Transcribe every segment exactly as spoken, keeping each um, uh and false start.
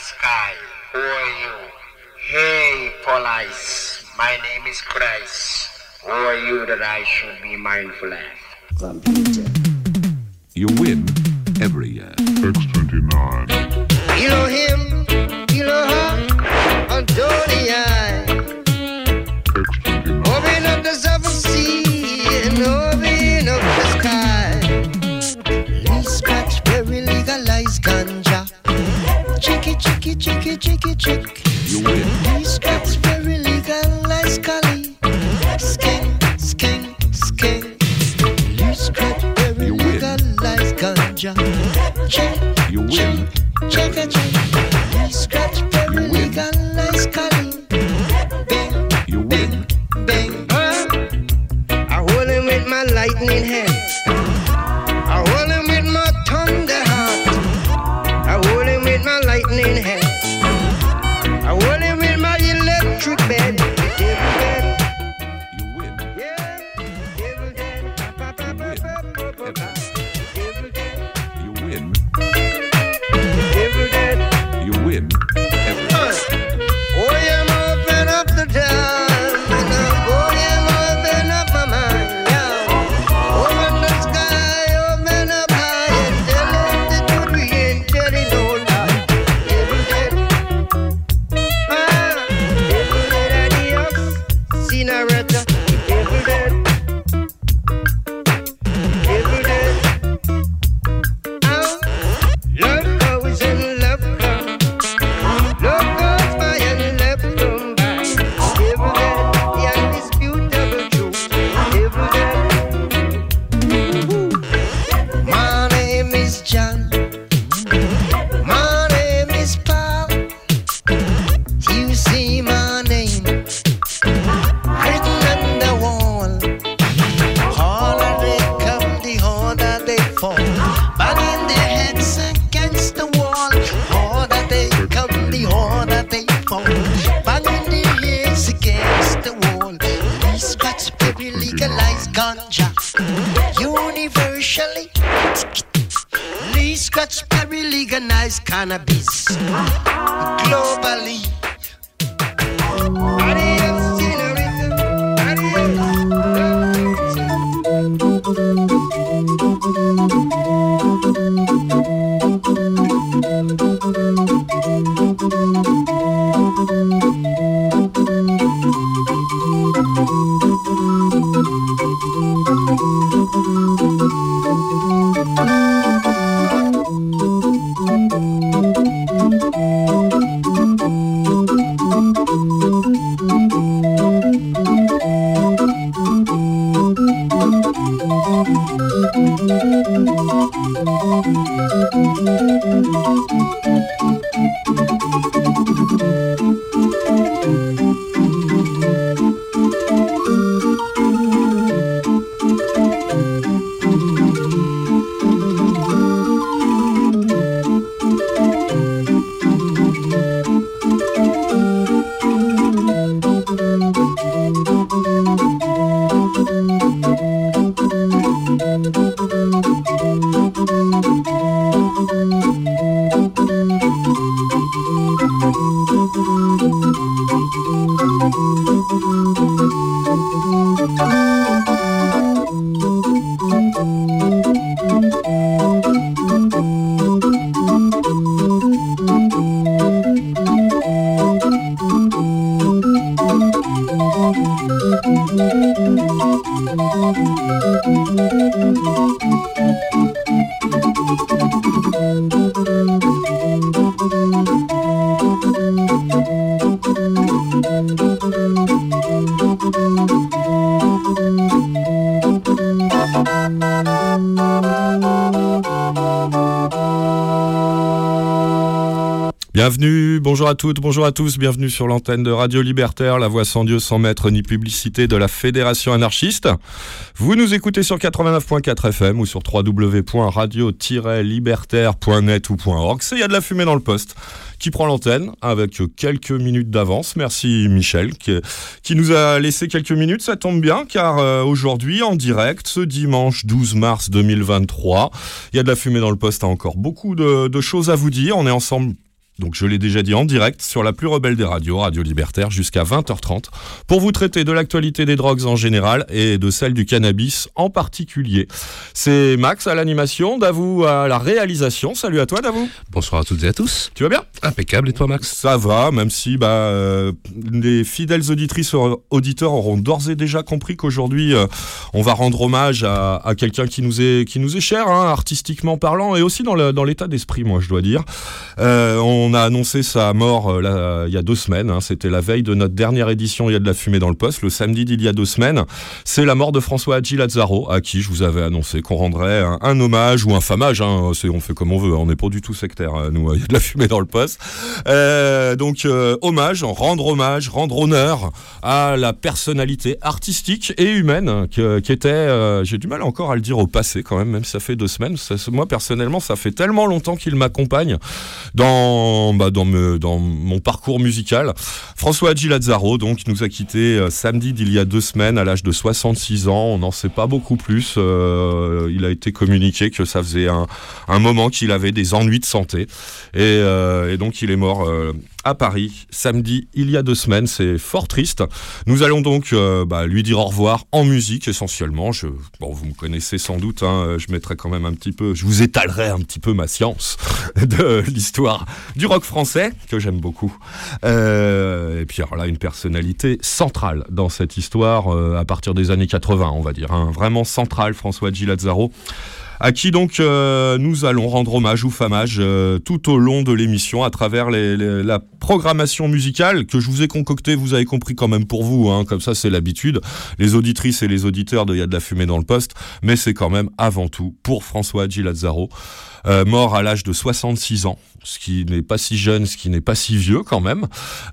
sky. Who are you? Hey, police. My name is Christ. Who are you that I should be mindful of? Computer. You win every year. X twenty-nine. Elohim, Elohim, Adonai. X twenty-nine. Open up the seven sea and open up the sky. Lee scratch, very legalized ganja. Chicky, chicky, chicky, chicky, chick. You win. Lee scratch, very legalized Cali. Skin, skin, skin. Lee scratch, very You win. legalized ganja. Check, You win. check, check, check. Lee scratch, very You win. legalized Cali. Bing, You win. bing. Huh? I hold him with my lightning hand. I hold him with my thunder heart. I hold him with my lightning hand. I hold him with my electric bed. Devil bed. You win. Yeah. Devil bed. Pa, pa, pa, pa, pa, pa, pa. Devil bed. You win. Devil bed. You win every year. Oh, yeah, open up the door. Oh, yeah, open up my mind. Yeah. Open the sky, open up high, and tell him the truth we ain't telling no lie. Devil dead. Ah, devil dead, adios. Senorita. Devil dead. Devil dead. Ah, love goes in love comes. Love goes by and left come by. Devil dead, the undisputable truth. Devil dead. My name is John. My name is Paul. You see my name written on the wall. Harder they come, the harder they fall. Banging their heads against the wall. Harder they come, the harder they fall. Banging their heads against the wall. We scratch baby legalized ganja. Universally. Lee scratch berry legalized cannabis. Globally. Adios, senorita. Bienvenue, bonjour à toutes, bonjour à tous, bienvenue sur l'antenne de Radio Libertaire, la voix sans Dieu, sans maître ni publicité de la Fédération anarchiste. Vous nous écoutez sur quatre-vingt-neuf virgule quatre F M ou sur w w w point radio tiret libertaire point net ou .org. C'est Il y a de la fumée dans le poste qui prend l'antenne avec quelques minutes d'avance. Merci Michel qui, qui nous a laissé quelques minutes, ça tombe bien car euh, aujourd'hui en direct, ce dimanche douze mars deux mille vingt-trois, Il y a de la fumée dans le poste a encore beaucoup de, de choses à vous dire. On est ensemble donc je l'ai déjà dit en direct, sur la plus rebelle des radios, Radio Libertaire, jusqu'à vingt heures trente, pour vous traiter de l'actualité des drogues en général et de celle du cannabis en particulier. C'est Max à l'animation, Davou à la réalisation. Salut à toi, Davou. Bonsoir à toutes et à tous. Tu vas bien ? Impeccable, et toi, Max ? Ça va, même si bah, euh, les fidèles auditrices auditeurs auront d'ores et déjà compris qu'aujourd'hui, euh, on va rendre hommage à, à quelqu'un qui nous est, qui nous est cher, hein, artistiquement parlant, et aussi dans, le, dans l'état d'esprit, moi, je dois dire. Euh, on a annoncé sa mort euh, là, il y a deux semaines, hein, c'était la veille de notre dernière édition Il y a de la fumée dans le poste, le samedi d'il y a deux semaines. C'est la mort de François Hadji Lazzaro, à qui je vous avais annoncé qu'on rendrait un, un hommage ou un famage, hein, c'est, on fait comme on veut, hein, on n'est pas du tout sectaire, hein, nous, il y a de la fumée dans le poste. Euh, donc, euh, hommage, rendre hommage, rendre honneur à la personnalité artistique et humaine que, qui était, euh, j'ai du mal encore à le dire au passé quand même, même si ça fait deux semaines. Ça, moi, personnellement, ça fait tellement longtemps qu'il m'accompagne dans, bah, dans, me, dans mon parcours musical. François Hadji Lazzaro, donc, nous a quittés euh, samedi d'il y a deux semaines à l'âge de soixante-six ans. On n'en sait pas beaucoup plus. Euh, il a été communiqué que ça faisait un, un moment qu'il avait des ennuis de santé. Et, euh, et donc, il est mort euh, à Paris, samedi, il y a deux semaines. C'est fort triste. Nous allons donc euh, bah, lui dire au revoir en musique, essentiellement. Je, bon, vous me connaissez sans doute, hein, je mettrai quand même un petit peu, je vous étalerai un petit peu ma science de l'histoire du rock français, que j'aime beaucoup. Euh, et puis alors là, une personnalité centrale dans cette histoire, euh, à partir des années quatre-vingts, on va dire. Hein, vraiment centrale, François Hadji Lazzaro, à qui donc euh, nous allons rendre hommage ou famage euh, tout au long de l'émission à travers les, les, la programmation musicale que je vous ai concoctée, vous avez compris quand même pour vous, hein, comme ça c'est l'habitude, les auditrices et les auditeurs de Il y a de la fumée dans le poste, mais c'est quand même avant tout pour François Hadji Lazzaro, euh, mort à l'âge de soixante-six ans, ce qui n'est pas si jeune, ce qui n'est pas si vieux quand même,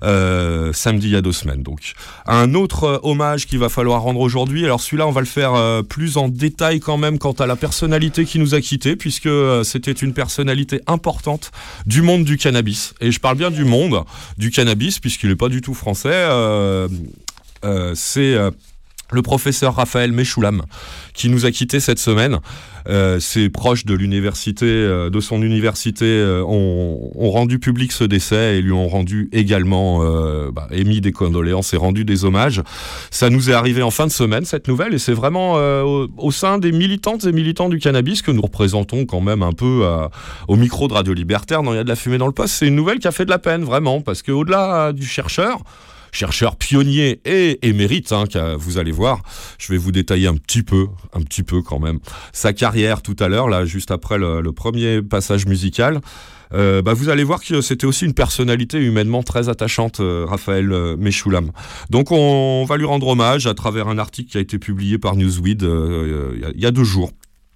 euh, samedi il y a deux semaines donc. Un autre euh, hommage qu'il va falloir rendre aujourd'hui, alors celui-là on va le faire euh, plus en détail quand même quant à la personnalité qui nous a quittés, puisque euh, c'était une personnalité importante du monde du cannabis, et je parle bien du monde du cannabis puisqu'il n'est pas du tout français, euh, euh, c'est... Euh, le professeur Raphaël Mechoulam, qui nous a quittés cette semaine. Euh, ses proches de l'université, euh, de son université, euh, ont, ont rendu public ce décès et lui ont rendu également, euh, bah, émis des condoléances et rendu des hommages. Ça nous est arrivé en fin de semaine, cette nouvelle, et c'est vraiment euh, au, au sein des militantes et militants du cannabis que nous représentons quand même un peu euh, au micro de Radio Libertaire, dans Il y a de la fumée dans le poste. C'est une nouvelle qui a fait de la peine, vraiment, parce qu'au-delà euh, du chercheur, chercheur pionnier et émérite, hein, vous allez voir, je vais vous détailler un petit peu, un petit peu quand même, sa carrière tout à l'heure, là, juste après le, le premier passage musical. Euh, bah vous allez voir que c'était aussi une personnalité humainement très attachante, euh, Raphaël euh, Mechoulam. Donc on, on va lui rendre hommage à travers un article qui a été publié par Newsweek euh, il y, y a deux jours.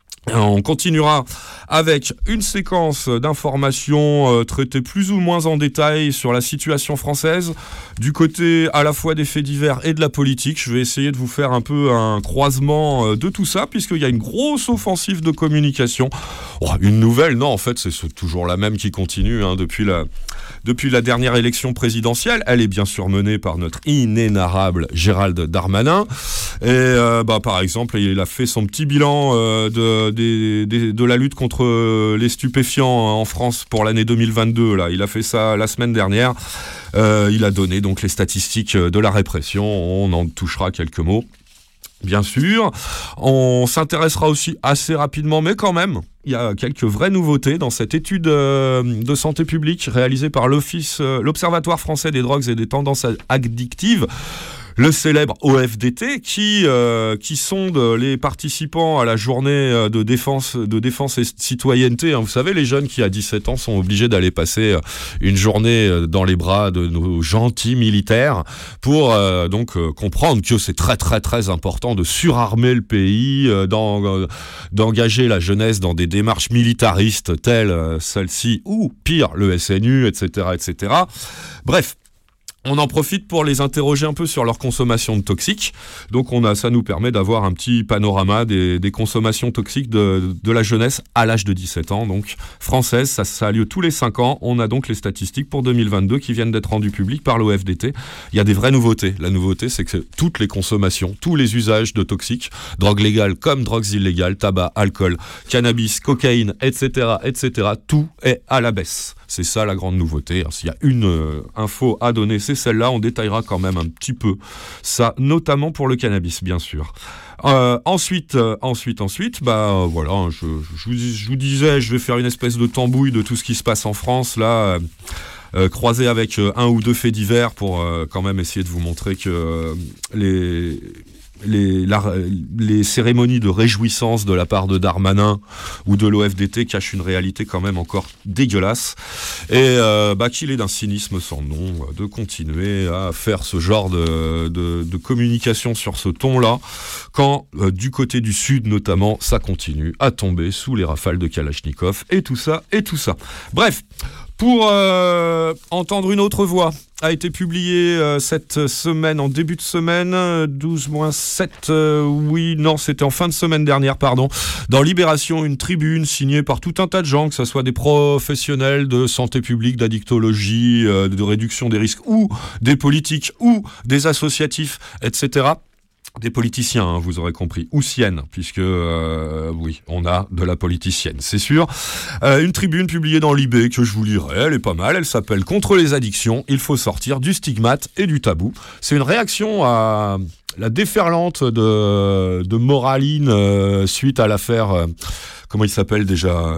On continuera avec une séquence d'informations euh, traitées plus ou moins en détail sur la situation française, du côté à la fois des faits divers et de la politique. Je vais essayer de vous faire un peu un croisement euh, de tout ça, puisqu'il y a une grosse offensive de communication. Oh, une nouvelle, non, en fait, c'est toujours la même qui continue hein, depuis la... Depuis la dernière élection présidentielle. Elle est bien sûr menée par notre inénarrable Gérald Darmanin. Et euh, bah, par exemple, il a fait son petit bilan euh, de, de, de, de la lutte contre les stupéfiants en France pour l'année deux mille vingt-deux. Là. Il a fait ça la semaine dernière. Euh, il a donné donc les statistiques de la répression. On en touchera quelques mots. Bien sûr, on s'intéressera aussi assez rapidement, mais quand même, il y a quelques vraies nouveautés dans cette étude euh, de santé publique réalisée par l'Office, euh, l'Observatoire français des drogues et des tendances addictives, le célèbre O F D T, qui, euh, qui sonde les participants à la journée de défense, de défense et citoyenneté. Hein. Vous savez, les jeunes qui, à dix-sept ans, sont obligés d'aller passer une journée dans les bras de nos gentils militaires pour euh, donc euh, comprendre que c'est très très très important de surarmer le pays, euh, d'en, d'engager la jeunesse dans des démarches militaristes telles euh, celle-ci, ou pire, le S N U, et cetera, et cetera. Bref. On en profite pour les interroger un peu sur leur consommation de toxiques. Donc on a, ça nous permet d'avoir un petit panorama des, des consommations toxiques de, de la jeunesse à l'âge de dix-sept ans, donc française. Ça, ça a lieu tous les cinq ans. On a donc les statistiques pour deux mille vingt-deux qui viennent d'être rendues publiques par l'O F D T. Il y a des vraies nouveautés. La nouveauté, c'est que toutes les consommations, tous les usages de toxiques, drogues légales comme drogues illégales, tabac, alcool, cannabis, cocaïne, et cetera, et cetera, tout est à la baisse. C'est ça la grande nouveauté. Alors, s'il y a une euh, info à donner, c'est celle-là. On détaillera quand même un petit peu ça, notamment pour le cannabis, bien sûr. Euh, ensuite, euh, ensuite, ensuite, bah euh, voilà, je, je, vous, je vous disais, je vais faire une espèce de tambouille de tout ce qui se passe en France là. Euh, Euh, croisé avec euh, un ou deux faits divers pour euh, quand même essayer de vous montrer que euh, les, les, la, les cérémonies de réjouissance de la part de Darmanin ou de l'O F D T cachent une réalité quand même encore dégueulasse et euh, bah, qu'il est d'un cynisme sans nom euh, de continuer à faire ce genre de, de, de communication sur ce ton-là quand euh, du côté du sud notamment ça continue à tomber sous les rafales de Kalachnikov et tout ça et tout ça. Bref. Pour euh, entendre une autre voix, a été publié euh, cette semaine, en début de semaine, douze moins sept, euh, oui, non, c'était en fin de semaine dernière, pardon, dans Libération, une tribune signée par tout un tas de gens, que ce soit des professionnels de santé publique, d'addictologie, euh, de réduction des risques, ou des politiques, ou des associatifs, et cetera. Des politiciens, hein, vous aurez compris, ou siennes, puisque, euh, oui, on a de la politicienne, c'est sûr. Euh, une tribune publiée dans Libé que je vous lirai, elle est pas mal, elle s'appelle « Contre les addictions, il faut sortir du stigmate et du tabou ». C'est une réaction à la déferlante de, de Moraline euh, suite à l'affaire... Euh, Comment il s'appelle déjà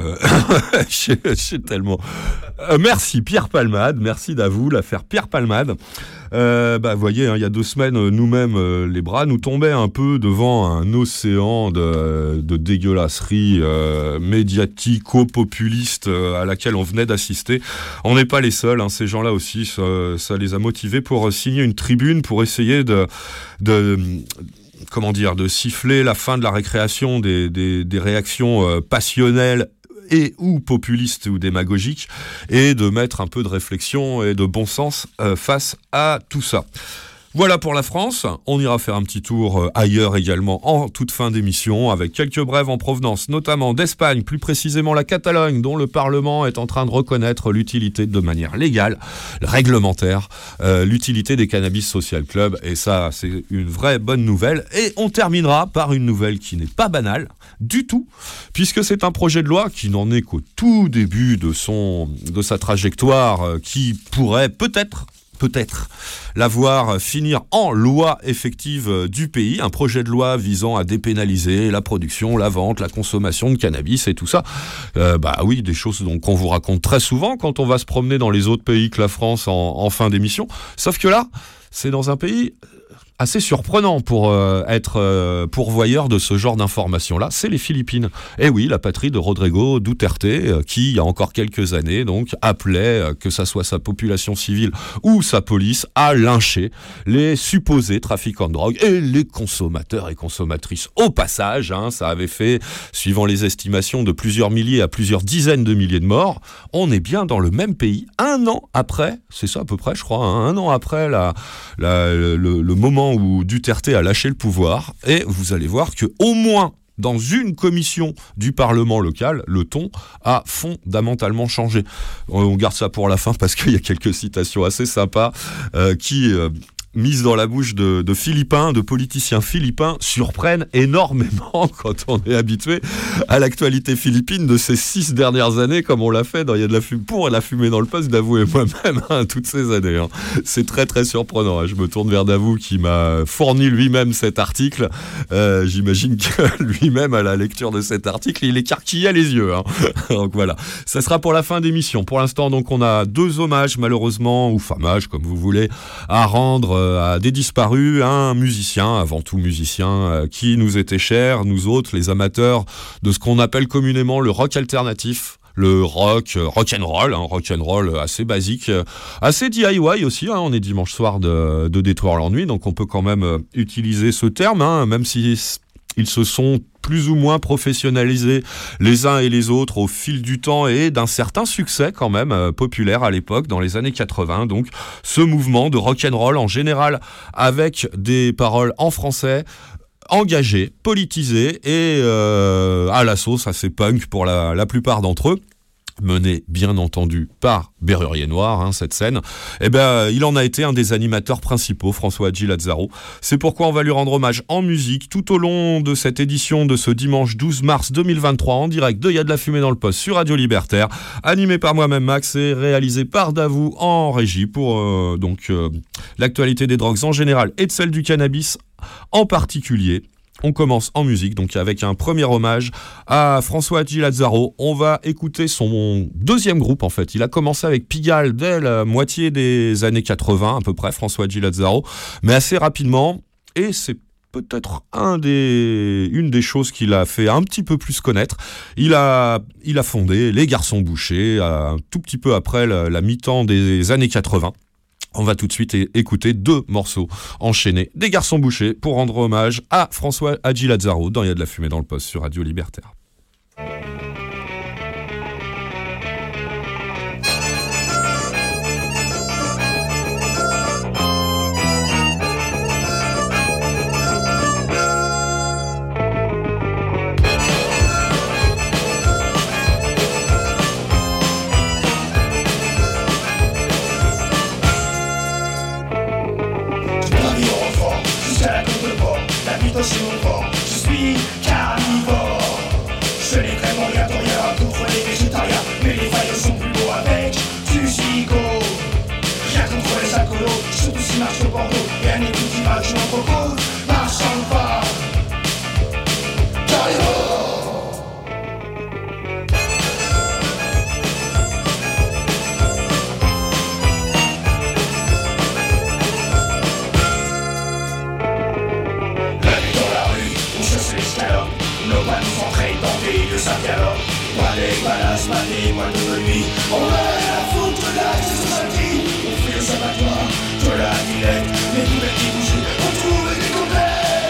je, je sais tellement. Euh, merci Pierre Palmade, merci d'avou, l'affaire Pierre Palmade. Euh, bah, vous voyez, hein, il y a deux semaines, nous-mêmes, euh, les bras nous tombaient un peu devant un océan de, de dégueulasserie euh, médiatico-populiste euh, à laquelle on venait d'assister. On n'est pas les seuls, hein, ces gens-là aussi, ça, ça les a motivés pour signer une tribune, pour essayer de... de comment dire, de siffler la fin de la récréation des, des, des réactions euh, passionnelles et ou populistes ou démagogiques et de mettre un peu de réflexion et de bon sens euh, face à tout ça. Voilà pour la France, on ira faire un petit tour ailleurs également en toute fin d'émission avec quelques brèves en provenance notamment d'Espagne, plus précisément la Catalogne dont le Parlement est en train de reconnaître l'utilité de manière légale, réglementaire, euh, l'utilité des Cannabis Social Club et ça c'est une vraie bonne nouvelle et on terminera par une nouvelle qui n'est pas banale du tout puisque c'est un projet de loi qui n'en est qu'au tout début de, son, de sa trajectoire euh, qui pourrait peut-être peut-être la voir finir en loi effective du pays, un projet de loi visant à dépénaliser la production, la vente, la consommation de cannabis et tout ça. Euh, bah oui, des choses donc, qu'on vous raconte très souvent quand on va se promener dans les autres pays que la France en, en fin d'émission. Sauf que là, c'est dans un pays assez surprenant pour euh, être euh, pourvoyeur de ce genre d'informations-là, c'est les Philippines. Et oui, la patrie de Rodrigo Duterte, euh, qui, il y a encore quelques années, donc, appelait, euh, que ça soit sa population civile ou sa police, à lyncher les supposés trafiquants de drogue et les consommateurs et consommatrices. Au passage, hein, ça avait fait, suivant les estimations, de plusieurs milliers à plusieurs dizaines de milliers de morts. On est bien dans le même pays, un an après, c'est ça à peu près, je crois, hein, un an après la, la, le, le moment où Duterte a lâché le pouvoir, et vous allez voir que au moins dans une commission du Parlement local, le ton a fondamentalement changé. On garde ça pour la fin parce qu'il y a quelques citations assez sympas euh, qui... Euh, mises dans la bouche de, de Philippins, de politiciens philippins, surprennent énormément quand on est habitué à l'actualité philippine de ces six dernières années, comme on l'a fait dans Il y a de la fumée, pour la fumée dans le poste, Davou et moi-même, hein, toutes ces années. Hein. C'est très très surprenant. Hein. Je me tourne vers Davou qui m'a fourni lui-même cet article. Euh, j'imagine que lui-même, à la lecture de cet article, il écarquillait les yeux. Hein. Donc voilà, ça sera pour la fin d'émission. Pour l'instant, donc, on a deux hommages, malheureusement, ou fammages, comme vous voulez, à rendre à des disparus, un musicien, avant tout musicien, euh, qui nous était cher, nous autres, les amateurs de ce qu'on appelle communément le rock alternatif. Le rock, euh, rock'n'roll, hein, rock'n'roll assez basique, euh, assez D I Y aussi, hein, on est dimanche soir de, de Détour l'ennui, donc on peut quand même euh, utiliser ce terme, hein, même si ils se sont plus ou moins professionnalisés les uns et les autres au fil du temps et d'un certain succès quand même euh, populaire à l'époque, dans les années quatre-vingts. Donc ce mouvement de rock'n'roll en général avec des paroles en français, engagé, politisé et euh, à la sauce assez punk pour la, la plupart d'entre eux, mené bien entendu par Bérurier Noir, hein, cette scène, eh ben, il en a été un des animateurs principaux, François Hadji Lazzaro. C'est pourquoi on va lui rendre hommage en musique tout au long de cette édition de ce dimanche douze mars deux mille vingt-trois, en direct de Y'a de la fumée dans le poste sur Radio Libertaire, animé par moi-même Max et réalisé par Davou en régie pour euh, donc euh, l'actualité des drogues en général et de celle du cannabis en particulier. On commence en musique, donc avec un premier hommage à François Hadji Lazzaro. On va écouter son deuxième groupe en fait. Il a commencé avec Pigalle dès la moitié des années quatre-vingts à peu près, François Hadji Lazzaro, mais assez rapidement, et c'est peut-être un des, une des choses qu'il a fait un petit peu plus connaître. Il a, il a fondé Les Garçons Bouchés, un tout petit peu après la, la mi-temps des années quatre-vingts. On va tout de suite écouter deux morceaux enchaînés des Garçons Bouchés pour rendre hommage à François Hadji Lazzaro dans Y'a de la fumée dans le poste sur Radio Libertaire. Sur mon bord, je suis carnivore. Je n'ai vraiment rien pour rien contre les végétariens, mais les vaillants sont plus beaux avec du gigot. Rien contre les alcoolos, surtout s'ils marchent au Bordeaux. Et un écoute d'image, je m'en propose, marchant pas. Carnivore. Nos pas nous entrer dans des lieux sacrés. Pas les balasses, pas les moines de nuit. On va rien foutre là, c'est ce samedi. On fait le sabatoire, de la Villette. Les nouvelles qui bougent, on trouve des complets.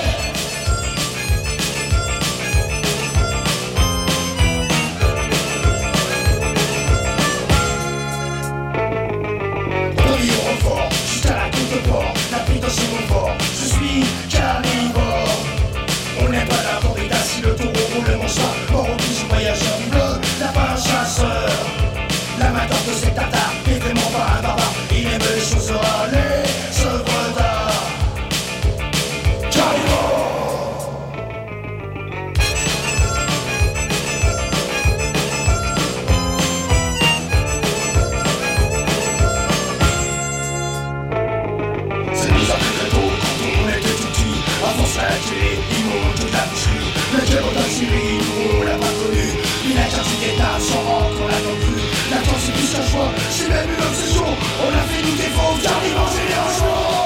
Paris au renfort, jusqu'à la côte de port. La pute sur mon bord, je suis carnivore. On n'est pas là pour des tasses si le taureau roule le mansoir. Mort au toujours voyageur du bleu, lapin chasseur. L'amateur de cet tatar n'est vraiment pas un barbare. Il aime les choses rares, les œuvres d'art. Carnivore. C'est nous après très tôt quand on était tout petit. Avance la télé, ils montent toute la boucherie. Le terreau d'un Syrie, nous on l'a pas connu. Il a quartier d'état, sans rentre, on l'a non plus. La temps c'est plus qu'un choix, c'est même une obsession. On a fait nous des faux, car ils mangeaient les rangements.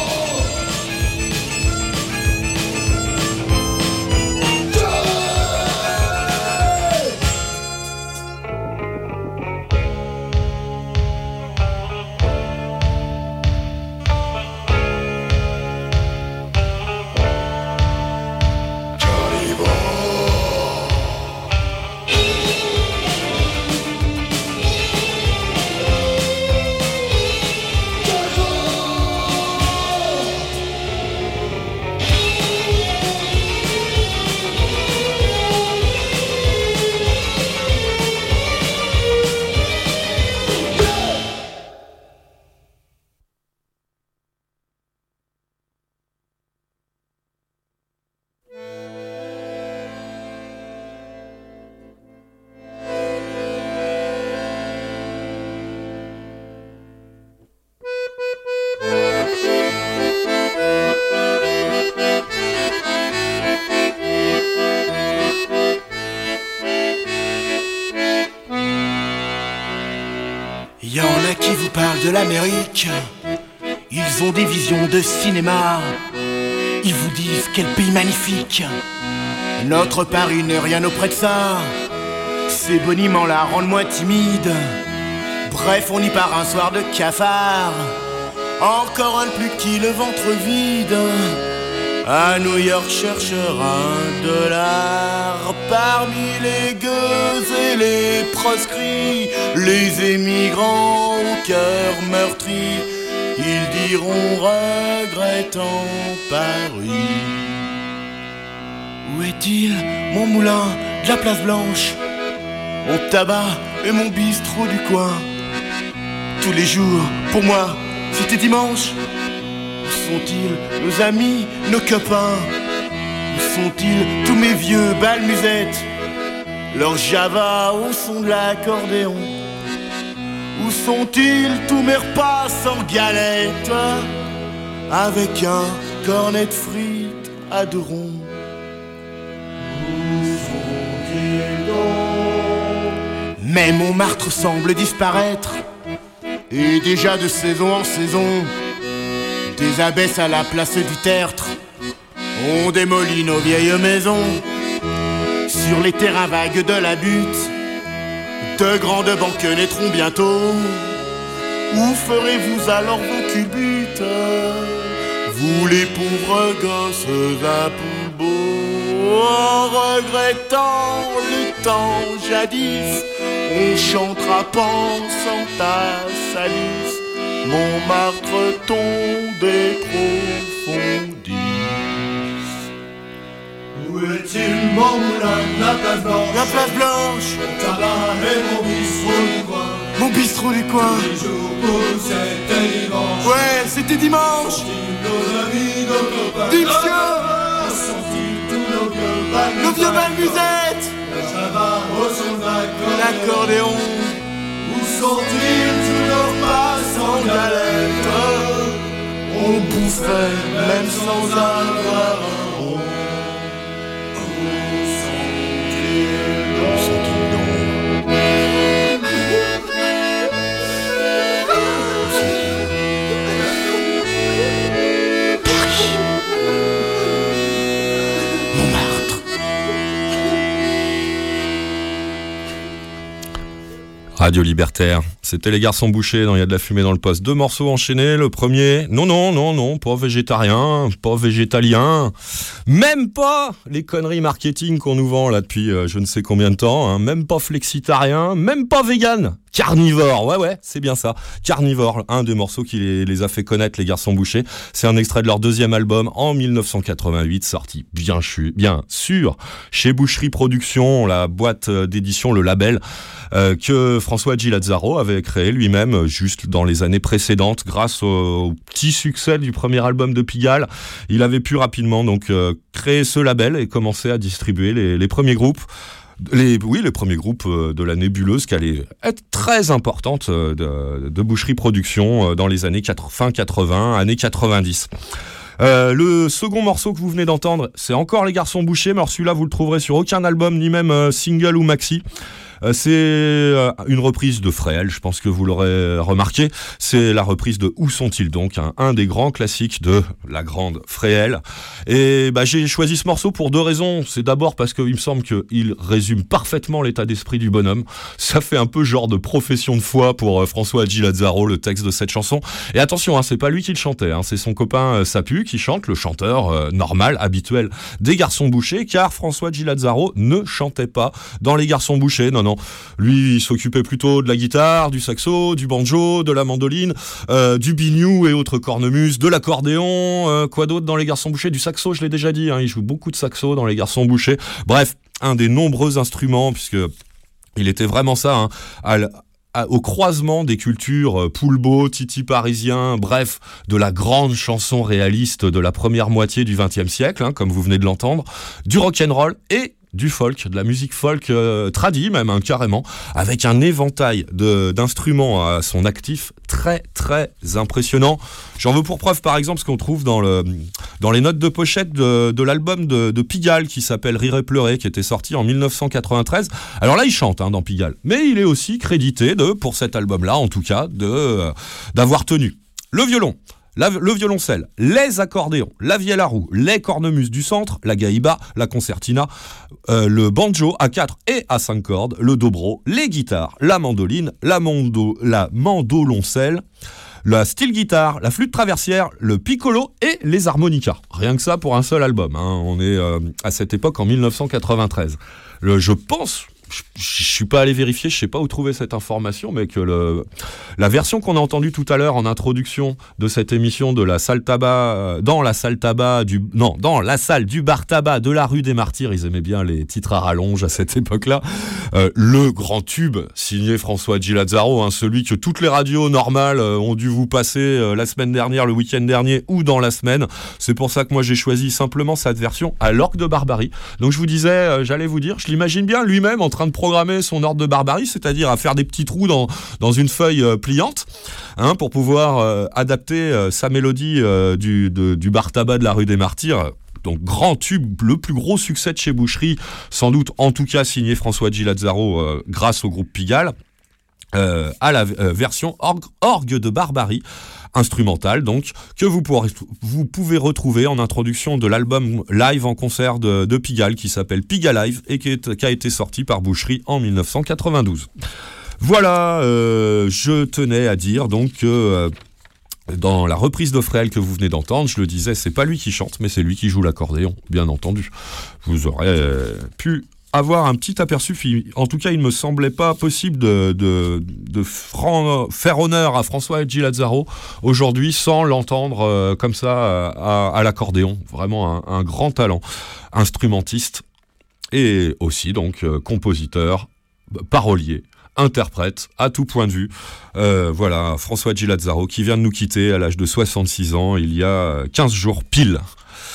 Y'en a qui vous parlent de l'Amérique, ils ont des visions de cinéma, ils vous disent quel pays magnifique. Notre Paris n'est rien auprès de ça, ces boniments là rendent moins timide. Bref, on y part un soir de cafard, encore un de plus qui le ventre vide. à New York chercheur un dollar. Parmi les gueux et les proscrits, les émigrants au cœur meurtri, ils diront regrettant Paris. Où est-il mon moulin de la place Blanche, mon tabac et mon bistrot du coin? Tous les jours, pour moi, c'était dimanche. Où sont-ils nos amis, nos copains? Où sont-ils tous mes vieux balmusettes, leur java au son de l'accordéon? Où sont-ils tous mes repas sans galette, avec un cornet de frites à deux ronds? Où sont-ils donc? Mais Montmartre semble disparaître, et déjà de saison en saison, des abbesses à la place du tertre, on démolit nos vieilles maisons. Sur les terrains vagues de la butte, de grandes banques naîtront bientôt. Où ferez-vous alors vos culbutes, vous les pauvres gosses à Poulbeau? En regrettant le temps jadis, on chantera pensant à Salis, Montmartre tombe des profondis. Où est-il mon moulin, la place blanche? La place blanche, Mon tabac et mon bistrot du coin. mon bistrot du coin. Les jours où c'était dimanche. Ouais, c'était dimanche. Nos amis, nos copains. Dix Où sont-ils tous nos vieux balmusettes? Nos vieux balmusettes, Le java au son d'accordéon. l'accordéon. Où sont-ils tous nos pas sans galette? On bouffait même sans avoir un rond. Où sont-ils donc? Où sont-ils donc? Montmartre. Radio Libertaire, c'était les garçons bouchés dans Il y a de la fumée dans le poste. Deux morceaux enchaînés, le premier, non, non, non, non, pas végétarien, pas végétalien, même pas les conneries marketing qu'on nous vend là depuis euh, je ne sais combien de temps, hein, même pas flexitarien, même pas vegan. Carnivore, ouais ouais, c'est bien ça. Carnivore, un des morceaux qui les, les a fait connaître les garçons bouchés. C'est un extrait de leur deuxième album en dix-neuf cent quatre-vingt-huit, sorti bien, chu- bien sûr chez Boucherie Productions, la boîte d'édition, le label euh, que François Gilazzaro avait créé lui-même juste dans les années précédentes grâce au, au petit succès du premier album de Pigalle. Il avait pu rapidement donc euh, créer ce label et commencer à distribuer les, les premiers groupes. Les, oui, les premiers groupes de la nébuleuse qui allait être très importante de, de Boucherie Productions dans les années quatre, fin quatre-vingts, années quatre-vingt-dix. Euh, le second morceau que vous venez d'entendre, c'est encore les garçons bouchés, mais alors celui-là vous le trouverez sur aucun album, ni même euh, single ou maxi. Euh, c'est euh, une reprise de Fréhel, je pense que vous l'aurez remarqué. C'est la reprise de Où sont-ils donc, hein, un des grands classiques de la grande Fréhel. Et bah, j'ai choisi ce morceau pour deux raisons. C'est d'abord parce qu'il me semble qu'il résume parfaitement l'état d'esprit du bonhomme. Ça fait un peu genre de profession de foi pour euh, François Gilazzaro, le texte de cette chanson. Et attention, hein, c'est pas lui qui le chantait, hein, c'est son copain euh, Sapu qui chante, le chanteur euh, normal, habituel des garçons bouchés, car François Gilazzaro ne chantait pas dans les garçons bouchés, non, non. Lui, il s'occupait plutôt de la guitare, du saxo, du banjo, de la mandoline, euh, du biniou et autres cornemuses, de l'accordéon, euh, quoi d'autre dans les garçons bouchés, du saxo, je l'ai déjà dit, hein, il joue beaucoup de saxo dans les garçons bouchés. Bref, un des nombreux instruments, puisque il était vraiment ça, hein, à l- au croisement des cultures euh, Poulbeau, Titi parisien, bref, de la grande chanson réaliste de la première moitié du vingtième siècle, hein, comme vous venez de l'entendre, du rock'n'roll et du folk, de la musique folk euh, tradie même, hein, carrément, avec un éventail de, d'instruments à son actif très très impressionnant. J'en veux pour preuve par exemple ce qu'on trouve dans, le, dans les notes de pochette de, de l'album de, de Pigalle qui s'appelle Rire et pleurer, qui était sorti en dix-neuf cent quatre-vingt-treize. Alors là il chante, hein, dans Pigalle, mais il est aussi crédité de, pour cet album-là en tout cas, de, euh, d'avoir tenu le violon, La, le violoncelle, les accordéons, la vielle à roue, les cornemuses du centre, la gaïba, la concertina, euh, le banjo à quatre et à cinq cordes, le dobro, les guitares, la mandoline, la, mando, la mandoloncelle, la steel guitar, la flûte traversière, le piccolo et les harmonicas. Rien que ça pour un seul album. Hein. On est euh, à cette époque en dix-neuf cent quatre-vingt-treize. Le, je pense... Je, je suis pas allé vérifier, je sais pas où trouver cette information, mais que le, la version qu'on a entendue tout à l'heure en introduction de cette émission de la salle tabac, euh, dans la salle tabac du, non, dans la salle du bar tabac de la rue des Martyrs, ils aimaient bien les titres à rallonge à cette époque-là, euh, le grand tube signé François Gilazzaro, hein, celui que toutes les radios normales euh, ont dû vous passer euh, la semaine dernière, le week-end dernier ou dans la semaine. C'est pour ça que moi j'ai choisi simplement cette version à l'orgue de Barbarie. Donc je vous disais, euh, j'allais vous dire, je l'imagine bien lui-même en train de programmer son ordre de barbarie, c'est-à-dire à faire des petits trous dans, dans une feuille euh, pliante, hein, pour pouvoir euh, adapter euh, sa mélodie euh, du, de, du bar tabac de la rue des Martyrs. Donc grand tube, le plus gros succès de chez Boucherie, sans doute en tout cas signé François Gilazzaro euh, grâce au groupe Pigalle, euh, à la euh, version orgue, orgue de Barbarie, instrumentale donc, que vous, pourrez, vous pouvez retrouver en introduction de l'album live en concert de, de Pigalle qui s'appelle Pigalle Live et qui, est, qui a été sorti par Boucherie en dix-neuf cent quatre-vingt-douze. Voilà, euh, je tenais à dire donc que euh, dans la reprise d'Offréal que vous venez d'entendre, je le disais, c'est pas lui qui chante, mais c'est lui qui joue l'accordéon, bien entendu. Vous aurez euh, pu avoir un petit aperçu. En tout cas, il ne me semblait pas possible de, de, de fran- faire honneur à François Gilazzaro aujourd'hui sans l'entendre euh, comme ça à, à l'accordéon. Vraiment un, un grand talent, instrumentiste et aussi donc euh, compositeur, parolier, interprète à tout point de vue. Euh, voilà, François Gilazzaro qui vient de nous quitter à l'âge de soixante-six ans, il y a quinze jours pile.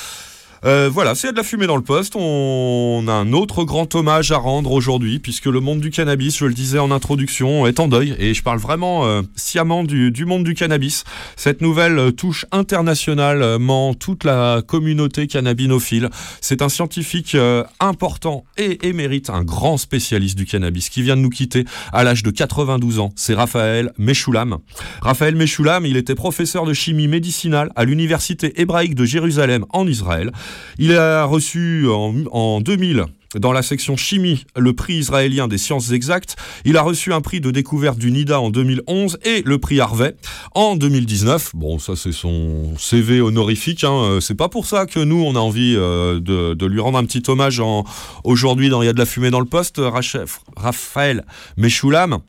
Euh, voilà, c'est de la fumée dans le poste. On a un autre grand hommage à rendre aujourd'hui, puisque le monde du cannabis, je le disais en introduction, est en deuil. Et je parle vraiment euh, sciemment du, du monde du cannabis. Cette nouvelle euh, touche internationalement toute la communauté cannabinophile. C'est un scientifique euh, important et émérite, un grand spécialiste du cannabis, qui vient de nous quitter à l'âge de quatre-vingt-douze ans. C'est Raphaël Mechoulam. Raphaël Mechoulam, il était professeur de chimie médicinale à l'université hébraïque de Jérusalem en Israël. Il a reçu en, en deux mille, dans la section chimie, le prix israélien des sciences exactes. Il a reçu un prix de découverte du NIDA en deux mille onze et le prix Harvey en deux mille dix-neuf. Bon, ça c'est son C V honorifique, hein. C'est pas pour ça que nous on a envie euh, de, de lui rendre un petit hommage en, aujourd'hui dans Il y a de la fumée dans le poste. Raphaël Mechoulam,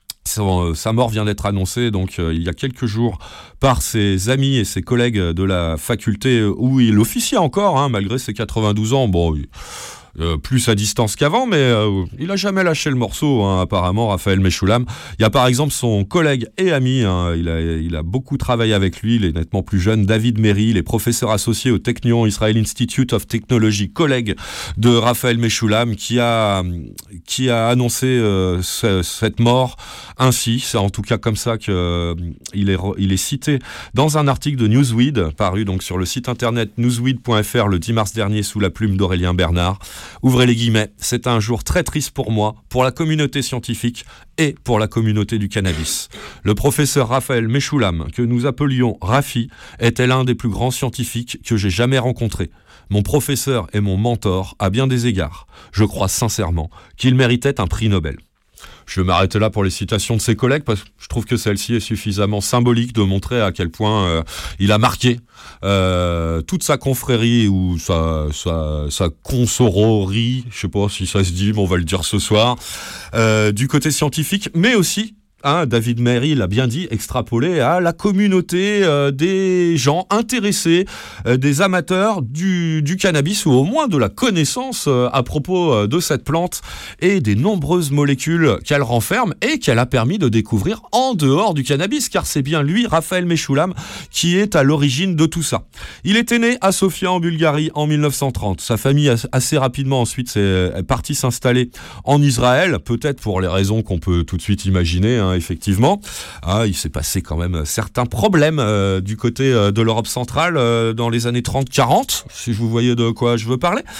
Son, sa mort vient d'être annoncée donc euh, il y a quelques jours par ses amis et ses collègues de la faculté où il officie encore, hein, malgré ses quatre-vingt-douze ans. Bon, euh, plus à distance qu'avant, mais euh, il a jamais lâché le morceau, hein, apparemment, Raphaël Mechoulam. Il y a par exemple son collègue et ami, hein, il, a, il a beaucoup travaillé avec lui, il est nettement plus jeune, David Mery, il est professeur associé au Technion Israel Institute of Technology, collègue de Raphaël Mechoulam, qui a, qui a annoncé euh, ce, cette mort ainsi. C'est en tout cas comme ça qu'il euh, est, il est cité dans un article de Newsweek, paru donc sur le site internet newsweek point f r le dix mars dernier sous la plume d'Aurélien Bernard. Ouvrez les guillemets, c'est un jour très triste pour moi, pour la communauté scientifique et pour la communauté du cannabis. Le professeur Raphaël Mechoulam, que nous appelions Rafi, était l'un des plus grands scientifiques que j'ai jamais rencontrés. Mon professeur et mon mentor à bien des égards. Je crois sincèrement qu'il méritait un prix Nobel. Je vais m'arrêter là pour les citations de ses collègues parce que je trouve que celle-ci est suffisamment symbolique de montrer à quel point euh, il a marqué euh, toute sa confrérie ou sa, sa, sa consororie, je sais pas si ça se dit, mais on va le dire ce soir, euh, du côté scientifique, mais aussi, hein, David Mery l'a bien dit, extrapolé à la communauté euh, des gens intéressés, euh, des amateurs du, du cannabis ou au moins de la connaissance euh, à propos euh, de cette plante et des nombreuses molécules qu'elle renferme et qu'elle a permis de découvrir en dehors du cannabis, car c'est bien lui, Raphaël Mechoulam, qui est à l'origine de tout ça. Il était né à Sofia en Bulgarie en dix-neuf cent trente. Sa famille assez rapidement ensuite s'est partie s'installer en Israël, peut-être pour les raisons qu'on peut tout de suite imaginer, hein, effectivement. Ah, il s'est passé quand même certains problèmes euh, du côté euh, de l'Europe centrale euh, dans les années trente quarante, si vous voyez de quoi je veux parler.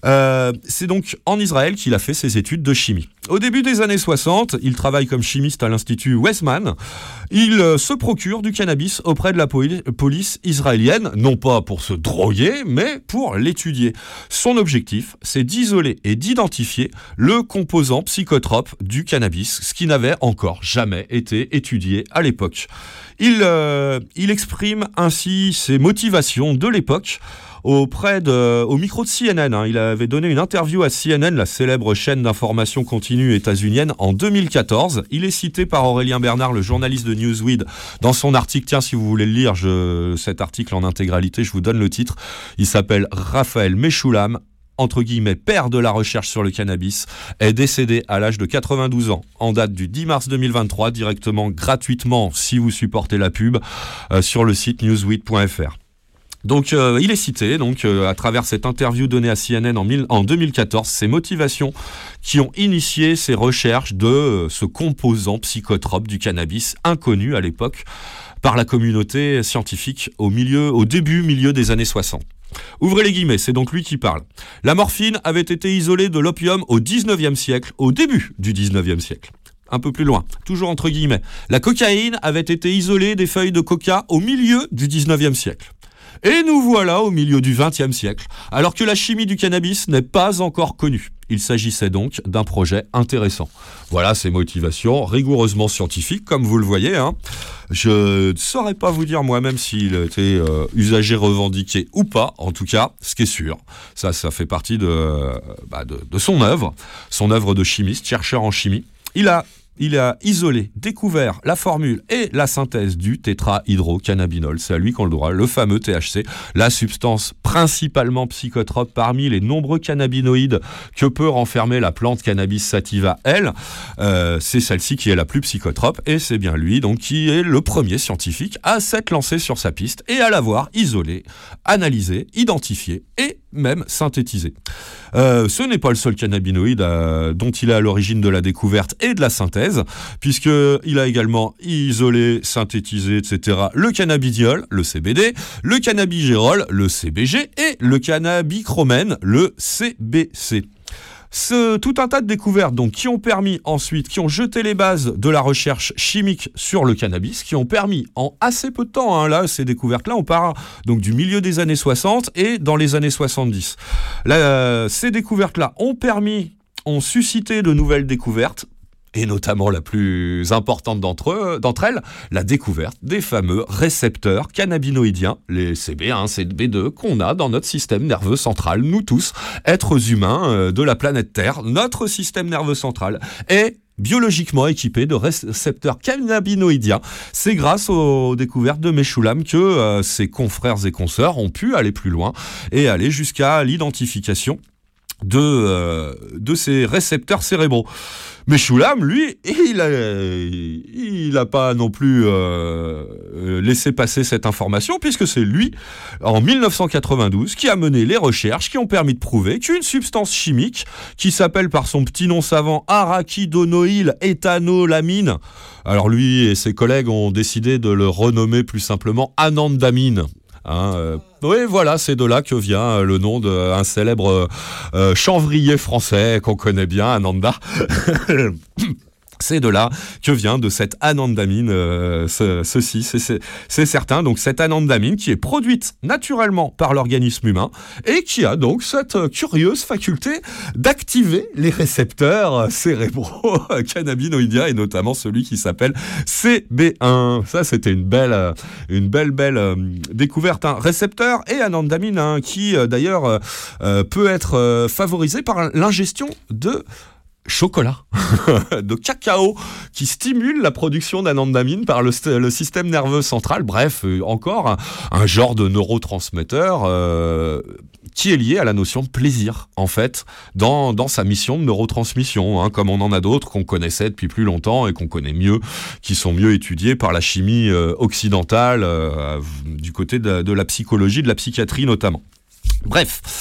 Euh, c'est donc en Israël qu'il a fait ses études de chimie. Au début des années soixante, il travaille comme chimiste à l'Institut Weizmann. Il euh, se procure du cannabis auprès de la poli- police israélienne, non pas pour se droguer, mais pour l'étudier. Son objectif, c'est d'isoler et d'identifier le composant psychotrope du cannabis, ce qui n'avait encore jamais été étudié à l'époque. Il, euh, il exprime ainsi ses motivations de l'époque auprès de, au micro de C N N. Hein. Il avait donné une interview à C N N, la célèbre chaîne d'information continue états-unienne, en deux mille quatorze. Il est cité par Aurélien Bernard, le journaliste de Newsweek, dans son article. Tiens, si vous voulez le lire, je, cet article en intégralité, je vous donne le titre. Il s'appelle « Raphaël Mechoulam, entre guillemets, père de la recherche sur le cannabis, est décédé à l'âge de quatre-vingt-douze ans, en date du dix mars deux mille vingt-trois, directement, gratuitement, si vous supportez la pub, euh, sur le site newsweek point f r. Donc euh, il est cité donc euh, à travers cette interview donnée à C N N en, mille, en deux mille quatorze, ces motivations qui ont initié ces recherches de euh, ce composant psychotrope du cannabis inconnu à l'époque par la communauté scientifique au milieu, au début milieu des années soixante. Ouvrez les guillemets, c'est donc lui qui parle. La morphine avait été isolée de l'opium au dix-neuvième siècle, au début du dix-neuvième siècle. Un peu plus loin, toujours entre guillemets. La cocaïne avait été isolée des feuilles de coca au milieu du dix-neuvième siècle. Et nous voilà au milieu du vingtième siècle, alors que la chimie du cannabis n'est pas encore connue. Il s'agissait donc d'un projet intéressant. Voilà ses motivations, rigoureusement scientifiques, comme vous le voyez. Hein. Je ne saurais pas vous dire moi-même s'il était euh, usager revendiqué ou pas, en tout cas, ce qui est sûr. Ça, ça fait partie de, bah de, de son œuvre, son œuvre de chimiste, chercheur en chimie. Il a... Il a isolé, découvert la formule et la synthèse du tétrahydrocannabinol. C'est à lui qu'on le doit, le fameux T H C, la substance principalement psychotrope parmi les nombreux cannabinoïdes que peut renfermer la plante Cannabis sativa, elle. Euh, c'est celle-ci qui est la plus psychotrope et c'est bien lui donc qui est le premier scientifique à s'être lancé sur sa piste et à l'avoir isolé, analysé, identifié et même synthétisé. Euh, ce n'est pas le seul cannabinoïde euh, dont il est à l'origine de la découverte et de la synthèse, puisqu'il a également isolé, synthétisé, et cetera le cannabidiol, le C B D, le cannabigérol, le C B G et le cannabichromène, le C B C. Ce, tout un tas de découvertes donc, qui ont permis ensuite, qui ont jeté les bases de la recherche chimique sur le cannabis, qui ont permis en assez peu de temps, hein, là, ces découvertes-là, on part donc du milieu des années soixante et dans les années soixante-dix. Là, euh, ces découvertes-là ont permis, ont suscité de nouvelles découvertes, et notamment la plus importante d'entre eux, d'entre elles, la découverte des fameux récepteurs cannabinoïdiens, les C B un, C B deux, qu'on a dans notre système nerveux central, nous tous, êtres humains de la planète Terre. Notre système nerveux central est biologiquement équipé de récepteurs cannabinoïdiens. C'est grâce aux découvertes de Mechoulam que euh, ses confrères et consoeurs ont pu aller plus loin et aller jusqu'à l'identification de, euh, de ces récepteurs cérébraux. Mechoulam, lui, il a, il a pas non plus euh, laissé passer cette information, puisque c'est lui, en dix-neuf cent quatre-vingt-douze, qui a mené les recherches qui ont permis de prouver qu'une substance chimique, qui s'appelle par son petit nom savant arachidonoïl éthanolamine, alors lui et ses collègues ont décidé de le renommer plus simplement anandamine. Hein, euh, oui, voilà, c'est de là que vient le nom d'un célèbre euh, chanvrier français qu'on connaît bien, Ananda. C'est de là que vient de cette anandamine, euh, ce, ceci, c'est, c'est, c'est certain. Donc cette anandamine qui est produite naturellement par l'organisme humain et qui a donc cette curieuse faculté d'activer les récepteurs cérébraux cannabinoïdiens et notamment celui qui s'appelle C B un. Ça, c'était une belle, une belle, belle euh, découverte. Hein. Récepteur et anandamine hein, qui euh, d'ailleurs euh, peut être euh, favorisé par l'ingestion de chocolat, de cacao, qui stimule la production d'anandamine par le, le système nerveux central. Bref, euh, encore un, un genre de neurotransmetteur euh, qui est lié à la notion de plaisir, en fait, dans, dans sa mission de neurotransmission, hein, comme on en a d'autres qu'on connaissait depuis plus longtemps et qu'on connaît mieux, qui sont mieux étudiés par la chimie euh, occidentale, euh, du côté de, de la psychologie, de la psychiatrie notamment. Bref,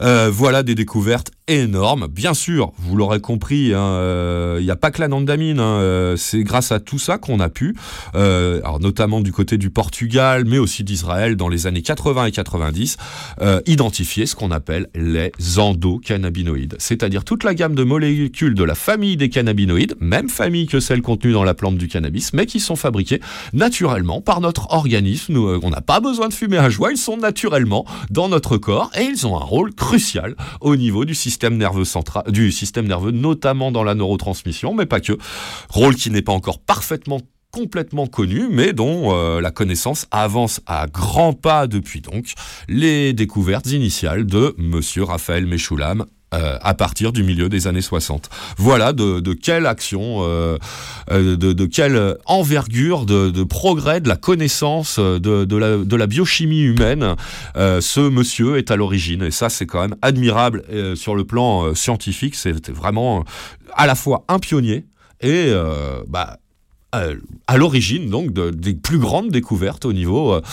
Euh, voilà des découvertes énormes. Bien sûr, vous l'aurez compris, il hein, n'y euh, a pas que la nandamine. Hein, euh, c'est grâce à tout ça qu'on a pu, euh, alors notamment du côté du Portugal, mais aussi d'Israël, dans les années quatre-vingts et quatre-vingt-dix, euh, identifier ce qu'on appelle les endocannabinoïdes. C'est-à-dire toute la gamme de molécules de la famille des cannabinoïdes, même famille que celles contenues dans la plante du cannabis, mais qui sont fabriquées naturellement par notre organisme. Nous, euh, on n'a pas besoin de fumer un joint, ils sont naturellement dans notre corps et ils ont un rôle crucial au niveau du système système nerveux central, du système nerveux, notamment dans la neurotransmission, mais pas que. Rôle qui n'est pas encore parfaitement complètement connu, mais dont euh, la connaissance avance à grands pas depuis donc les découvertes initiales de Monsieur Raphaël Mechoulam, Euh, à partir du milieu des années soixante. Voilà de, de quelle action, euh, de, de quelle envergure de, de progrès de la connaissance de, de, la, de la biochimie humaine euh, ce monsieur est à l'origine. Et ça, c'est quand même admirable euh, sur le plan euh, scientifique. C'était vraiment euh, à la fois un pionnier et euh, bah, euh, à l'origine donc de, des plus grandes découvertes au niveau euh,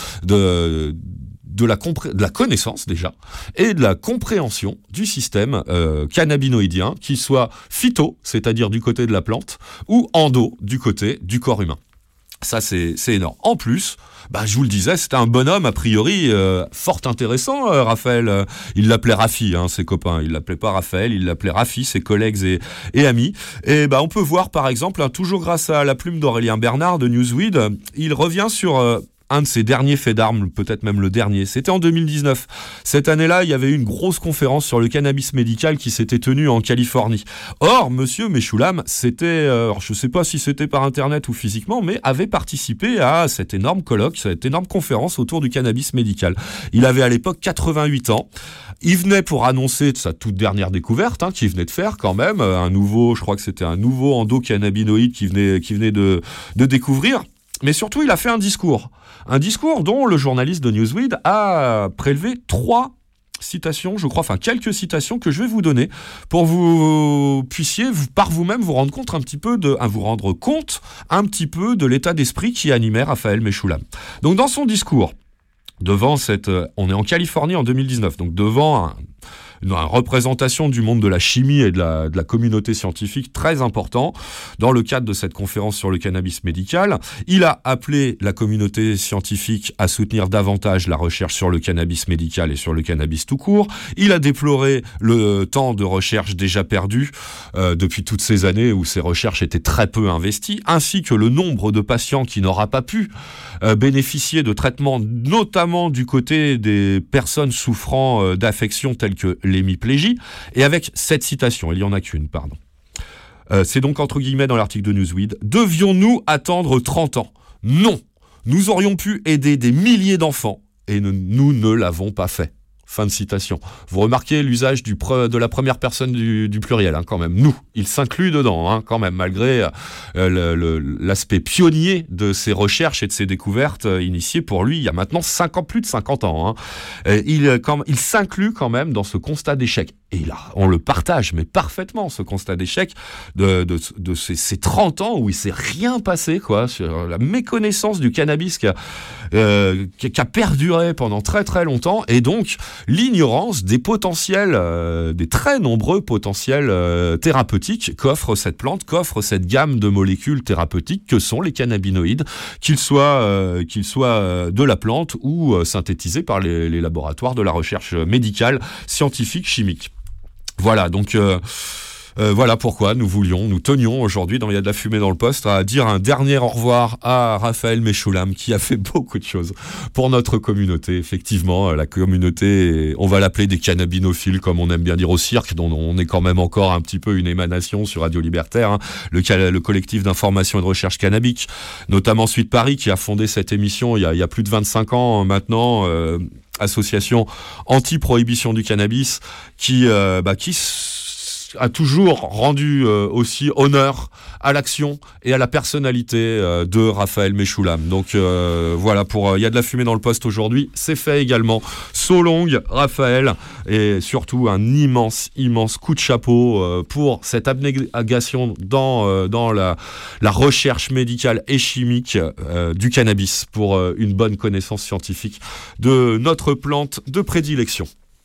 de De la, compré- de la connaissance déjà, et de la compréhension du système euh, cannabinoïdien, qu'il soit phyto, c'est-à-dire du côté de la plante, ou endo, du côté du corps humain. Ça, c'est, c'est énorme. En plus, bah, je vous le disais, c'était un bonhomme, a priori, euh, fort intéressant, euh, Raphaël. Euh, il l'appelait Rafi, hein, ses copains. Il l'appelait pas Raphaël, il l'appelait Rafi, ses collègues et, et amis. Et bah, on peut voir, par exemple, hein, toujours grâce à la plume d'Aurélien Bernard de Newsweek, euh, il revient sur... Euh, un de ses derniers faits d'armes, peut-être même le dernier. C'était en deux mille dix-neuf. Cette année-là, il y avait eu une grosse conférence sur le cannabis médical qui s'était tenue en Californie. Or, Monsieur Mechoulam, c'était, euh, alors je ne sais pas si c'était par Internet ou physiquement, mais avait participé à cet énorme colloque, cette énorme conférence autour du cannabis médical. Il avait à l'époque quatre-vingt-huit ans. Il venait pour annoncer sa toute dernière découverte, hein, qu'il venait de faire quand même, un nouveau, je crois que c'était un nouveau endocannabinoïde qu'il venait, qu'il venait de, de découvrir. Mais surtout, il a fait un discours. Un discours dont le journaliste de Newsweek a prélevé trois citations, je crois, enfin quelques citations que je vais vous donner pour vous puissiez vous, par vous-même vous rendre compte un petit peu de, à vous rendre compte un petit peu de l'état d'esprit qui animait Raphaël Mechoulam. Donc dans son discours, devant cette, on est en Californie en deux mille dix-neuf, donc devant un une représentation du monde de la chimie et de la, de la communauté scientifique très important dans le cadre de cette conférence sur le cannabis médical. Il a appelé la communauté scientifique à soutenir davantage la recherche sur le cannabis médical et sur le cannabis tout court. Il a déploré le temps de recherche déjà perdu euh, depuis toutes ces années où ces recherches étaient très peu investies, ainsi que le nombre de patients qui n'aura pas pu euh, bénéficier de traitements, notamment du côté des personnes souffrant euh, d'affections telles que l'hémiplégie, et avec cette citation, il n'y en a qu'une, pardon. Euh, c'est donc entre guillemets dans l'article de Newsweek, « Devions-nous attendre trente ans ? Non, nous aurions pu aider des milliers d'enfants, et ne, nous ne l'avons pas fait. » Fin de citation. Vous remarquez l'usage du pre, de la première personne du, du pluriel, hein, quand même. Nous, il s'inclut dedans, hein, quand même, malgré euh, le, le, l'aspect pionnier de ces recherches et de ces découvertes euh, initiées pour lui il y a maintenant cinquante, plus de cinquante ans. Hein. Euh, il, quand, il s'inclut quand même dans ce constat d'échec. Et là, on le partage, mais parfaitement, ce constat d'échec de, de, de ces, ces trente ans où il s'est rien passé, quoi, sur la méconnaissance du cannabis qui a, euh, qui, qui a perduré pendant très très longtemps, et donc l'ignorance des potentiels, euh, des très nombreux potentiels euh, thérapeutiques qu'offre cette plante, qu'offre cette gamme de molécules thérapeutiques que sont les cannabinoïdes, qu'ils soient, euh, qu'ils soient de la plante ou euh, synthétisés par les, les laboratoires de la recherche médicale, scientifique, chimique. Voilà, donc euh, euh, voilà pourquoi nous voulions, nous tenions aujourd'hui dans Il y a de la fumée dans le poste à dire un dernier au revoir à Raphaël Mechoulam qui a fait beaucoup de choses pour notre communauté. Effectivement, la communauté, on va l'appeler des cannabinophiles comme on aime bien dire au cirque, dont on est quand même encore un petit peu une émanation sur Radio Libertaire, hein, le, le collectif d'information et de recherche cannabique, notamment Suite Paris qui a fondé cette émission il y a, il y a plus de vingt-cinq ans maintenant, euh, association anti-prohibition du cannabis qui, euh, bah, qui s- a toujours rendu euh, aussi honneur à l'action et à la personnalité euh, de Raphaël Mechoulam. Donc euh, voilà, pour il euh, y a de la fumée dans le poste aujourd'hui, c'est fait également. So long, Raphaël, et surtout un immense, immense coup de chapeau euh, pour cette abnégation dans, euh, dans la, la recherche médicale et chimique euh, du cannabis pour euh, une bonne connaissance scientifique de notre plante de prédilection.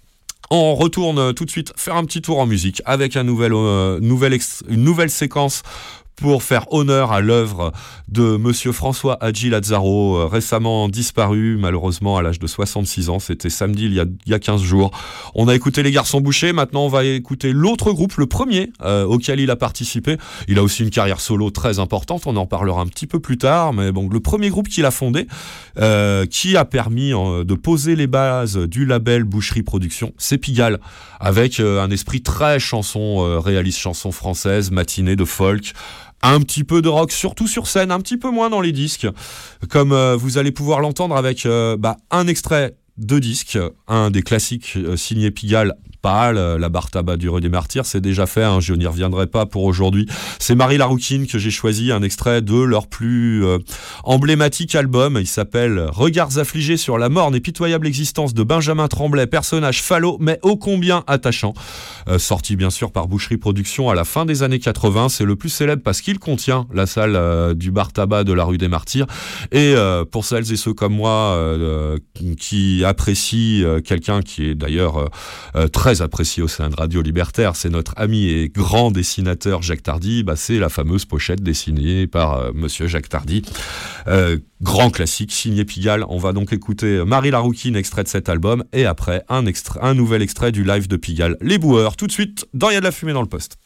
On retourne tout de suite faire un petit tour en musique avec un nouvel, euh, nouvel ex- une nouvelle séquence pour faire honneur à l'œuvre de Monsieur François Hadji Lazzaro, euh, récemment disparu, malheureusement à l'âge de soixante-six ans. C'était samedi, il y a, il y a quinze jours. On a écouté Les Garçons Bouchés, maintenant on va écouter l'autre groupe, le premier euh, auquel il a participé. Il a aussi une carrière solo très importante, on en parlera un petit peu plus tard, mais bon, le premier groupe qu'il a fondé, euh, qui a permis euh, de poser les bases du label Boucherie Productions, c'est Pigalle, avec euh, un esprit très chanson, euh, réaliste chanson française, matinée de folk, un petit peu de rock, surtout sur scène, un petit peu moins dans les disques, comme euh, vous allez pouvoir l'entendre avec euh, bah, un extrait de disque, un des classiques euh, signé Pigalle, Pâle, la barre tabac du rue des Martyrs, c'est déjà fait, hein, je n'y reviendrai pas pour aujourd'hui. C'est Marie Larouquine que j'ai choisi, un extrait de leur plus euh, emblématique album, il s'appelle Regards affligés sur la morne et pitoyable existence de Benjamin Tremblay, personnage falot mais ô combien attachant, euh, sorti bien sûr par Boucherie Productions à la fin des années quatre-vingts, c'est le plus célèbre parce qu'il contient la salle euh, du bar tabac de la rue des Martyrs, et euh, pour celles et ceux comme moi euh, qui apprécient euh, quelqu'un qui est d'ailleurs euh, euh, très apprécié au sein de Radio Libertaire, c'est notre ami et grand dessinateur Jacques Tardy, bah c'est la fameuse pochette dessinée par euh, Monsieur Jacques Tardy, euh, grand classique signé Pigalle. On va donc écouter Marie Larouquine, extrait de cet album, et après un, extrait, un nouvel extrait du live de Pigalle, Les Boueurs, tout de suite dans Il y a de la fumée dans le poste.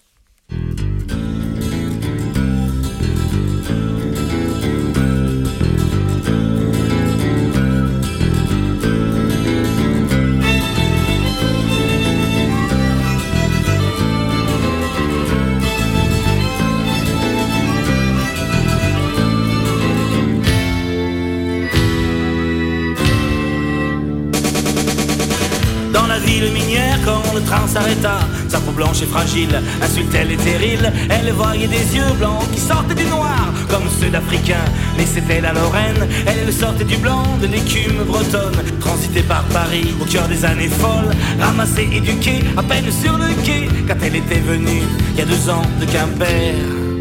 ville minière quand le train s'arrêta. Sa peau blanche et fragile insultait les terrils. Elle voyait des yeux blancs qui sortaient du noir comme ceux d'Africains, mais c'était la Lorraine. Elle sortait du blanc de l'écume bretonne, transitée par Paris au cœur des années folles, ramassée, éduquée, à peine sur le quai quand elle était venue il y a deux ans de Quimper.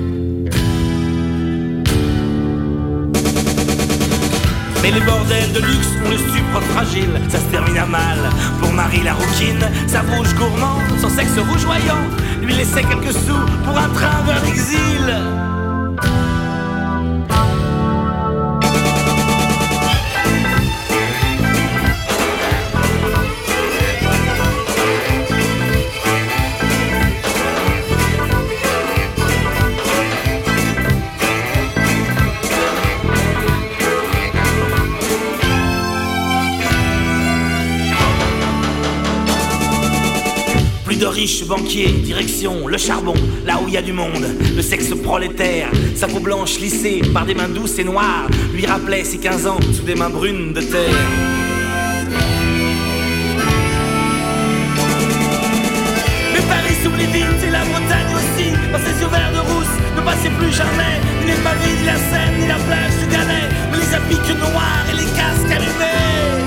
Mais les bordels de luxe ont le stupre fragile, ça se termine à mal. Pour Marie Larouquine, sa bouche gourmande, son sexe rougeoyant, lui laissait quelques sous pour un train vers l'exil. De riches banquiers, direction le charbon, là où il y a du monde, le sexe prolétaire. Sa peau blanche lissée par des mains douces et noires lui rappelait ses quinze ans sous des mains brunes de terre. Mais Paris s'oublie vite et la Bretagne aussi. Dans ses yeux verts de rousse ne passait plus jamais ni les pavés, ni la Seine, ni la plage du Galet, mais les appliques noirs et les casques allumés.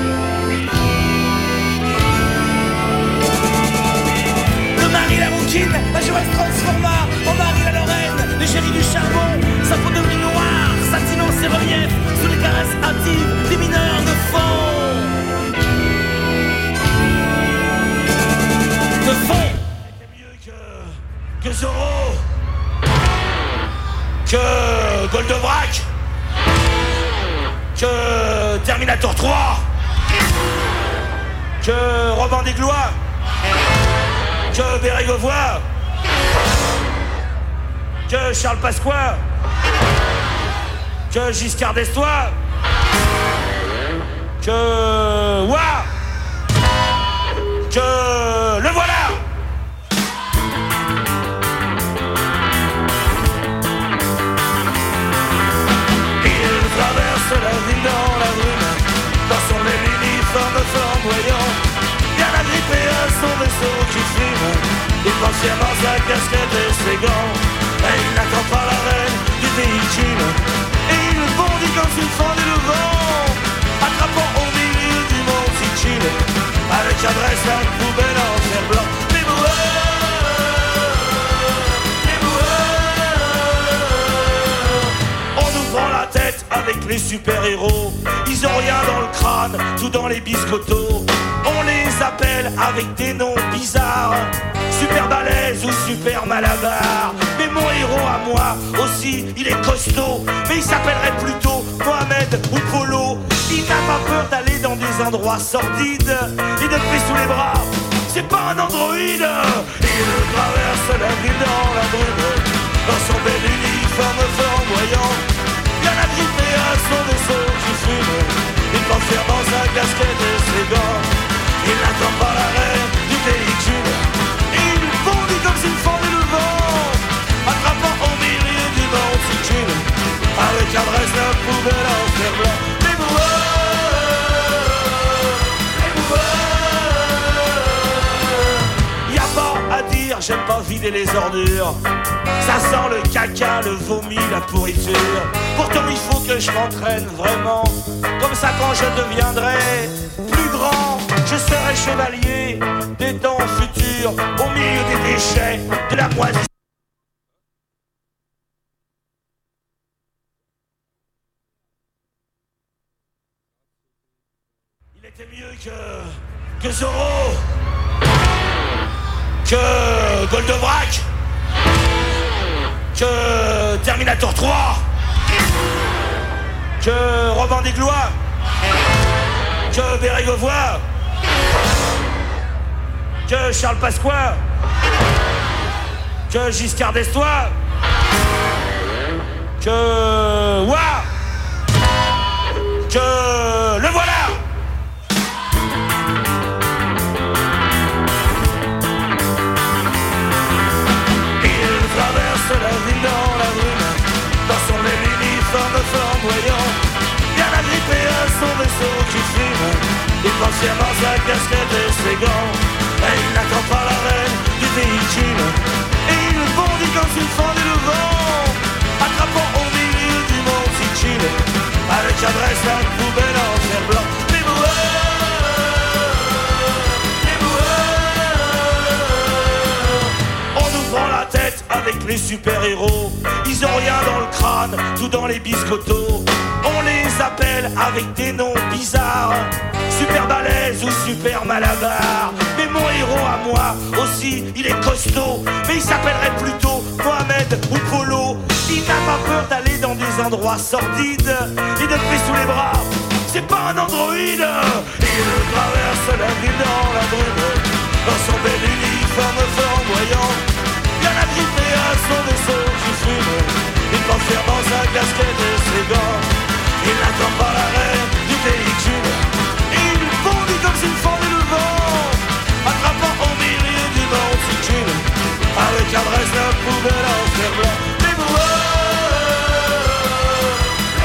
Marie Larouquine, la Joël se transforma en Marie la Lorraine, l'égérie du charbon, sa peau devenue noire, satinant ses reliefs sous les caresses hâtives des mineurs de fond. De fond. C'était mieux que... que Zorro, que Goldevrac, que Terminator trois, que Robin des Glois, que Bérégovoy, que Charles Pasqua, que Giscard d'Estoy, que Ouah, que le voilà. Il traverse la ville dans la brume, dans son bel uniforme flamboyant, bien agrippé à son vaisseau qui fume. Il pense fièrement sa casquette et ses gants, et il n'attend pas la reine du véhicule, et il bondit comme une fendue de vent, attrapant au milieu du monticule, avec adresse la poubelle en fer blanc. Les boueurs, les boueurs, on nous prend la tête avec les super-héros. Ils ont rien dans le crâne, tout dans les biscottos. On les appelle avec des noms bizarres, super balèze ou super malabar. Mais mon héros à moi aussi, il est costaud, mais il s'appellerait plutôt Mohamed ou Polo. Il n'a pas peur d'aller dans des endroits sordides et de paix sous les bras. C'est pas un androïde. Il traverse la ville dans la brume, dans son bel uniforme flamboyant, bien agrippé à son vaisseau qui fume. Il t'enferme dans sa casquette et ses gants. Il n'attend pas l'arrêt du véhicule. Il bondit comme s'il fendait le vent, attrapant au milieu du monticule, avec adresse la poubelle en fer blanc. Les boueurs, les boueurs. Y'a pas à dire, j'aime pas vider les ordures. Ça sent le caca, le vomi, la pourriture. Pourtant il faut que je m'entraîne vraiment. Comme ça quand je deviendrai plus grand, je serai chevalier des temps futurs, au milieu des déchets, de la moisissure. Il était mieux que... que Zorro, que Goldobrak, que Terminator trois, que Robin des Glois, que Bérégovois, que Charles Pasqua, que Giscard d'Estois, que Ouah, que le voilà. La ville dans la brume, dans son bel uniforme flamboyant, bien agrippé à son vaisseau qui fume. Il pense fièrement sa casquette et ses gants, et il n'attend pas l'arrêt du véhicule. Et il bondit comme s'il fendait le vent, attrapant au milieu du monticule, avec adresse la poubelle en fer blanc. Les boueurs, les boueurs. On nous prend la tête avec les super-héros. Ils ont rien dans le crâne, tout dans les biscottos. On les appelle avec des noms bizarres, super balèze ou super malabar. Mais mon héros à moi aussi, il est costaud, mais il s'appellerait plutôt Mohamed ou Polo. Il n'a pas peur d'aller dans des endroits sordides et de paix sous les bras. C'est pas un androïde. Il traverse la ville dans la brume, dans son bel uniforme flamboyant, bien agrippé à son vaisseau qui fume. Il t'enferme dans sa casquette et ses gants. Il n'attend pas l'arrêt du véhicule. Il bondit comme s'il fendait le vent, attrapant au milieu du monticule, avec adresse la poubelle en fer blanc. Les boueurs, les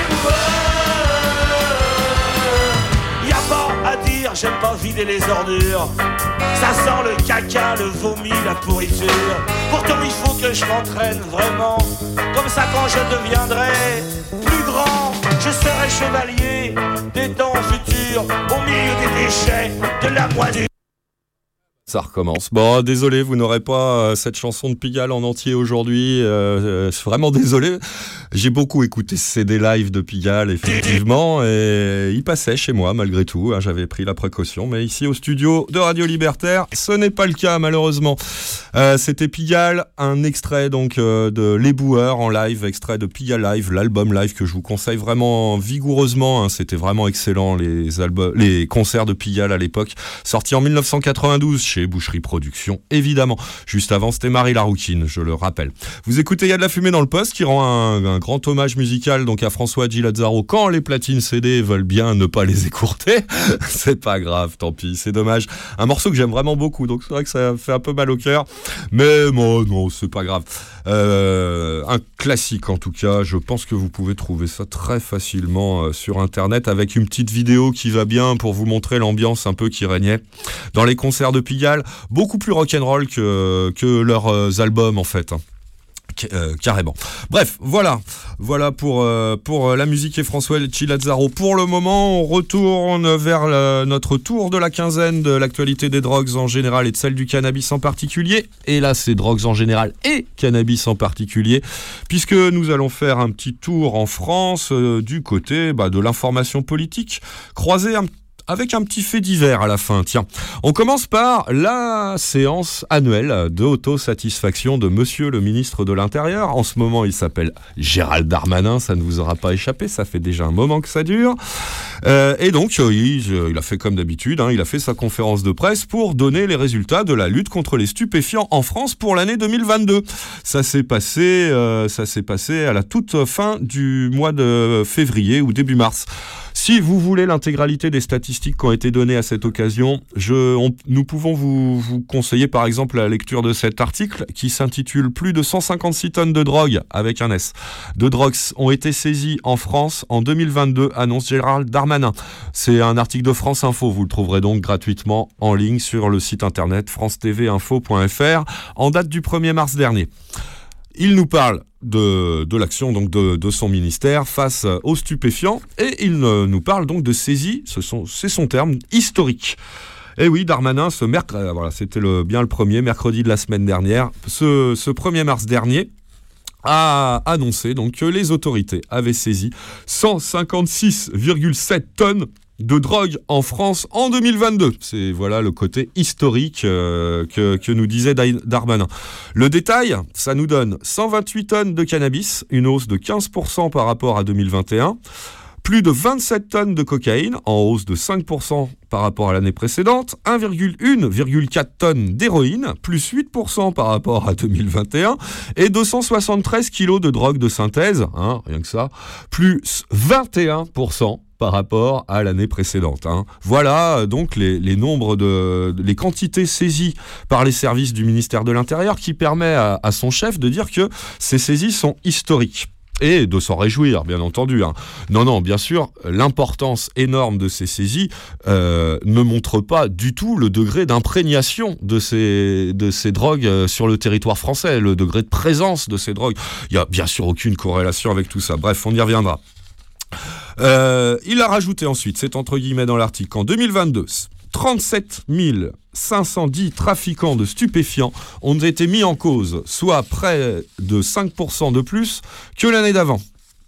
boueurs. Y'a pas à dire, j'aime pas vider les ordures. Ça sent le caca, le vomi, la pourriture. Pourtant il faut que je m'entraîne vraiment. Comme ça quand je deviendrai plus grand, je serai chevalier des temps futurs, au milieu des déchets, de la moisissure. Ça recommence. Bon, désolé, vous n'aurez pas euh, cette chanson de Pigalle en entier aujourd'hui. Euh, euh, je suis vraiment désolé. J'ai beaucoup écouté ce C D live de Pigalle, effectivement, et il passait chez moi, malgré tout. Hein, j'avais pris la précaution, mais ici au studio de Radio Libertaire, ce n'est pas le cas, malheureusement. Euh, c'était Pigalle, un extrait donc euh, de Les Boueurs en live, extrait de Pigalle Live, l'album live que je vous conseille vraiment vigoureusement. Hein, c'était vraiment excellent, les, albums, les concerts de Pigalle à l'époque. Sorti en dix-neuf cent quatre-vingt-douze chez Boucherie Productions, évidemment. Juste avant, c'était Marie Larouquine, je le rappelle. Vous écoutez Il y a de la fumée dans le poste, qui rend un, un grand hommage musical donc à François Gilazzaro quand les platines C D veulent bien ne pas les écourter. C'est pas grave, tant pis, c'est dommage. Un morceau que j'aime vraiment beaucoup, donc c'est vrai que ça fait un peu mal au cœur, mais bon, non, c'est pas grave. Euh, un classique en tout cas, je pense que vous pouvez trouver ça très facilement euh, sur internet avec une petite vidéo qui va bien pour vous montrer l'ambiance un peu qui régnait dans les concerts de Pigalle, beaucoup plus rock'n'roll que, que leurs euh, albums en fait. Hein. Euh, carrément. Bref, voilà, voilà pour euh, pour la musique et François Gilazzaro. Pour le moment, on retourne vers le, notre tour de la quinzaine de l'actualité des drogues en général et de celle du cannabis en particulier. Et là, c'est drogues en général et cannabis en particulier, puisque nous allons faire un petit tour en France euh, du côté bah, de l'information politique, croiser un avec un petit fait divers à la fin. Tiens, on commence par la séance annuelle de autosatisfaction de Monsieur le ministre de l'Intérieur. En ce moment, il s'appelle Gérald Darmanin, ça ne vous aura pas échappé, ça fait déjà un moment que ça dure. Euh, et donc, euh, il, il a fait comme d'habitude, hein, il a fait sa conférence de presse pour donner les résultats de la lutte contre les stupéfiants en France pour l'année deux mille vingt-deux. Ça s'est passé, euh, ça s'est passé à la toute fin du mois de février ou début mars. Si vous voulez l'intégralité des statistiques qui ont été données à cette occasion, je, on, nous pouvons vous, vous conseiller par exemple la lecture de cet article qui s'intitule « Plus de cent cinquante-six tonnes de drogue » avec un S. De drogues ont été saisies en France en deux mille vingt-deux, annonce Gérald Darmanin. C'est un article de France Info, vous le trouverez donc gratuitement en ligne sur le site internet france t v info point f r en date du premier mars dernier. Il nous parle de, de l'action donc de, de son ministère face aux stupéfiants et il nous parle donc de saisie, ce sont, c'est son terme, historique. Et oui, Darmanin, ce mercredi, voilà, c'était le, bien le premier, mercredi de la semaine dernière, ce, ce premier mars dernier, a annoncé donc que les autorités avaient saisi cent cinquante-six virgule sept tonnes de drogue en France en deux mille vingt-deux. C'est voilà le côté historique euh, que, que nous disait Darmanin. Le détail, ça nous donne cent vingt-huit tonnes de cannabis, une hausse de quinze pour cent par rapport à deux mille vingt et un, plus de vingt-sept tonnes de cocaïne, en hausse de cinq pour cent par rapport à l'année précédente, un virgule quatre tonnes d'héroïne, plus huit pour cent par rapport à deux mille vingt et un, et deux cent soixante-treize kilos de drogue de synthèse, hein, rien que ça, plus vingt et un pour cent par rapport à l'année précédente. Hein. Voilà donc les, les nombres de, les quantités saisies par les services du ministère de l'Intérieur qui permet à, à son chef de dire que ces saisies sont historiques. Et de s'en réjouir, bien entendu. Hein. Non, non, bien sûr, l'importance énorme de ces saisies euh, ne montre pas du tout le degré d'imprégnation de ces, de ces drogues sur le territoire français, le degré de présence de ces drogues. Il n'y a bien sûr aucune corrélation avec tout ça. Bref, on y reviendra. Euh, il a rajouté ensuite, c'est entre guillemets dans l'article, qu'en deux mille vingt-deux, trente-sept mille cinq cent dix trafiquants de stupéfiants ont été mis en cause, soit près de cinq pour cent de plus que l'année d'avant.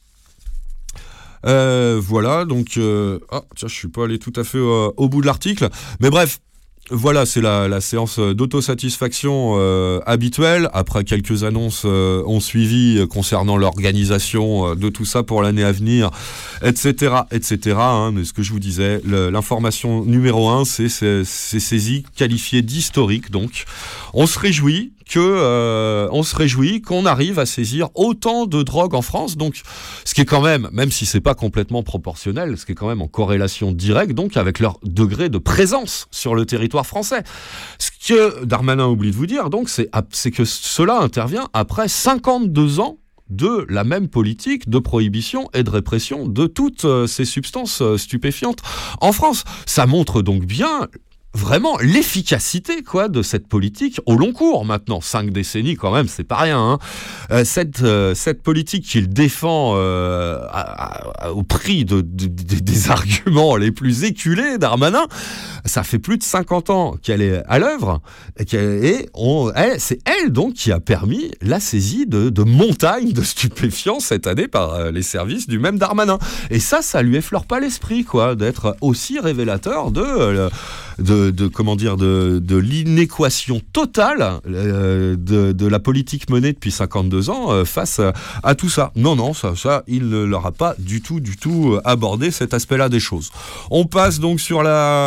Euh, voilà, donc... Euh, ah, tiens, je suis pas allé tout à fait euh, au bout de l'article, mais bref, voilà, c'est la, la séance d'autosatisfaction euh, habituelle. Après, quelques annonces euh, ont suivi concernant l'organisation euh, de tout ça pour l'année à venir, et cetera, et cetera. Hein, mais ce que je vous disais, le, l'information numéro un, c'est ces saisies qualifiées d'historiques. Donc, on se réjouit que euh, on se réjouit qu'on arrive à saisir autant de drogue en France, donc ce qui est quand même, même si c'est pas complètement proportionnel, ce qui est quand même en corrélation directe donc avec leur degré de présence sur le territoire français. Ce que Darmanin oublie de vous dire, donc, c'est, c'est que cela intervient après cinquante-deux ans de la même politique de prohibition et de répression de toutes ces substances stupéfiantes en France. Ça montre donc bien vraiment l'efficacité quoi de cette politique au long cours maintenant, cinq décennies quand même, c'est pas rien. Hein. Euh, cette euh, cette politique qu'il défend euh, à, à, au prix de, de, de, des arguments les plus éculés, Darmanin, ça fait plus de cinquante ans qu'elle est à l'œuvre et, qu'elle, et on, elle, c'est elle donc qui a permis la saisie de, de montagnes de stupéfiants cette année par euh, les services du même Darmanin. Et ça, ça lui effleure pas l'esprit quoi d'être aussi révélateur de euh, De, de comment dire de, de l'inéquation totale euh, de, de la politique menée depuis cinquante-deux ans euh, face à, à tout ça. Non, non, ça, ça, il ne leur a pas du tout, du tout abordé cet aspect-là des choses. On passe donc sur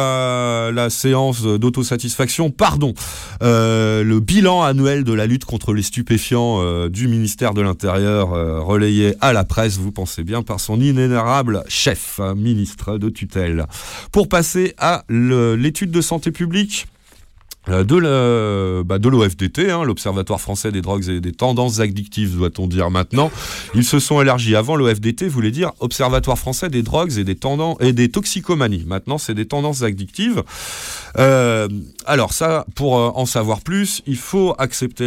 la, la séance d'autosatisfaction. Pardon, euh, le bilan annuel de la lutte contre les stupéfiants euh, du ministère de l'Intérieur euh, relayé à la presse, vous pensez bien, par son inénarrable chef, hein, ministre de tutelle. Pour passer à le, l'étude de santé publique de, la, bah de l'O F D T, hein, l'Observatoire français des drogues et des tendances addictives, doit-on dire maintenant. Ils se sont élargis. Avant, l'O F D T voulait dire Observatoire français des drogues et des tendances et des toxicomanies. Maintenant, c'est des tendances addictives. Euh, alors ça, pour euh, en savoir plus, il faut accepter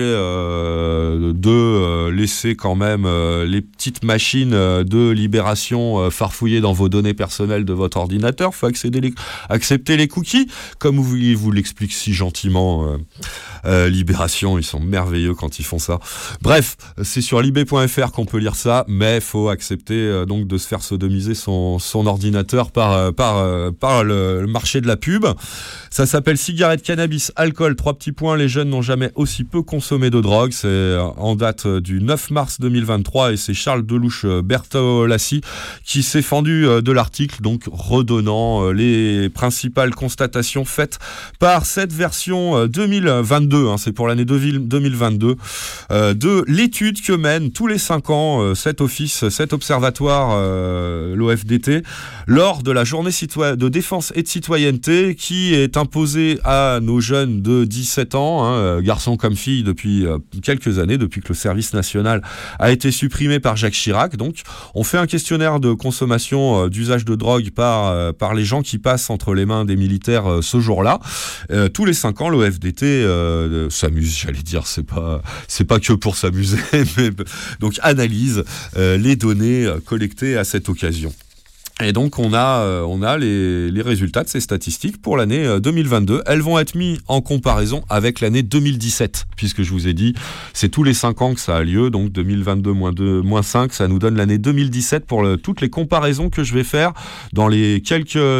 euh, de euh, laisser quand même euh, les petites machines euh, de libération euh, farfouiller dans vos données personnelles de votre ordinateur. Il faut accéder les, accepter les cookies, comme vous, vous l'explique si gentiment gentiment euh, euh, Libération, ils sont merveilleux quand ils font ça. Bref, c'est sur libé point f r qu'on peut lire ça, mais faut accepter euh, donc de se faire sodomiser son, son ordinateur par, euh, par, euh, par le, le marché de la pub. Ça s'appelle Cigarette, cannabis, alcool, trois petits points. Les jeunes n'ont jamais aussi peu consommé de drogue. C'est en date du neuf mars deux mille vingt-trois et c'est Charles Delouche Bertolassi qui s'est fendu de l'article, donc redonnant les principales constatations faites par cette version deux mille vingt-deux, hein, c'est pour l'année deux mille vingt-deux, euh, de l'étude que mène tous les cinq ans euh, cet office, cet observatoire, euh, l'O F D T, lors de la journée citoy- de défense et de citoyenneté qui est imposée à nos jeunes de dix-sept ans, hein, garçons comme filles, depuis euh, quelques années, depuis que le service national a été supprimé par Jacques Chirac. Donc, on fait un questionnaire de consommation, euh, d'usage de drogue par, euh, par les gens qui passent entre les mains des militaires euh, ce jour-là. Euh, tous les cinq ans, l'O F D T euh, s'amuse, j'allais dire, c'est pas, c'est pas que pour s'amuser, mais donc analyse euh, les données euh, collectées à cette occasion. Et donc on a, euh, on a les, les résultats de ces statistiques pour l'année euh, deux mille vingt-deux. Elles vont être mises en comparaison avec l'année deux mille dix-sept, puisque je vous ai dit, c'est tous les cinq ans que ça a lieu, donc deux mille vingt-deux moins deux, moins cinq, ça nous donne l'année deux mille dix-sept pour le, toutes les comparaisons que je vais faire dans les quelques euh,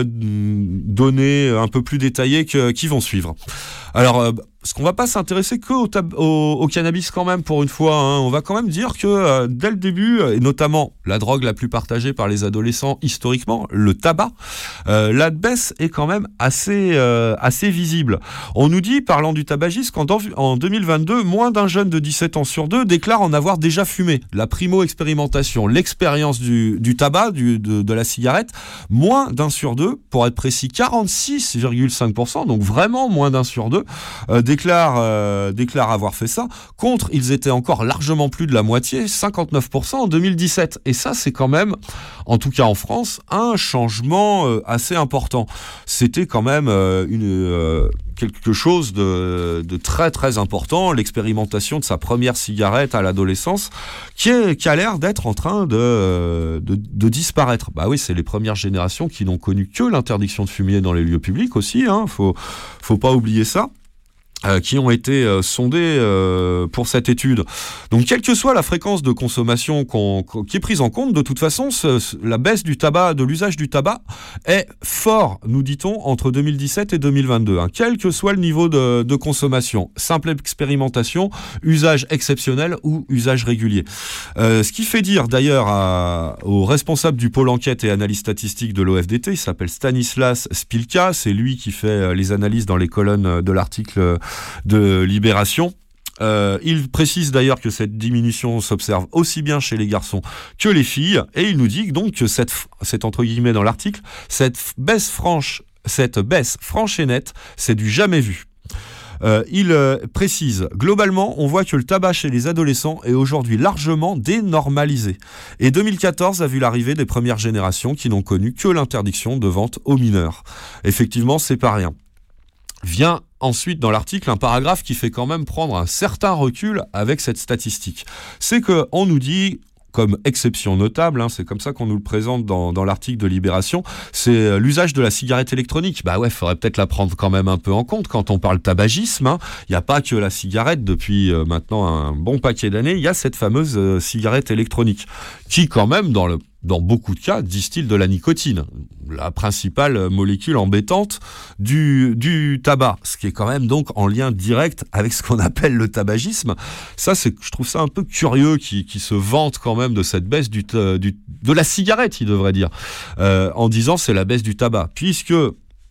données un peu plus détaillées que, qui vont suivre. Alors, euh, parce qu'on va pas s'intéresser que au, tab- au, au cannabis quand même pour une fois, hein. On va quand même dire que euh, dès le début, et notamment la drogue la plus partagée par les adolescents historiquement, le tabac, euh, la baisse est quand même assez, euh, assez visible. On nous dit, parlant du tabagisme, qu'en en deux mille vingt-deux, moins d'un jeune de dix-sept ans sur deux déclare en avoir déjà fumé. La primo-expérimentation, l'expérience du, du tabac, du, de, de la cigarette, moins d'un sur deux, pour être précis, quarante-six virgule cinq pour cent, donc vraiment moins d'un sur deux, euh, déclare, euh, déclare avoir fait ça. Contre, ils étaient encore largement plus de la moitié, cinquante-neuf pour cent en deux mille dix-sept. Et ça, c'est quand même, en tout cas en France, un changement euh, assez important. C'était quand même euh, une... Euh, quelque chose de, de très très important, l'expérimentation de sa première cigarette à l'adolescence, qui, est, qui a l'air d'être en train de, de, de disparaître. Bah oui, c'est les premières générations qui n'ont connu que l'interdiction de fumer dans les lieux publics aussi, hein, faut, faut pas oublier ça. Euh, qui ont été euh, sondés euh, pour cette étude. Donc, quelle que soit la fréquence de consommation qu'on, qu'on, qui est prise en compte, de toute façon, ce, ce, la baisse du tabac, de l'usage du tabac, est fort, nous dit-on, entre deux mille dix-sept et deux mille vingt-deux. Hein, quel que soit le niveau de, de consommation, simple expérimentation, usage exceptionnel ou usage régulier. Euh, ce qui fait dire d'ailleurs à, au responsable du pôle enquête et analyse statistique de l'O F D T, il s'appelle Stanislas Spilka, c'est lui qui fait les analyses dans les colonnes de l'article de Libération. Euh, il précise d'ailleurs que cette diminution s'observe aussi bien chez les garçons que les filles, et il nous dit donc que cette, cette entre guillemets dans l'article, cette baisse franche, cette baisse franche et nette, c'est du jamais vu. Euh, il euh, précise, globalement, on voit que le tabac chez les adolescents est aujourd'hui largement dénormalisé. Et deux mille quatorze a vu l'arrivée des premières générations qui n'ont connu que l'interdiction de vente aux mineurs. Effectivement, c'est pas rien. Vient ensuite dans l'article un paragraphe qui fait quand même prendre un certain recul avec cette statistique. C'est qu'on nous dit, comme exception notable, hein, c'est comme ça qu'on nous le présente dans, dans l'article de Libération, c'est l'usage de la cigarette électronique. Bah ouais, faudrait peut-être la prendre quand même un peu en compte quand on parle tabagisme. Hein. Il n'y a pas que la cigarette, depuis euh, maintenant un bon paquet d'années, il y a cette fameuse euh, cigarette électronique qui quand même dans le dans beaucoup de cas, distille de la nicotine, la principale molécule embêtante du, du tabac, ce qui est quand même donc en lien direct avec ce qu'on appelle le tabagisme. Ça, c'est, je trouve ça un peu curieux qui, qui se vante quand même de cette baisse du, du, de la cigarette, il devrait dire, euh, en disant c'est la baisse du tabac, puisque euh,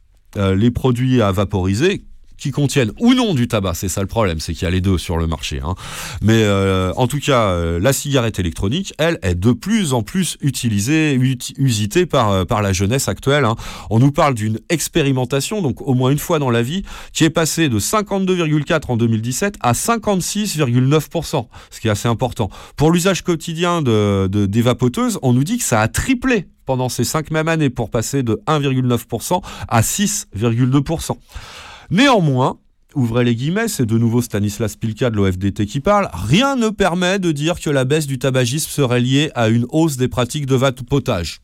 les produits à vaporiser qui contiennent ou non du tabac, c'est ça le problème, c'est qu'il y a les deux sur le marché. Hein. Mais euh, en tout cas, euh, la cigarette électronique, elle, est de plus en plus utilisée, ut- usitée par, euh, par la jeunesse actuelle. Hein. On nous parle d'une expérimentation, donc au moins une fois dans la vie, qui est passée de cinquante-deux virgule quatre en deux mille dix-sept à cinquante-six virgule neuf pour cent, ce qui est assez important. Pour l'usage quotidien de, de, des vapoteuses, on nous dit que ça a triplé pendant ces cinq mêmes années pour passer de un virgule neuf pour cent à six virgule deux pour cent. Néanmoins, ouvrez les guillemets, c'est de nouveau Stanislas Spilka de l'O F D T qui parle, rien ne permet de dire que la baisse du tabagisme serait liée à une hausse des pratiques de vapotage.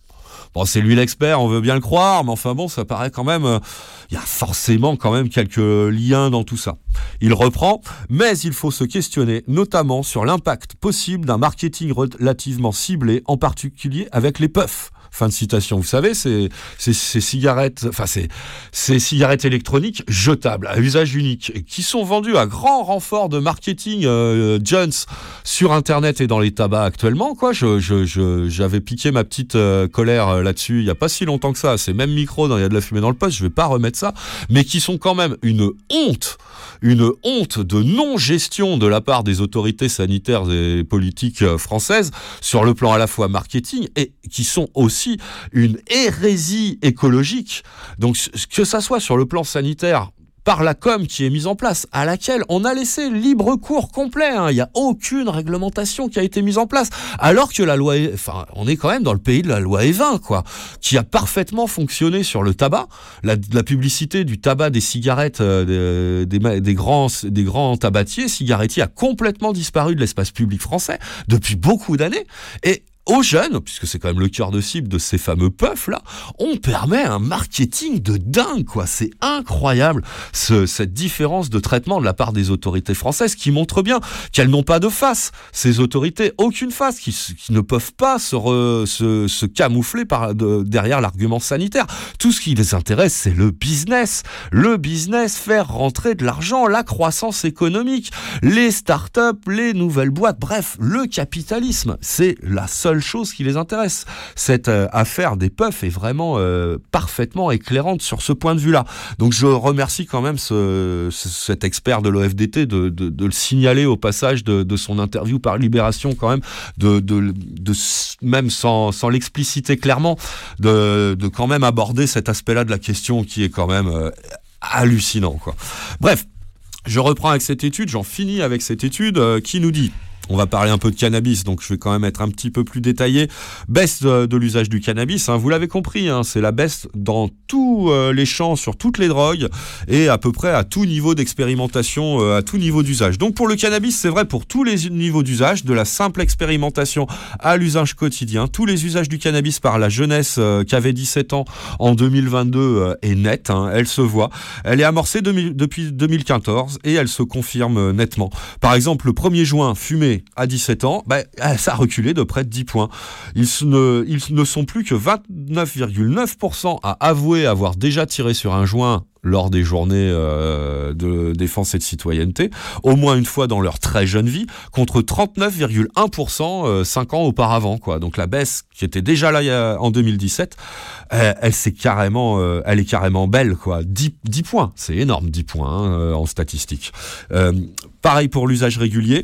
Bon, c'est lui l'expert, on veut bien le croire, mais enfin bon, ça paraît quand même... Il euh, y a forcément quand même quelques liens dans tout ça. Il reprend, mais il faut se questionner, notamment sur l'impact possible d'un marketing relativement ciblé, en particulier avec les puffs. Fin de citation. Vous savez, c'est ces cigarettes, enfin c'est ces cigarettes électroniques jetables à usage unique qui sont vendues à grand renfort de marketing euh, Jones sur Internet et dans les tabacs actuellement. Quoi, je, je, je j'avais piqué ma petite euh, colère euh, là-dessus. Il y a pas si longtemps que ça. C'est même micro dans il y a de la fumée dans le poste. Je vais pas remettre ça, mais qui sont quand même une honte, une honte de non-gestion de la part des autorités sanitaires et politiques euh, françaises sur le plan à la fois marketing et qui sont aussi une hérésie écologique. Donc que ça soit sur le plan sanitaire par la com qui est mise en place, à laquelle on a laissé libre cours complet, hein. Il n'y a aucune réglementation qui a été mise en place, alors que la loi, est, enfin, on est quand même dans le pays de la loi E vingt, quoi, qui a parfaitement fonctionné sur le tabac. La, la publicité du tabac des cigarettes euh, des, des, des, grands, des grands tabatiers, cigarettiers, a complètement disparu de l'espace public français depuis beaucoup d'années. Et aux jeunes, puisque c'est quand même le cœur de cible de ces fameux puffs là, on permet un marketing de dingue, quoi. C'est incroyable, ce, cette différence de traitement de la part des autorités françaises qui montre bien qu'elles n'ont pas de face. Ces autorités, aucune face, qui, qui ne peuvent pas se, re, se, se camoufler par, de, derrière l'argument sanitaire. Tout ce qui les intéresse, c'est le business. Le business, faire rentrer de l'argent, la croissance économique, les startups, les nouvelles boîtes, bref, le capitalisme. C'est la seule chose qui les intéresse. Cette euh, affaire des puffs est vraiment euh, parfaitement éclairante sur ce point de vue-là. Donc je remercie quand même ce, ce, cet expert de l'O F D T de, de, de le signaler au passage de, de son interview par Libération quand même, de, de, de même sans, sans l'expliciter clairement, de, de quand même aborder cet aspect-là de la question qui est quand même euh, hallucinant, quoi. Bref, je reprends avec cette étude, j'en finis avec cette étude euh, qui nous dit... On va parler un peu de cannabis, donc je vais quand même être un petit peu plus détaillé. Baisse de, de l'usage du cannabis, hein, vous l'avez compris, hein, c'est la baisse dans tous euh, les champs, sur toutes les drogues, et à peu près à tout niveau d'expérimentation, euh, à tout niveau d'usage. Donc pour le cannabis, c'est vrai pour tous les niveaux d'usage, de la simple expérimentation à l'usage quotidien. Tous les usages du cannabis par la jeunesse euh, qui avait dix-sept ans en deux mille vingt-deux euh, est nette, hein, elle se voit. Elle est amorcée de, depuis deux mille quatorze et elle se confirme euh, nettement. Par exemple, le premier juin, fumer à dix-sept ans, bah, ça a reculé de près de dix points. Ils ne, ils ne sont plus que vingt-neuf virgule neuf pour cent à avouer avoir déjà tiré sur un joint lors des journées euh, de défense et de citoyenneté, au moins une fois dans leur très jeune vie, contre trente-neuf virgule un pour cent euh, cinq ans auparavant, quoi. Donc la baisse qui était déjà là il y a, en deux mille dix-sept, elle, elle, c'est carrément, euh, elle est carrément belle, quoi. dix, dix points, c'est énorme, dix points hein, euh, en statistique. Euh, pareil pour l'usage régulier.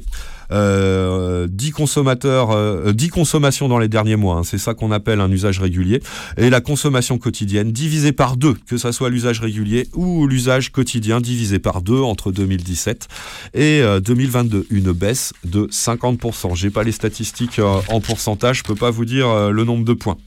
Euh, dix consommateurs, euh, dix consommations dans les derniers mois, hein, c'est ça qu'on appelle un usage régulier. Et la consommation quotidienne divisée par deux, que ça soit l'usage régulier ou l'usage quotidien divisé par deux entre deux mille dix-sept et euh, deux mille vingt-deux, une baisse de cinquante pour cent. J'ai pas les statistiques euh, en pourcentage, je peux pas vous dire euh, le nombre de points.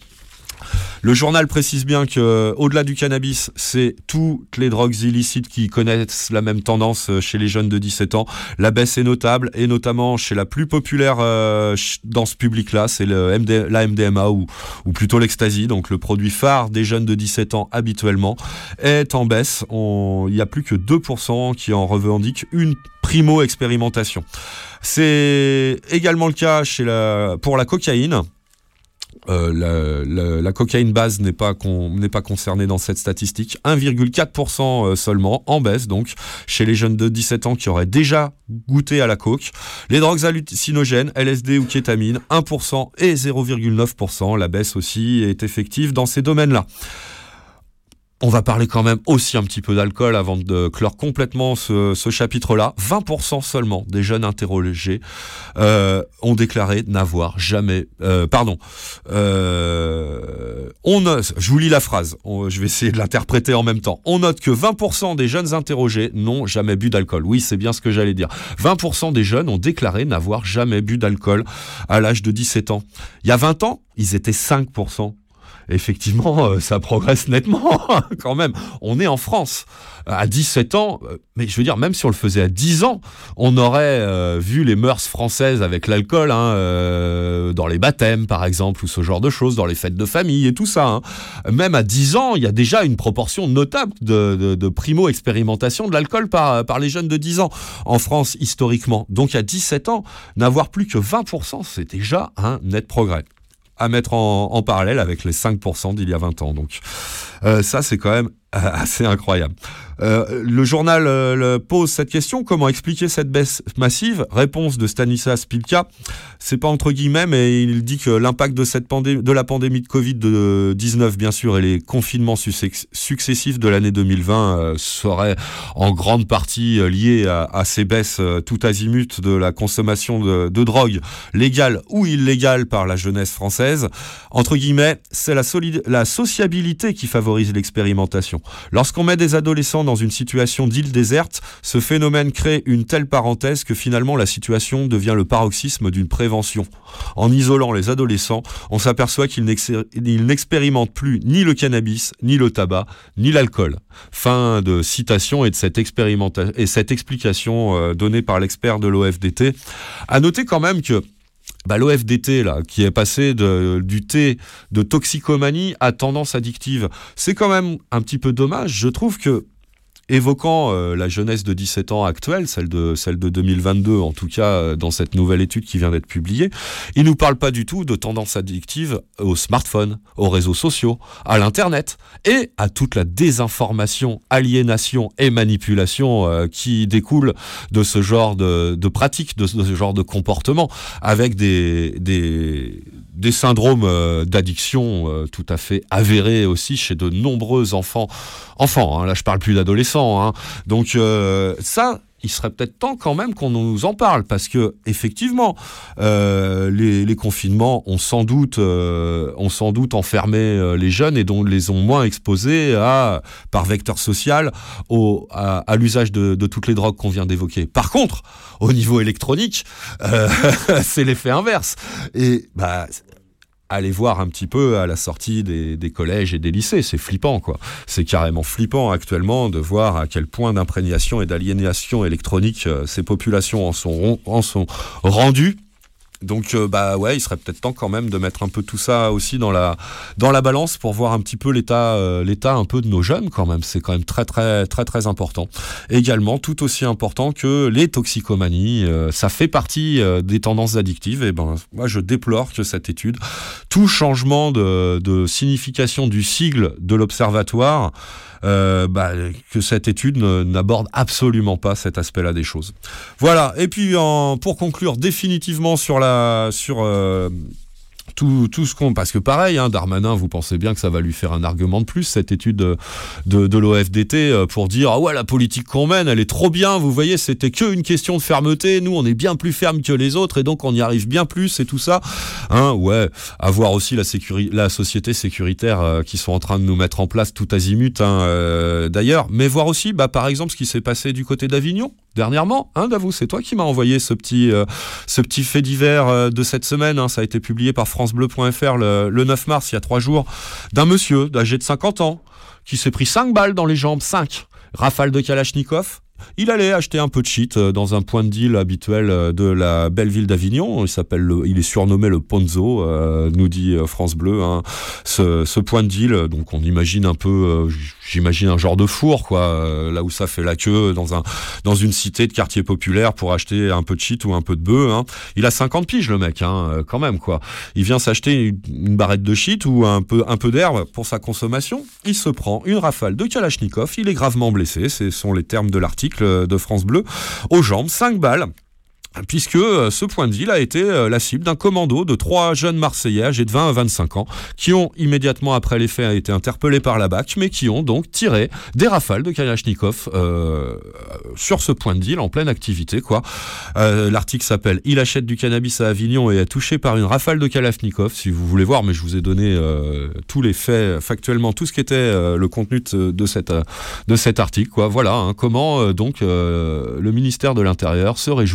Le journal précise bien que, au-delà du cannabis, c'est toutes les drogues illicites qui connaissent la même tendance chez les jeunes de dix-sept ans. La baisse est notable, et notamment chez la plus populaire euh, dans ce public-là, c'est le M D, la M D M A ou, ou plutôt l'ecstasy, donc le produit phare des jeunes de dix-sept ans habituellement, est en baisse. On, il y a plus que deux pour cent qui en revendiquent une primo-expérimentation. C'est également le cas chez la, pour la cocaïne. Euh, la, la, la cocaïne base n'est pas, con, n'est pas concernée dans cette statistique. un virgule quatre pour cent seulement, en baisse donc, chez les jeunes de dix-sept ans qui auraient déjà goûté à la coke. Les drogues hallucinogènes, L S D ou kétamine, un pour cent et zéro virgule neuf pour cent. La baisse aussi est effective dans ces domaines-là. On va parler quand même aussi un petit peu d'alcool avant de clore complètement ce, ce chapitre-là. vingt pour cent seulement des jeunes interrogés euh, ont déclaré n'avoir jamais... Euh, pardon. Euh, on note, je vous lis la phrase, on, je vais essayer de l'interpréter en même temps. On note que vingt pour cent des jeunes interrogés n'ont jamais bu d'alcool. Oui, c'est bien ce que j'allais dire. vingt pour cent des jeunes ont déclaré n'avoir jamais bu d'alcool à l'âge de dix-sept ans. Il y a vingt ans, ils étaient cinq pour cent. effectivement, euh, ça progresse nettement quand même. On est en France. À dix-sept ans, mais je veux dire, même si on le faisait à dix ans, on aurait euh, vu les mœurs françaises avec l'alcool, hein, euh, dans les baptêmes, par exemple, ou ce genre de choses, dans les fêtes de famille et tout ça. Hein. Même à dix ans, il y a déjà une proportion notable de, de, de primo-expérimentation de l'alcool par, par les jeunes de dix ans en France, historiquement. Donc à dix-sept ans, n'avoir plus que vingt pour cent, c'est déjà un net progrès. À mettre en, en parallèle avec les cinq pour cent d'il y a vingt ans. Donc euh, ça, c'est quand même assez incroyable. Euh, le journal euh, le pose cette question: comment expliquer cette baisse massive? Réponse de Stanislas Pilka. C'est pas entre guillemets, mais il dit que l'impact de cette pandémie, de la pandémie de covid dix-neuf, bien sûr, et les confinements succ- successifs de l'année deux mille vingt euh, seraient en grande partie liés à, à ces baisses euh, tout azimut de la consommation de, de drogue, légale ou illégale, par la jeunesse française. Entre guillemets, c'est la, solide, la sociabilité qui favorise l'expérimentation. Lorsqu'on met des adolescents dans une situation d'île déserte, ce phénomène crée une telle parenthèse que finalement la situation devient le paroxysme d'une prévention. En isolant les adolescents, on s'aperçoit qu'ils n'expérimentent plus ni le cannabis, ni le tabac, ni l'alcool. Fin de citation et de cette expérimentation et cette explication euh, donnée par l'expert de l'O F D T. À noter quand même que Bah, l'O F D T, là, qui est passé de, du thé de toxicomanie à tendance addictive, c'est quand même un petit peu dommage. Je trouve que, évoquant euh, la jeunesse de dix-sept ans actuelle, celle de, celle de deux mille vingt-deux, en tout cas euh, dans cette nouvelle étude qui vient d'être publiée, il ne nous parle pas du tout de tendance addictive aux smartphones, aux réseaux sociaux, à l'Internet et à toute la désinformation, aliénation et manipulation euh, qui découle de ce genre de, de pratiques, de, de ce genre de comportement, avec des... des Des syndromes euh, d'addiction euh, tout à fait avérés aussi chez de nombreux enfants. Enfants, hein, là je parle plus d'adolescents. Hein. Donc euh, ça, il serait peut-être temps quand même qu'on nous en parle, parce que effectivement, euh, les, les confinements ont sans doute, euh, ont sans doute enfermé euh, les jeunes et donc les ont moins exposés à, par vecteur social au, à, à l'usage de, de toutes les drogues qu'on vient d'évoquer. Par contre, au niveau électronique, euh, c'est l'effet inverse. Et bah allez voir un petit peu à la sortie des, des collèges et des lycées, c'est flippant quoi. C'est carrément flippant actuellement de voir à quel point d'imprégnation et d'aliénation électronique euh, ces populations en sont, en sont rendues. Donc euh, bah ouais, il serait peut-être temps quand même de mettre un peu tout ça aussi dans la dans la balance pour voir un petit peu l'état euh, l'état un peu de nos jeunes quand même. C'est quand même très très très très important. Également tout aussi important que les toxicomanies, euh, ça fait partie euh, des tendances addictives. Et ben moi je déplore que cette étude, tout changement de de signification du sigle de l'observatoire, Euh, bah, que cette étude ne, n'aborde absolument pas cet aspect-là des choses. Voilà. Et puis en, pour conclure définitivement sur la sur euh, tout, tout ce qu'on... Parce que pareil, hein, Darmanin, vous pensez bien que ça va lui faire un argument de plus, cette étude de, de, de l'O F D T, pour dire « Ah ouais, la politique qu'on mène, elle est trop bien, vous voyez, c'était qu'une question de fermeté, nous, on est bien plus ferme que les autres, et donc on y arrive bien plus, et tout ça. Hein, » Ouais, à voir aussi la, sécuri- la société sécuritaire euh, qui sont en train de nous mettre en place tout azimut, hein, euh, d'ailleurs, mais voir aussi, bah, par exemple, ce qui s'est passé du côté d'Avignon, dernièrement, hein, Davou, c'est toi qui m'as envoyé ce petit, euh, ce petit fait divers euh, de cette semaine, hein, ça a été publié par francebleu point f r le, le neuf mars, il y a trois jours, d'un monsieur âgé de cinquante ans qui s'est pris cinq balles dans les jambes, cinq rafales de Kalachnikov. Il allait acheter un peu de shit dans un point de deal habituel de la belle ville d'Avignon. Il s'appelle, le, il est surnommé le Ponzo, euh, nous dit France Bleu. Hein, ce, ce point de deal, donc on imagine un peu, euh, j'imagine un genre de four, quoi, euh, là où ça fait la queue dans un dans une cité de quartier populaire pour acheter un peu de shit ou un peu de bœuf. Hein. Il a cinquante piges le mec, hein, quand même quoi. Il vient s'acheter une, une barrette de shit ou un peu un peu d'herbe pour sa consommation. Il se prend une rafale de Kalachnikov. Il est gravement blessé. Ce sont les termes de l'article de France Bleu, aux jambes, cinq balles, puisque euh, ce point de deal a été euh, la cible d'un commando de trois jeunes Marseillais âgés de vingt à vingt-cinq ans, qui ont immédiatement après les faits été interpellés par la B A C, mais qui ont donc tiré des rafales de Kalachnikov euh, sur ce point de deal en pleine activité, quoi. Euh, l'article s'appelle « Il achète du cannabis à Avignon et est touché par une rafale de Kalachnikov », si vous voulez voir, mais je vous ai donné euh, tous les faits, factuellement tout ce qui était euh, le contenu de, de, cette, euh, de cet article, quoi. Voilà, hein, comment euh, donc euh, le ministère de l'Intérieur se réjouit de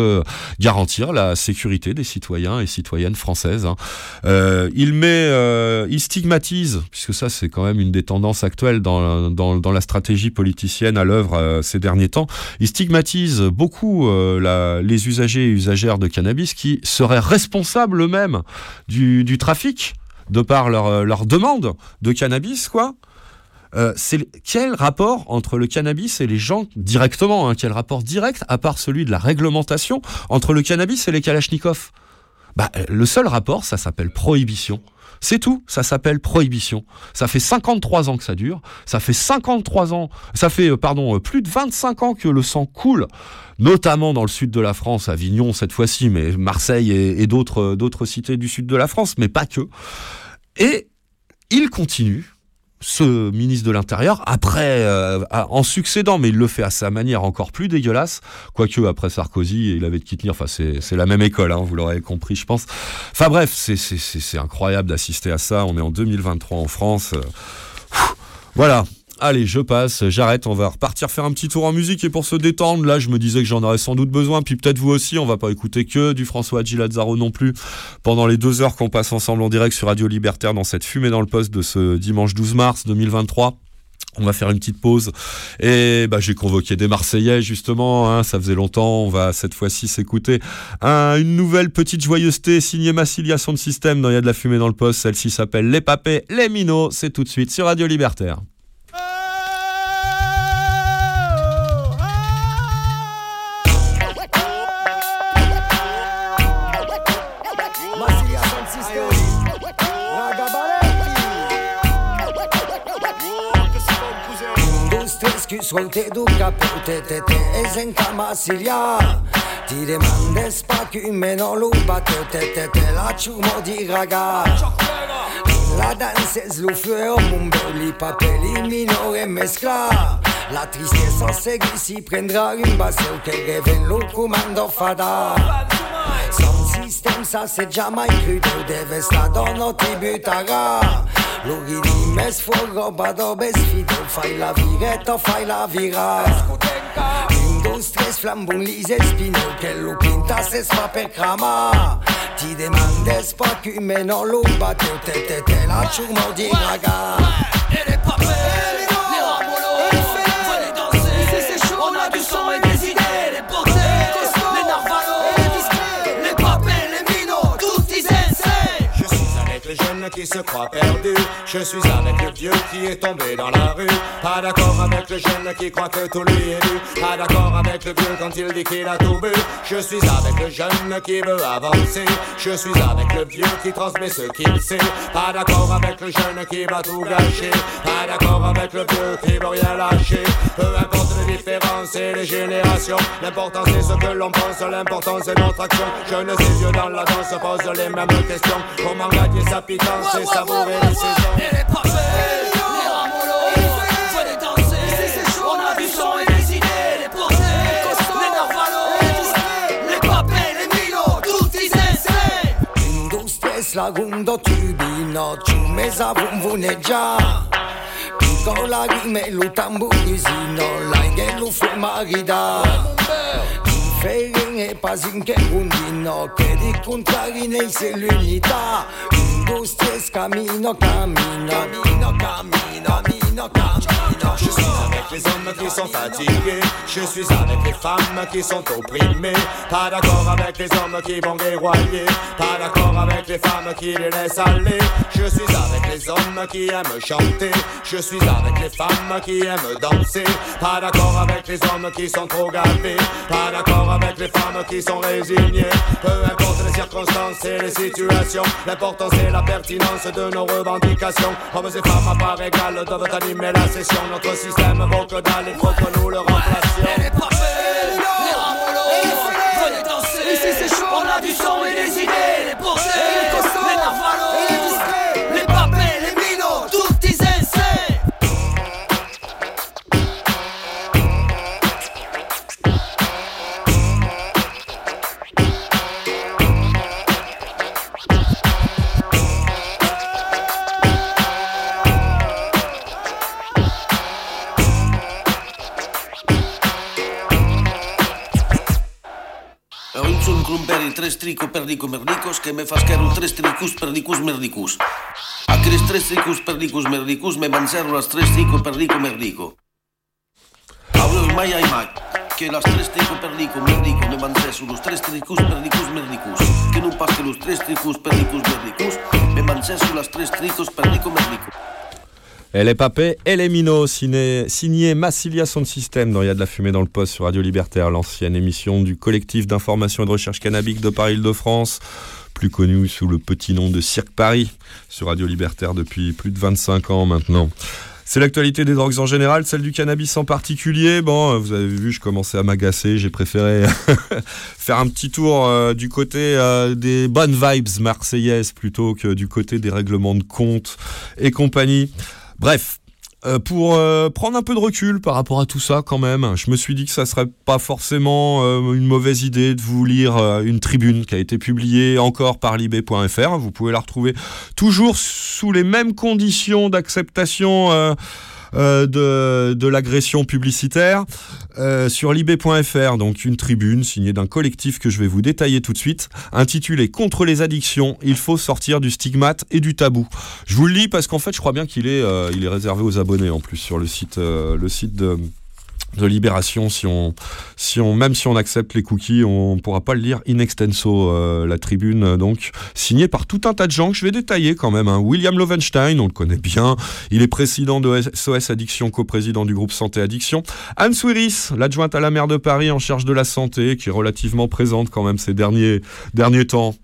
veut garantir la sécurité des citoyens et citoyennes françaises. Hein. Euh, il met, euh, il stigmatise, puisque ça c'est quand même une des tendances actuelles dans, dans, dans la stratégie politicienne à l'œuvre euh, ces derniers temps, il stigmatise beaucoup euh, la, les usagers et usagères de cannabis qui seraient responsables eux-mêmes du, du trafic, de par leur, leur demande de cannabis, quoi. Euh, c'est quel rapport entre le cannabis et les gens directement, hein, quel rapport direct, à part celui de la réglementation, entre le cannabis et les kalachnikovs? Bah, le seul rapport, ça s'appelle prohibition. C'est tout, ça s'appelle prohibition. Ça fait cinquante-trois ans que ça dure, ça fait cinquante-trois ans, ça fait, pardon, plus de vingt-cinq ans que le sang coule, notamment dans le sud de la France, Avignon cette fois-ci, mais Marseille et, et d'autres, d'autres cités du sud de la France, mais pas que. Et il continue, ce ministre de l'Intérieur, après, euh, en succédant, mais il le fait à sa manière encore plus dégueulasse, quoique après Sarkozy, il avait de qui tenir, enfin c'est, c'est la même école, hein, vous l'aurez compris je pense. Enfin bref, c'est, c'est, c'est, c'est incroyable d'assister à ça, on est en deux mille vingt-trois en France. Euh, voilà. Allez, je passe, j'arrête, on va repartir faire un petit tour en musique et pour se détendre, là je me disais que j'en aurais sans doute besoin, puis peut-être vous aussi, on va pas écouter que du François Hadji Lazzaro non plus, pendant les deux heures qu'on passe ensemble en direct sur Radio Libertaire dans cette fumée dans le poste de ce dimanche douze mars deux mille vingt-trois. On va faire une petite pause et bah, j'ai convoqué des Marseillais justement, hein, ça faisait longtemps, on va cette fois-ci s'écouter un, une nouvelle petite joyeuseté signée Massilia Sound System dans Il y a de la fumée dans le poste, celle-ci s'appelle Les Papés, Les Minots, c'est tout de suite sur Radio Libertaire. Suolte du capute te te esenca Massilia ti demande spacchi meno lubate te te te la ciumo di raga la danza slufeo mumbeli papeli minore mescla la tristezza segui si prendra in base che reven lo comando fada son system ça c'est jamais crudo deve sta dono ti butara Lughi di mes fuoco, vado per sfido, fai la viretta, fai la vira. Industries flambon lise spino, che lo pinta se sfa per crama. Ti demande spacchi, me non lo batte, te te te la ciumo di raga. Et les papés, les ramolos, faut les danser, c'est chaud, on a du sang et des idées, les beautés, les narvalos, les papés, les minots, tout ils essaient. Je suis avec les jeunes qui se croient perdus, je suis avec le vieux qui est tombé dans la rue. Pas d'accord avec le jeune qui croit que tout lui est dû. Pas d'accord avec le vieux quand il dit qu'il a tout bu. Je suis avec le jeune qui veut avancer. Je suis avec le vieux qui transmet ce qu'il sait. Pas d'accord avec le jeune qui va tout gâcher. Pas d'accord avec le vieux qui veut rien lâcher. Peu importe les différences et les générations, l'important c'est ce que l'on pense, l'important c'est notre action. Jeunes et vieux dans la danse posent les mêmes questions. Comment gagner sa pitance et savourer les saisons. Et les papés, les ramolos, faut les danser, c'est chaud, on a du sang et des idées, les portés, les narvalos, les papés, les minots, tout ils essaient. Industries la gundo tubino, ciume savun vuneggia. Piccola rime lu tamburisino, l'anghe lu fumarida. Ferin e pasin che rundino, che di contrari nei se l'unità. Industries camino, camino, camino, camino, camino, camino. Je suis avec les hommes qui sont fatigués. Je suis avec les femmes qui sont opprimées. Pas d'accord avec les hommes qui vont guerroyer. Pas d'accord avec les femmes qui les laissent aller. Je suis avec les hommes qui aiment chanter. Je suis avec les femmes qui aiment danser. Pas d'accord avec les hommes qui sont trop gâtés. Pas d'accord avec les femmes qui sont résignées. Peu importe les circonstances et les situations, l'important c'est la pertinence de nos revendications. Hommes et femmes à part égale doivent animer la session. Notre système vaut que dalle, il faut que nous le remplacions. Et les papés, les ramolos, faut les danser, ici c'est chaud, on a du sang et des idées, les portés, les narvalos, les papés, les minots, tout ils essaient. clumperi tres trico perdico merdicos que me fasquero tres tricus perdicus merdicus. Aqueles tres tricus perdicus merdicus me mancerro las tres trico perdico merdico. Hablo mai ai mai que las tres trico perdico merdico me mancesso los tres tricus perdicus merdicus. Que non pas que los tres tricus perdicus merdicus me mancesso las tres tricos perdico merdico. Elle est papée, elle est minot, signé, signé Massilia Sound System dans Il y a de la fumée dans le poste sur Radio Libertaire, l'ancienne émission du collectif d'information et de recherche cannabique de Paris-Île-de-France, plus connu sous le petit nom de Cirque Paris, sur Radio Libertaire depuis plus de vingt-cinq ans maintenant. C'est l'actualité des drogues en général, celle du cannabis en particulier. Bon, vous avez vu, je commençais à m'agacer, j'ai préféré faire un petit tour euh, du côté euh, des bonnes vibes marseillaises plutôt que du côté des règlements de compte et compagnie. Bref, euh, pour euh, prendre un peu de recul par rapport à tout ça quand même, je me suis dit que ça serait pas forcément euh, une mauvaise idée de vous lire euh, une tribune qui a été publiée encore par libé point f r. Vous pouvez la retrouver toujours sous les mêmes conditions d'acceptation euh, euh, de, de l'agression publicitaire euh, sur libé point f r. Donc une tribune signée d'un collectif que je vais vous détailler tout de suite, intitulée « Contre les addictions, il faut sortir du stigmate et du tabou ». Je vous le lis parce qu'en fait je crois bien qu'il est, euh, il est réservé aux abonnés en plus sur le site, euh, le site de... de Libération. Si on, si on, même si on accepte les cookies, on ne pourra pas le lire in extenso, euh, la tribune, euh, donc signée par tout un tas de gens que je vais détailler quand même. Hein. William Lovenstein, on le connaît bien, il est président de S O S Addiction, coprésident du groupe Santé Addiction. Anne Souiris, l'adjointe à la maire de Paris en charge de la santé, qui est relativement présente quand même ces derniers, derniers temps.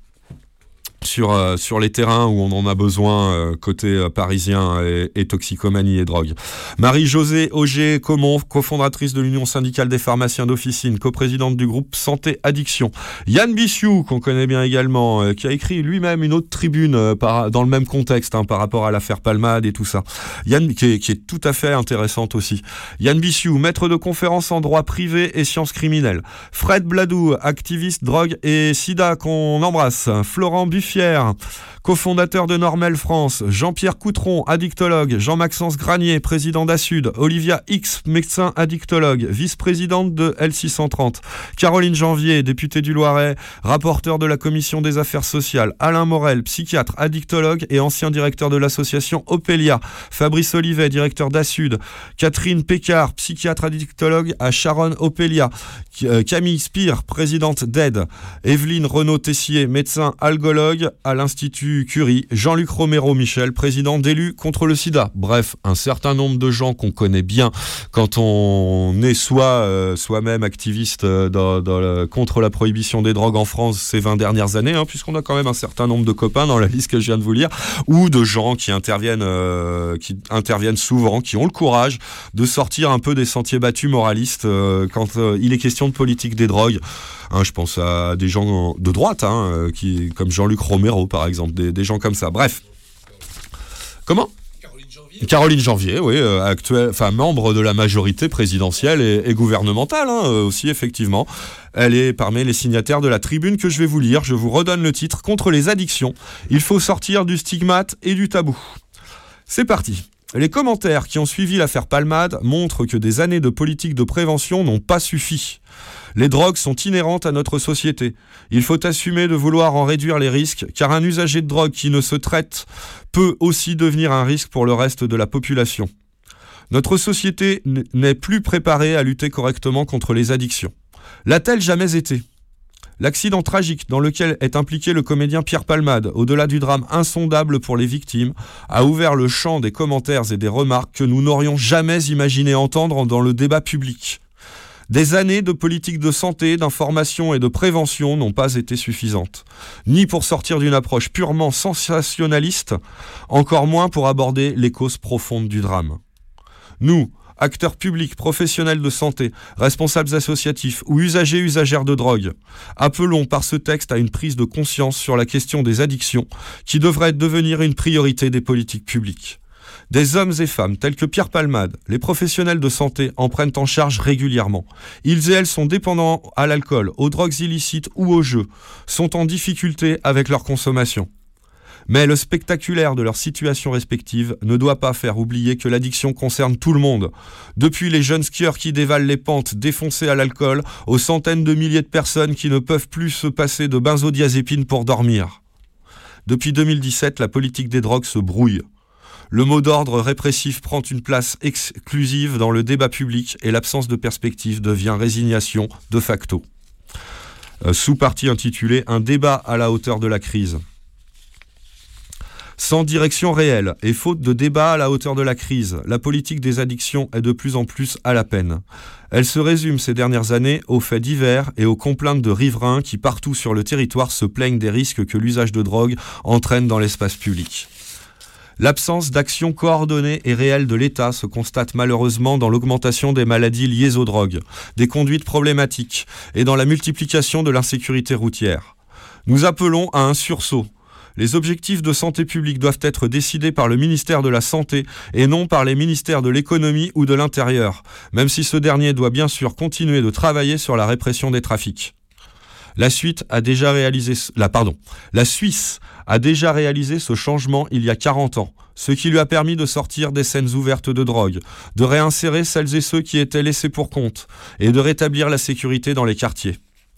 Sur, euh, sur les terrains où on en a besoin euh, côté euh, parisien et, et toxicomanie et drogue. Marie-Josée Auger-Comont, cofondatrice de l'Union syndicale des pharmaciens d'officine, coprésidente du groupe Santé Addiction. Yann Bissiou, qu'on connaît bien également, euh, qui a écrit lui-même une autre tribune euh, par, dans le même contexte hein, par rapport à l'affaire Palmade et tout ça. Yann, qui est, qui est tout à fait intéressante aussi. Yann Bissiou, maître de conférences en droit privé et sciences criminelles. Fred Bladou, activiste drogue et sida qu'on embrasse. Florent Buffet, Pierre, cofondateur de Normel France, Jean-Pierre Coutron, addictologue, Jean-Maxence Granier, président d'Asud, Olivia X, médecin addictologue, vice-présidente de L six cent trente, Caroline Janvier, députée du Loiret, rapporteur de la commission des affaires sociales, Alain Morel, psychiatre, addictologue et ancien directeur de l'association Opélia, Fabrice Olivet, directeur d'Asud, Catherine Pécard, psychiatre addictologue à Sharon Opélia, Camille Spire, présidente d'A I D, Evelyne Renaud-Tessier, médecin algologue à l'Institut Curie, Jean-Luc Romero-Michel, président d'Élus contre le sida. Bref, un certain nombre de gens qu'on connaît bien quand on est soit euh, soi-même activiste euh, dans, dans le, contre la prohibition des drogues en France ces vingt dernières années, hein, puisqu'on a quand même un certain nombre de copains dans la liste que je viens de vous lire, ou de gens qui interviennent, euh, qui interviennent souvent, qui ont le courage de sortir un peu des sentiers battus moralistes euh, quand euh, il est question de politique des drogues. Hein, je pense à des gens de droite, hein, qui, comme Jean-Luc Romero, par exemple, des, des gens comme ça. Bref. Comment ? Caroline Janvier. Caroline Janvier, oui, euh, actuelle, enfin membre de la majorité présidentielle et, et gouvernementale, hein, aussi, effectivement. Elle est parmi les signataires de la tribune que je vais vous lire. Je vous redonne le titre. Contre les addictions, il faut sortir du stigmate et du tabou. C'est parti. Les commentaires qui ont suivi l'affaire Palmade montrent que des années de politique de prévention n'ont pas suffi. Les drogues sont inhérentes à notre société. Il faut assumer de vouloir en réduire les risques, car un usager de drogue qui ne se traite peut aussi devenir un risque pour le reste de la population. Notre société n'est plus préparée à lutter correctement contre les addictions. L'a-t-elle jamais été ? L'accident tragique dans lequel est impliqué le comédien Pierre Palmade, au-delà du drame insondable pour les victimes, a ouvert le champ des commentaires et des remarques que nous n'aurions jamais imaginé entendre dans le débat public. Des années de politique de santé, d'information et de prévention n'ont pas été suffisantes, ni pour sortir d'une approche purement sensationnaliste, encore moins pour aborder les causes profondes du drame. Nous, acteurs publics, professionnels de santé, responsables associatifs ou usagers usagères de drogue, appelons par ce texte à une prise de conscience sur la question des addictions qui devrait devenir une priorité des politiques publiques. Des hommes et femmes tels que Pierre Palmade, les professionnels de santé en prennent en charge régulièrement. Ils et elles sont dépendants à l'alcool, aux drogues illicites ou aux jeux, sont en difficulté avec leur consommation. Mais le spectaculaire de leurs situations respectives ne doit pas faire oublier que l'addiction concerne tout le monde. Depuis les jeunes skieurs qui dévalent les pentes défoncés à l'alcool, aux centaines de milliers de personnes qui ne peuvent plus se passer de benzodiazépines pour dormir. Depuis deux mille dix-sept, la politique des drogues se brouille. Le mot d'ordre répressif prend une place exclusive dans le débat public et l'absence de perspective devient résignation de facto. Euh, sous-partie intitulée « Un débat à la hauteur de la crise ». Sans direction réelle et faute de débat à la hauteur de la crise, la politique des addictions est de plus en plus à la peine. Elle se résume ces dernières années aux faits divers et aux complaintes de riverains qui partout sur le territoire se plaignent des risques que l'usage de drogue entraîne dans l'espace public. L'absence d'action coordonnée et réelle de l'État se constate malheureusement dans l'augmentation des maladies liées aux drogues, des conduites problématiques et dans la multiplication de l'insécurité routière. Nous appelons à un sursaut. Les objectifs de santé publique doivent être décidés par le ministère de la Santé et non par les ministères de l'Économie ou de l'Intérieur, même si ce dernier doit bien sûr continuer de travailler sur la répression des trafics. La Suisse a déjà réalisé, la, pardon, la Suisse a déjà réalisé ce changement il y a quarante ans, ce qui lui a permis de sortir des scènes ouvertes de drogue, de réinsérer celles et ceux qui étaient laissés pour compte et de rétablir la sécurité dans les quartiers.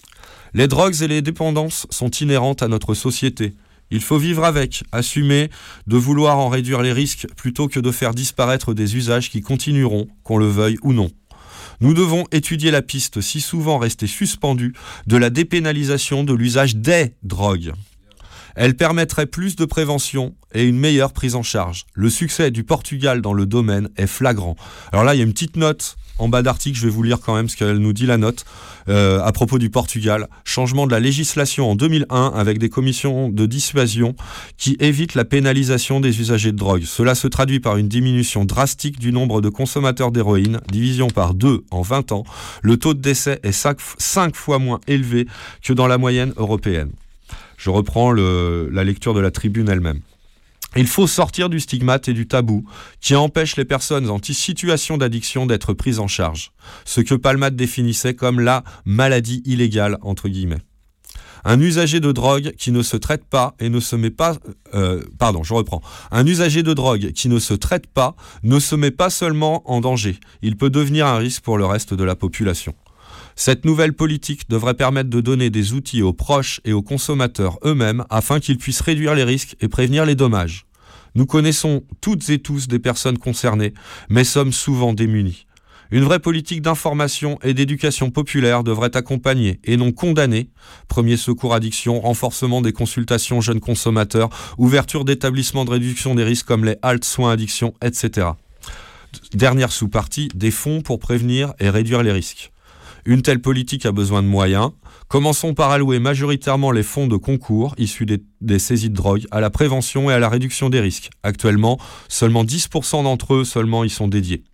Les drogues et les dépendances sont inhérentes à notre société. Il faut vivre avec, assumer de vouloir en réduire les risques plutôt que de faire disparaître des usages qui continueront, qu'on le veuille ou non. Nous devons étudier la piste, si souvent restée suspendue, de la dépénalisation de l'usage des drogues. Elle permettrait plus de prévention et une meilleure prise en charge. Le succès du Portugal dans le domaine est flagrant. Alors là, il y a une petite note en bas d'article, je vais vous lire quand même ce qu'elle nous dit la note, euh, à propos du Portugal. Changement de la législation en deux mille un avec des commissions de dissuasion qui évitent la pénalisation des usagers de drogue. Cela se traduit par une diminution drastique du nombre de consommateurs d'héroïne, division par deux en vingt ans. Le taux de décès est cinq fois moins élevé que dans la moyenne européenne. Je reprends le, la lecture de la tribune elle-même. Il faut sortir du stigmate et du tabou qui empêche les personnes en situation d'addiction d'être prises en charge. Ce que Palmade définissait comme la maladie illégale, entre guillemets. Un usager de drogue qui ne se traite pas et ne se met pas... Euh, pardon, je reprends. Un usager de drogue qui ne se traite pas ne se met pas seulement en danger. Il peut devenir un risque pour le reste de la population. Cette nouvelle politique devrait permettre de donner des outils aux proches et aux consommateurs eux-mêmes afin qu'ils puissent réduire les risques et prévenir les dommages. Nous connaissons toutes et tous des personnes concernées, mais sommes souvent démunis. Une vraie politique d'information et d'éducation populaire devrait accompagner et non condamner premier secours addiction, renforcement des consultations jeunes consommateurs, ouverture d'établissements de réduction des risques comme les haltes soins addiction, et cetera. Dernière sous-partie, des fonds pour prévenir et réduire les risques. Une telle politique a besoin de moyens. Commençons par allouer majoritairement les fonds de concours issus des, des saisies de drogue à la prévention et à la réduction des risques. Actuellement, seulement dix pour cent d'entre eux seulement y sont dédiés.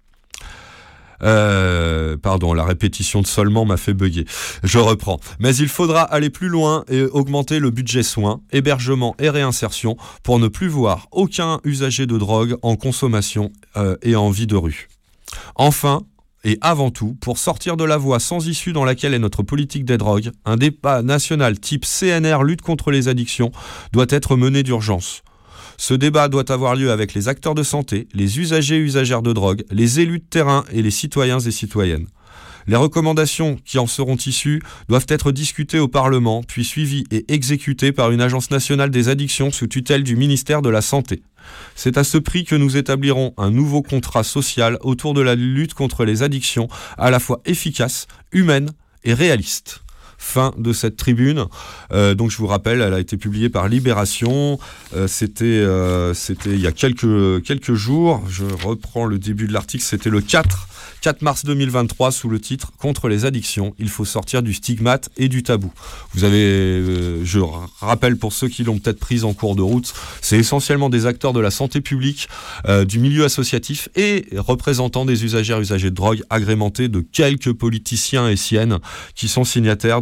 Euh, pardon, la répétition de seulement m'a fait bugger. Je reprends. Mais il faudra aller plus loin et augmenter le budget soins, hébergement et réinsertion pour ne plus voir aucun usager de drogue en consommation euh, et en vie de rue. Enfin, et avant tout, pour sortir de la voie sans issue dans laquelle est notre politique des drogues, un débat national type C N R lutte contre les addictions doit être mené d'urgence. Ce débat doit avoir lieu avec les acteurs de santé, les usagers et usagères de drogue, les élus de terrain et les citoyens et citoyennes. Les recommandations qui en seront issues doivent être discutées au Parlement, puis suivies et exécutées par une agence nationale des addictions sous tutelle du ministère de la Santé. C'est à ce prix que nous établirons un nouveau contrat social autour de la lutte contre les addictions, à la fois efficace, humaine et réaliste. Fin de cette tribune. Euh, donc je vous rappelle, elle a été publiée par Libération. Euh, c'était, euh, c'était il y a quelques, quelques jours. Je reprends le début de l'article. C'était le quatre mars deux mille vingt-trois sous le titre « Contre les addictions, il faut sortir du stigmate et du tabou ». Vous avez, euh, je rappelle pour ceux qui l'ont peut-être prise en cours de route, c'est essentiellement des acteurs de la santé publique, euh, du milieu associatif et représentants des usagères et usagers de drogue agrémentés de quelques politiciens et siennes qui sont signataires de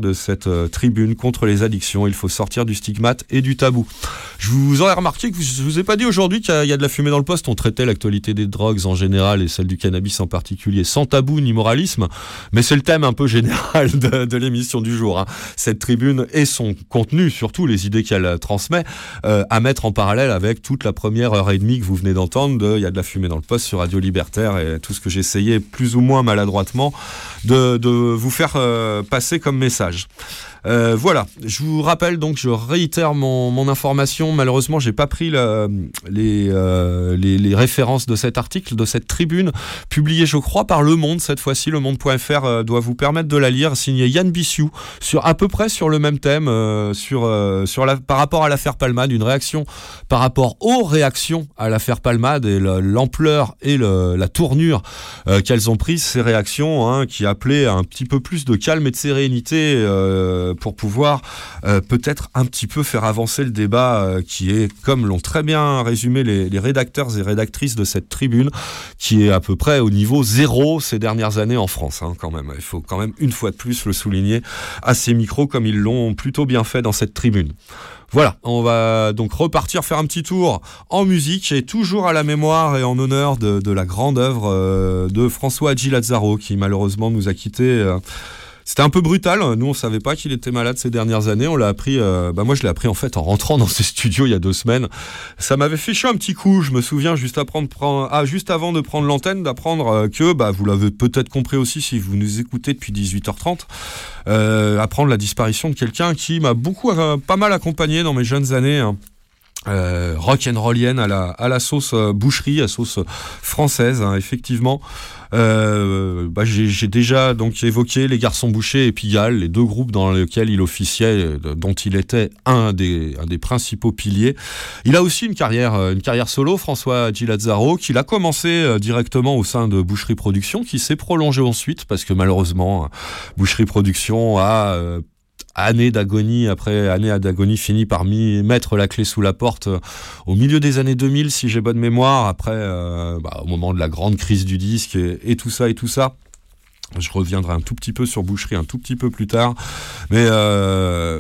de cette euh, tribune contre les addictions. Il faut sortir du stigmate et du tabou. Je vous aurais remarqué que je vous ai pas dit aujourd'hui qu'il y a de la fumée dans le poste. On traitait l'actualité des drogues en général et celle du cannabis en particulier sans tabou ni moralisme, mais c'est le thème un peu général de, de l'émission du jour. Hein. Cette tribune et son contenu, surtout les idées qu'elle transmet, euh, à mettre en parallèle avec toute la première heure et demie que vous venez d'entendre de « Il y a de la fumée dans le poste » sur Radio Libertaire et tout ce que j'essayais plus ou moins maladroitement de, de vous faire euh, passer comme message. Euh, voilà, je vous rappelle donc, je réitère mon, mon information. Malheureusement, j'ai pas pris la, les, euh, les, les références de cet article, de cette tribune, publiée, je crois, par Le Monde cette fois-ci. Le Monde point F R euh, doit vous permettre de la lire, signé Yann Bissiou, sur à peu près sur le même thème, euh, sur, euh, sur la, par rapport à l'affaire Palmade, une réaction par rapport aux réactions à l'affaire Palmade et le, l'ampleur et le, la tournure euh, qu'elles ont prises, ces réactions, hein, qui appelaient à un petit peu plus de calme et de sérénité. Euh, pour pouvoir euh, peut-être un petit peu faire avancer le débat euh, qui est, comme l'ont très bien résumé les, les rédacteurs et rédactrices de cette tribune, qui est à peu près au niveau zéro ces dernières années en France, hein, quand même. Il faut quand même une fois de plus le souligner à ces micros comme ils l'ont plutôt bien fait dans cette tribune. Voilà, on va donc repartir faire un petit tour en musique et toujours à la mémoire et en honneur de, de la grande œuvre euh, de François Hadji Lazzaro qui malheureusement nous a quittés. Euh, C'était un peu brutal. Nous, on savait pas qu'il était malade ces dernières années. On l'a appris. Euh, bah moi, je l'ai appris en fait en rentrant dans ces studios il y a deux semaines. Ça m'avait fait chier un petit coup. Je me souviens juste, apprendre, prendre, ah, juste avant de prendre l'antenne, d'apprendre euh, que, bah, vous l'avez peut-être compris aussi si vous nous écoutez depuis dix-huit heures trente, euh, apprendre la disparition de quelqu'un qui m'a beaucoup, euh, pas mal accompagné dans mes jeunes années. Hein. Euh, rock'n'rollienne à la, à la sauce euh, boucherie, à sauce française, hein, effectivement. Euh, bah, j'ai, j'ai déjà donc évoqué les Garçons Bouchers et Pigalle, les deux groupes dans lesquels il officiait, dont il était un des, un des principaux piliers. Il a aussi une carrière, une carrière solo, François Hadji Lazzaro, qu'il a commencé directement au sein de Boucherie Productions, qui s'est prolongé ensuite, parce que malheureusement, Boucherie Productions a... Euh, année d'agonie après année d'agonie finit par mi- mettre la clé sous la porte euh, au milieu des années deux mille si j'ai bonne mémoire, après euh, bah, au moment de la grande crise du disque et, et tout ça et tout ça. Je reviendrai un tout petit peu sur Boucherie un tout petit peu plus tard, mais euh,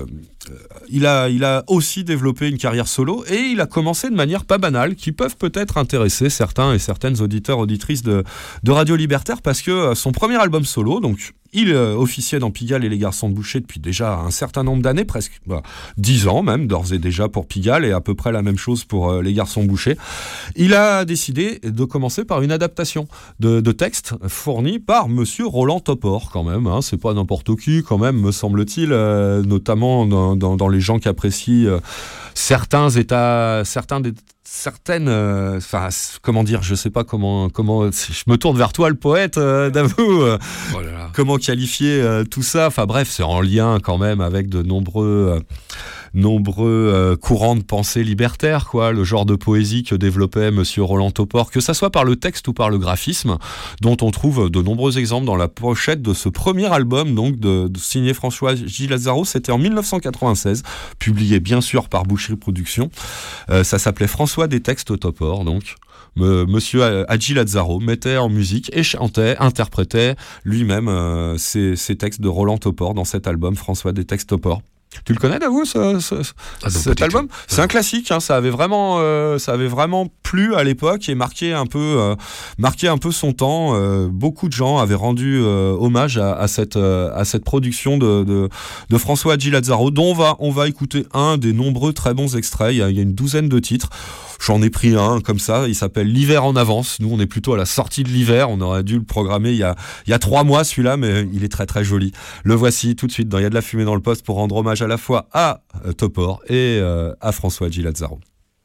il a, il a aussi développé une carrière solo et il a commencé de manière pas banale, qui peuvent peut-être intéresser certains et certaines auditeurs, auditrices de, de Radio Libertaire, parce que son premier album solo, donc il euh, officiait dans Pigalle et les Garçons de Boucher depuis déjà un certain nombre d'années, presque bah, dix ans même, d'ores et déjà pour Pigalle, et à peu près la même chose pour euh, les Garçons Boucher. Il a décidé de commencer par une adaptation de, de texte fourni par Monsieur Roland Topor, quand même. Hein, c'est pas n'importe qui, quand même, me semble-t-il, euh, notamment dans, dans, dans les gens qui apprécient euh, certains états, certains des certaines, enfin, euh, comment dire, je sais pas comment, comment, je me tourne vers toi, le poète, euh, Davou, euh, oh là là. Comment qualifier euh, tout ça, enfin bref, c'est en lien quand même avec de nombreux, euh, nombreux euh, courants de pensée libertaires, quoi, le genre de poésie que développait Monsieur Roland Topor, que ça soit par le texte ou par le graphisme, dont on trouve de nombreux exemples dans la pochette de ce premier album, donc de, de signé François Hadji Lazzaro. C'était en dix-neuf cent quatre-vingt-seize, publié bien sûr par Boucherie Productions. Euh, ça s'appelait François des textes Topor, donc. Monsieur Hadji Lazzaro mettait en musique et chantait, interprétait lui-même euh, ses, ses textes de Roland Topor dans cet album François des textes Topor. Tu le connais, Davou, ce, ce, ah non, cet album ? C'est un classique, hein, ça avait vraiment, euh, ça avait vraiment plu à l'époque et marqué un peu, euh, marqué un peu son temps. Euh, beaucoup de gens avaient rendu euh, hommage à, à cette, euh, à cette production de, de, de François Hadji Lazzaro, dont on va, on va écouter un des nombreux très bons extraits. Il y a, il y a une douzaine de titres. J'en ai pris un comme ça, il s'appelle L'hiver en avance. Nous, on est plutôt à la sortie de l'hiver. On aurait dû le programmer il y a, il y a trois mois, celui-là, mais il est très très joli. Le voici tout de suite dans Il y a de la fumée dans le poste pour rendre hommage à la fois à euh, Topor et euh, à François Hadji Lazzaro.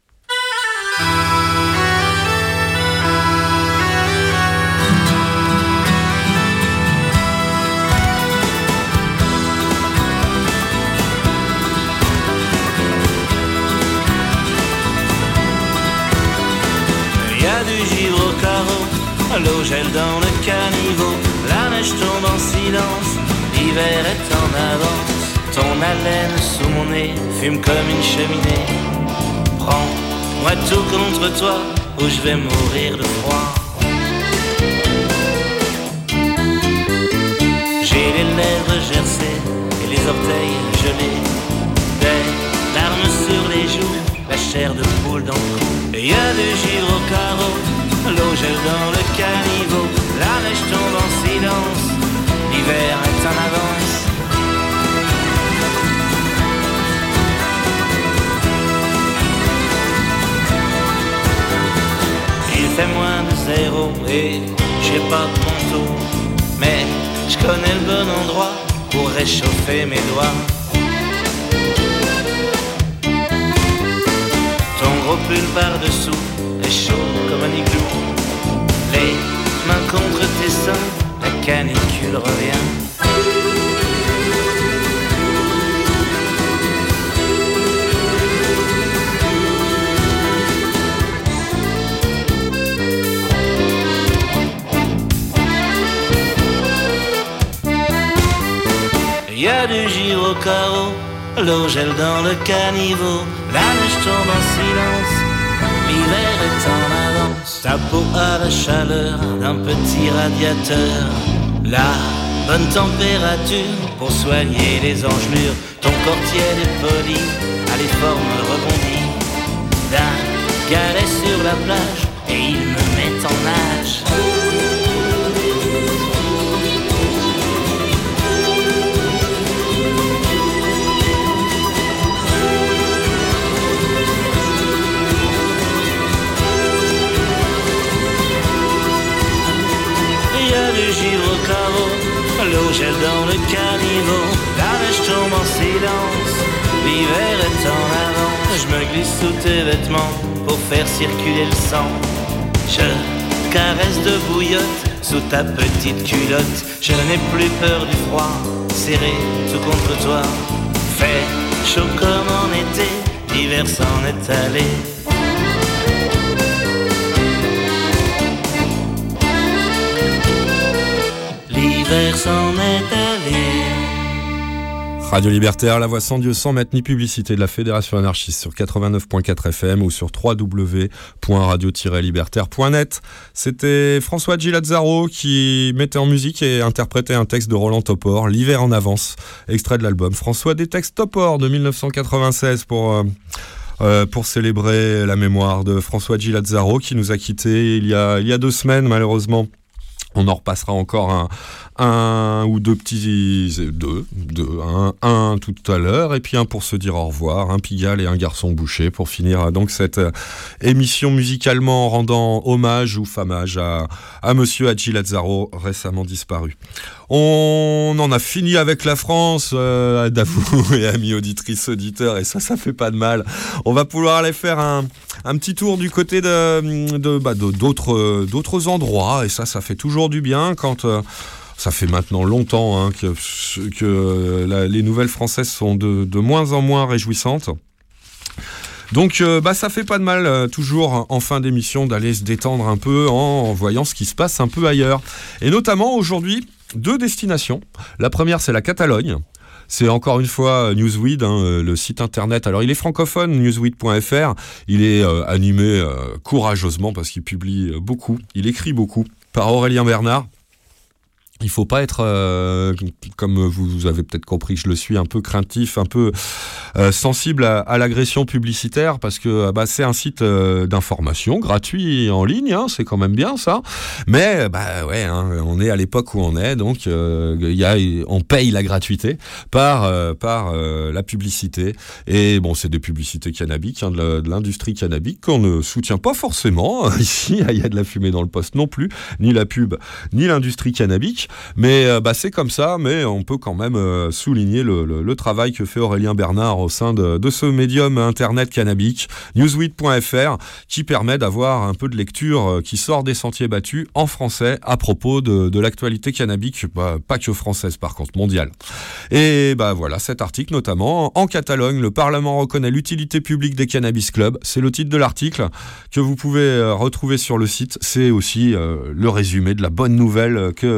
L'eau gèle dans le caniveau, la neige tombe en silence, l'hiver est en avance. Ton haleine sous mon nez fume comme une cheminée. Prends-moi tout contre toi, ou je vais mourir de froid. J'ai les lèvres gercées et les orteils gelés, des larmes sur les joues, la chair de poule dans le cou. Et y a du givre au carreau, l'eau gèle dans le caniveau, la neige tombe en silence, l'hiver est en avance. Il fait moins de zéro et j'ai pas de manteau, mais je connais le bon endroit pour réchauffer mes doigts. Ton gros pull par-dessous est chaud comme un igloo. Les mains contre tes seins, la canicule revient. Y a du givre au carreau, l'eau gèle dans le caniveau, la neige tombe en silence, l'hiver est en avance. Ta peau a la chaleur d'un petit radiateur, la bonne température pour soigner les engelures. Ton corps tiède et poli a les formes rebondies d'un galet sur la plage et il me met en nage. Du givre au carreau, l'eau gèle dans le caniveau, la neige tombe en silence, l'hiver est en avant. Je me glisse sous tes vêtements pour faire circuler le sang. Je caresse de bouillotte sous ta petite culotte. Je n'ai plus peur du froid, serré tout contre toi. Fait chaud comme en été, l'hiver s'en est allé. L'hiver s'en est allé. Radio Libertaire, la voix sans Dieu, sans mètres ni publicité de la Fédération anarchiste sur quatre-vingt-neuf point quatre F M ou sur w w w point radio tiret libertaire point net. C'était François Gilazzaro qui mettait en musique et interprétait un texte de Roland Topor, L'hiver en avance, extrait de l'album François des textes Topor de mille neuf cent quatre-vingt-seize pour... Euh Euh, pour célébrer la mémoire de François Gilazzaro qui nous a quittés il y a, il y a deux semaines malheureusement. On en repassera encore un, un ou deux petits... Deux, deux un, un tout à l'heure, et puis un pour se dire au revoir, un Pigalle et un Garçon bouché, pour finir donc cette euh, émission musicalement en rendant hommage ou famage à, à Monsieur Hadji Lazzaro, récemment disparu. On en a fini avec la France, euh, d'avou et amis auditrices, auditeurs, et ça, ça fait pas de mal. On va pouvoir aller faire un, un petit tour du côté de, de, bah, de, d'autres, d'autres endroits, et ça, ça fait toujours du bien quand... Euh, ça fait maintenant longtemps hein, que, que la, les nouvelles françaises sont de, de moins en moins réjouissantes. Donc euh, bah, ça fait pas de mal euh, toujours en fin d'émission d'aller se détendre un peu en, en voyant ce qui se passe un peu ailleurs. Et notamment aujourd'hui, deux destinations. La première, c'est la Catalogne. C'est encore une fois Newsweed, hein, le site internet. Alors il est francophone, newsweed point f r. Il est euh, animé euh, courageusement parce qu'il publie beaucoup, il écrit beaucoup, par Aurélien Bernard. Il faut pas être, euh, comme vous avez peut-être compris que je le suis, un peu craintif, un peu euh, sensible à, à l'agression publicitaire, parce que bah, c'est un site euh, d'information gratuit en ligne, hein, c'est quand même bien ça. Mais bah ouais, hein, on est à l'époque où on est, donc euh, y a, on paye la gratuité par euh, par euh, la publicité. Et bon, c'est des publicités cannabiques, hein, de, la, de l'industrie cannabique qu'on ne soutient pas forcément. Ici, il y a de la fumée dans le poste non plus, ni la pub, ni l'industrie cannabique. Mais euh, bah, c'est comme ça, mais on peut quand même euh, souligner le, le, le travail que fait Aurélien Bernard au sein de, de ce médium internet cannabique, newsweed point f r, qui permet d'avoir un peu de lecture euh, qui sort des sentiers battus en français à propos de, de l'actualité cannabique, bah, pas que française par contre, mondiale. Et bah voilà, cet article notamment, en Catalogne, le Parlement reconnaît l'utilité publique des cannabis clubs, c'est le titre de l'article que vous pouvez euh, retrouver sur le site, c'est aussi euh, le résumé de la bonne nouvelle que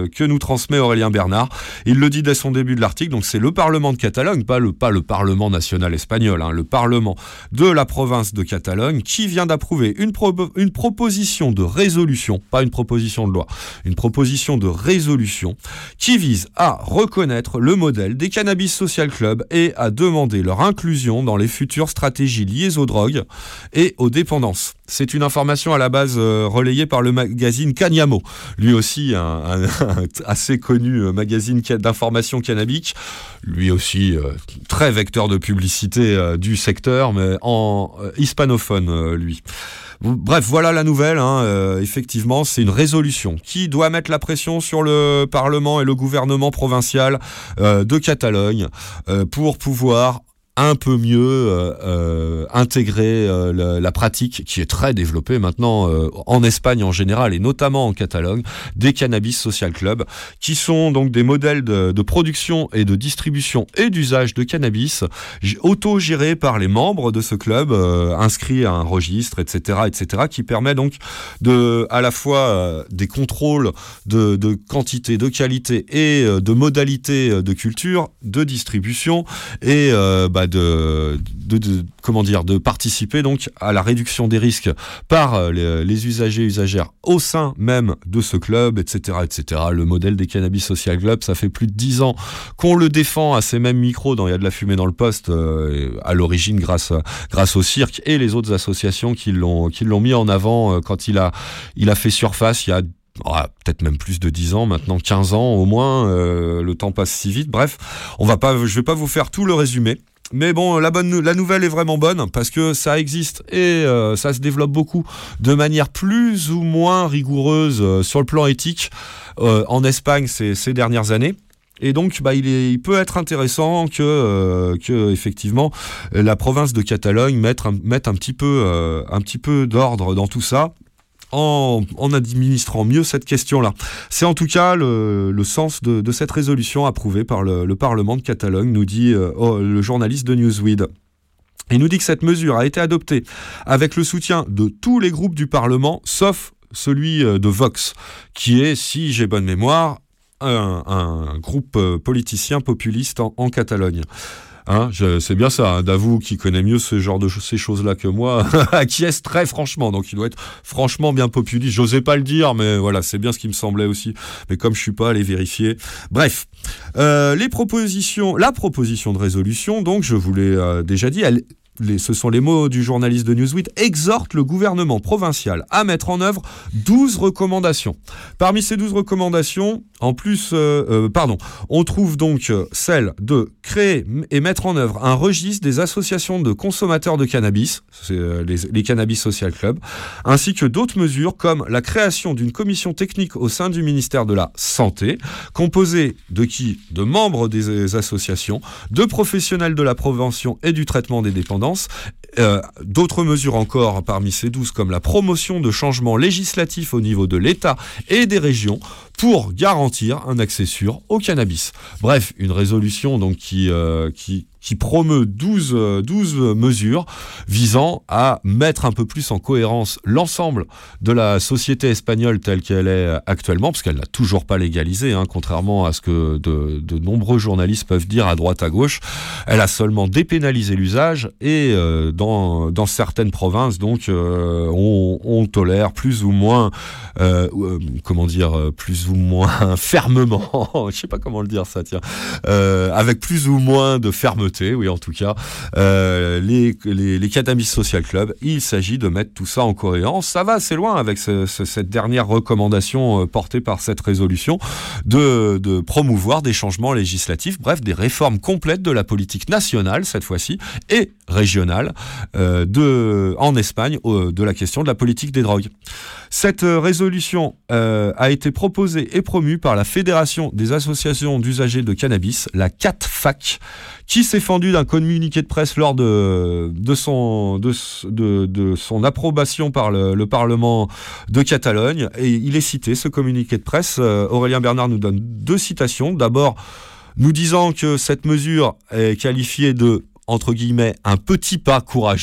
euh, que nous transmet Aurélien Bernard. Il le dit dès son début de l'article, donc c'est le Parlement de Catalogne, pas le, pas le Parlement national espagnol, hein, le Parlement de la province de Catalogne, qui vient d'approuver une, pro- une proposition de résolution, pas une proposition de loi, une proposition de résolution qui vise à reconnaître le modèle des Cannabis Social Club et à demander leur inclusion dans les futures stratégies liées aux drogues et aux dépendances. C'est une information à la base euh, relayée par le magazine Cáñamo, lui aussi un, un, un assez connu euh, magazine d'information cannabique, lui aussi euh, très vecteur de publicité euh, du secteur, mais en euh, hispanophone, euh, lui. Bref, voilà la nouvelle, hein. euh, effectivement, c'est une résolution qui doit mettre la pression sur le Parlement et le gouvernement provincial euh, de Catalogne euh, pour pouvoir un peu mieux euh, euh, intégrer euh, la, la pratique qui est très développée maintenant euh, en Espagne en général et notamment en Catalogne, des Cannabis Social Club, qui sont donc des modèles de, de production et de distribution et d'usage de cannabis auto-gérés par les membres de ce club, euh, inscrits à un registre, et cetera, et cetera, qui permet donc de, à la fois euh, des contrôles de, de quantité, de qualité et euh, de modalités de culture, de distribution et euh, bah, De, de, de, comment dire, de participer donc à la réduction des risques par les, les usagers et usagères au sein même de ce club, et cetera, et cetera. Le modèle des Cannabis Social Club, ça fait plus de dix ans qu'on le défend à ces mêmes micros dans Il y a de la fumée dans le poste, euh, à l'origine grâce, grâce au cirque et les autres associations qui l'ont, qui l'ont mis en avant euh, quand il a, il a fait surface il y a Oh, peut-être même plus de dix ans, maintenant quinze ans au moins, euh, le temps passe si vite. Bref, on va pas, je vais pas vous faire tout le résumé. Mais bon, la, bonne, la nouvelle est vraiment bonne parce que ça existe et euh, ça se développe beaucoup de manière plus ou moins rigoureuse euh, sur le plan éthique euh, en Espagne ces, ces dernières années. Et donc, bah, il, est, il peut être intéressant que, euh, que effectivement, la province de Catalogne mette un, mette un petit peu, euh, un petit peu d'ordre dans tout ça. En, en administrant mieux cette question-là. C'est en tout cas le, le sens de, de cette résolution approuvée par le, le Parlement de Catalogne, nous dit euh, oh, le journaliste de Newsweek. Il nous dit que cette mesure a été adoptée avec le soutien de tous les groupes du Parlement, sauf celui de Vox, qui est, si j'ai bonne mémoire, un, un groupe politicien populiste en, en Catalogne. Hein, je, c'est bien ça, hein, Davou qui connaît mieux ce genre de ces choses-là que moi, acquiesce très franchement, donc il doit être franchement bien populiste. J'osais pas le dire, mais voilà, c'est bien ce qui me semblait aussi. Mais comme je suis pas allé vérifier, bref, euh, les propositions, la proposition de résolution, donc je vous l'ai euh, déjà dit, elle Les, ce sont les mots du journaliste de Newsweek, exhorte le gouvernement provincial à mettre en œuvre douze recommandations. Parmi ces douze recommandations, en plus, euh, euh, pardon, on trouve donc euh, celle de créer et mettre en œuvre un registre des associations de consommateurs de cannabis, c'est, euh, les, les Cannabis Social Club, ainsi que d'autres mesures comme la création d'une commission technique au sein du ministère de la Santé, composée de qui ? De membres des associations, de professionnels de la prévention et du traitement des dépendances. Euh, d'autres mesures encore parmi ces douze, comme la promotion de changements législatifs au niveau de l'État et des régions pour garantir un accès sûr au cannabis. Bref, une résolution donc qui, euh, qui, qui promeut douze, douze mesures visant à mettre un peu plus en cohérence l'ensemble de la société espagnole telle qu'elle est actuellement, parce qu'elle n'a toujours pas légalisé, hein, contrairement à ce que de, de nombreux journalistes peuvent dire à droite à gauche. Elle a seulement dépénalisé l'usage et euh, dans, dans certaines provinces, donc, euh, on, on tolère plus ou moins, euh, euh, comment dire, plus ou moins fermement, je sais pas comment le dire ça, tiens, euh, avec plus ou moins de fermeté, oui en tout cas, euh, les, les, les Cannabis Social Club, il s'agit de mettre tout ça en cohérence. Ça va assez loin avec ce, ce, cette dernière recommandation euh, portée par cette résolution de, de promouvoir des changements législatifs, bref, des réformes complètes de la politique nationale cette fois-ci et régionale euh, de, en Espagne euh, de la question de la politique des drogues. Cette euh, résolution euh, a été proposée et promue par la Fédération des associations d'usagers de cannabis, la C A T F A C, qui s'est fendue d'un communiqué de presse lors de, de, son, de, de, de son approbation par le, le Parlement de Catalogne. Et il est cité, ce communiqué de presse. Euh, Aurélien Bernard nous donne deux citations. D'abord, nous disant que cette mesure est qualifiée de, entre guillemets, un petit pas courageux.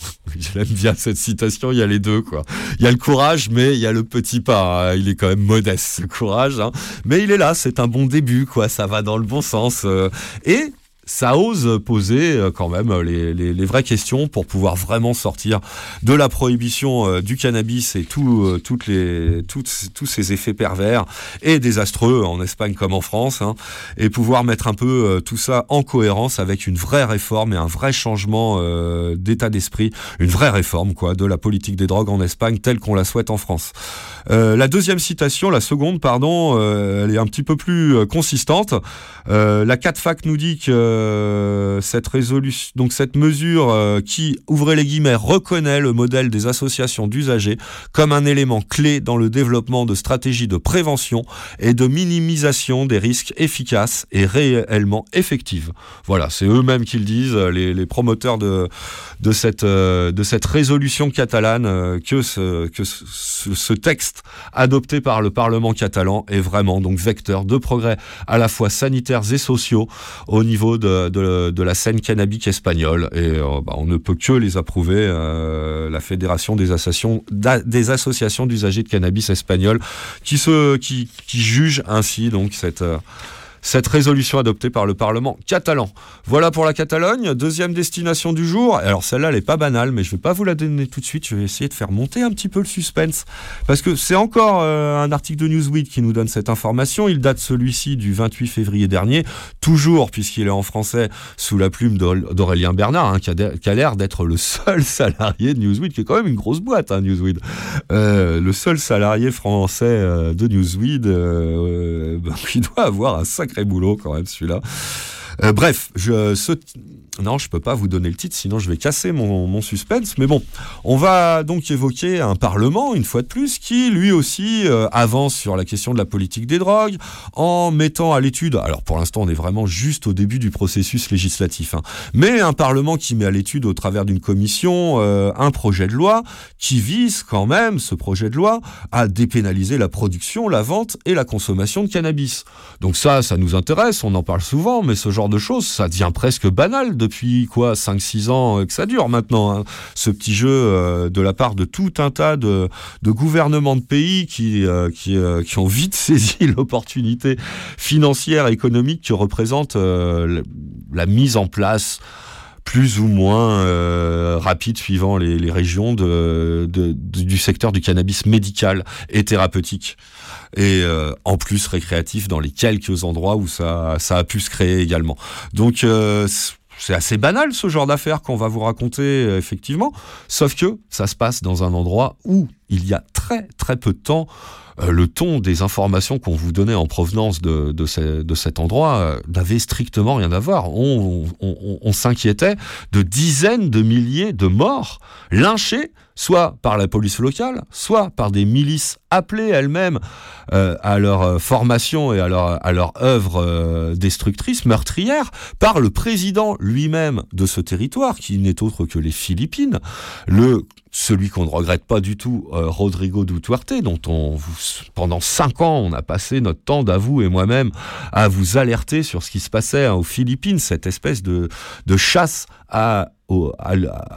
J'aime bien cette citation, il y a les deux, quoi. Il y a le courage, mais il y a le petit pas. Hein. Il est quand même modeste, ce courage. Hein. Mais il est là, c'est un bon début, quoi. Ça va dans le bon sens. Euh, et ça ose poser euh, quand même les, les, les vraies questions pour pouvoir vraiment sortir de la prohibition euh, du cannabis et tout, euh, toutes les, toutes, tous ces effets pervers et désastreux en Espagne comme en France, hein, et pouvoir mettre un peu euh, tout ça en cohérence avec une vraie réforme et un vrai changement euh, d'état d'esprit, une vraie réforme quoi, de la politique des drogues en Espagne telle qu'on la souhaite en France. Euh, la deuxième citation, la seconde, pardon, euh, elle est un petit peu plus euh, consistante. Euh, la CatFac nous dit que euh, cette résolution, donc cette mesure euh, qui, ouvrez les guillemets, reconnaît le modèle des associations d'usagers comme un élément clé dans le développement de stratégies de prévention et de minimisation des risques efficaces et réellement effectives. Voilà, c'est eux-mêmes qui le disent, les, les promoteurs de, de, cette, euh, de cette résolution catalane, euh, que, ce, que ce, ce texte adopté par le Parlement catalan est vraiment donc vecteur de progrès à la fois sanitaires et sociaux au niveau de, de, de la scène cannabique espagnole. Et euh, bah, on ne peut que les approuver. Euh, la Fédération des associations, des associations d'usagers de cannabis espagnols qui, se, qui, qui jugent ainsi donc cette... Euh, Cette résolution adoptée par le Parlement catalan. Voilà pour la Catalogne. Deuxième destination du jour. Alors celle-là, elle est pas banale, mais je vais pas vous la donner tout de suite. Je vais essayer de faire monter un petit peu le suspense. Parce que c'est encore euh, un article de Newsweek qui nous donne cette information. Il date celui-ci du vingt-huit février dernier. Toujours, puisqu'il est en français, sous la plume d'Aurélien Bernard, hein, qui, a de, qui a l'air d'être le seul salarié de Newsweek, qui est quand même une grosse boîte, hein, Newsweek. Euh, le seul salarié français euh, de Newsweek, euh, euh, qui doit avoir un sacré boulot quand même celui-là. Euh, bref, je, ce, non, je peux pas vous donner le titre, sinon je vais casser mon, mon suspense. Mais bon, on va donc évoquer un Parlement, une fois de plus, qui lui aussi euh, avance sur la question de la politique des drogues, en mettant à l'étude, alors pour l'instant on est vraiment juste au début du processus législatif, hein, mais un Parlement qui met à l'étude au travers d'une commission euh, un projet de loi qui vise quand même, ce projet de loi, à dépénaliser la production, la vente et la consommation de cannabis. Donc ça, ça nous intéresse, on en parle souvent, mais ce genre de choses, ça devient presque banal depuis quoi, cinq six ans que ça dure maintenant, hein, ce petit jeu euh, de la part de tout un tas de, de gouvernements de pays qui, euh, qui, euh, qui ont vite saisi l'opportunité financière et économique que représente euh, la mise en place plus ou moins euh, rapide suivant les, les régions de, de, de, du secteur du cannabis médical et thérapeutique. Et euh, en plus récréatif dans les quelques endroits où ça, ça a pu se créer également. Donc euh, c'est assez banal ce genre d'affaires qu'on va vous raconter euh, effectivement, sauf que ça se passe dans un endroit où il y a très très peu de temps, euh, le ton des informations qu'on vous donnait en provenance de, de, ce, de cet endroit euh, n'avait strictement rien à voir. On, on, on, on s'inquiétait de dizaines de milliers de morts lynchés, soit par la police locale, soit par des milices appelées elles-mêmes euh, à leur formation et à leur, à leur œuvre euh, destructrice, meurtrière, par le président lui-même de ce territoire, qui n'est autre que les Philippines, le celui qu'on ne regrette pas du tout, euh, Rodrigo Duterte, dont on, pendant cinq ans, on a passé notre temps, d'avou et moi-même, à vous alerter sur ce qui se passait hein, aux Philippines, cette espèce de, de chasse à, au, à,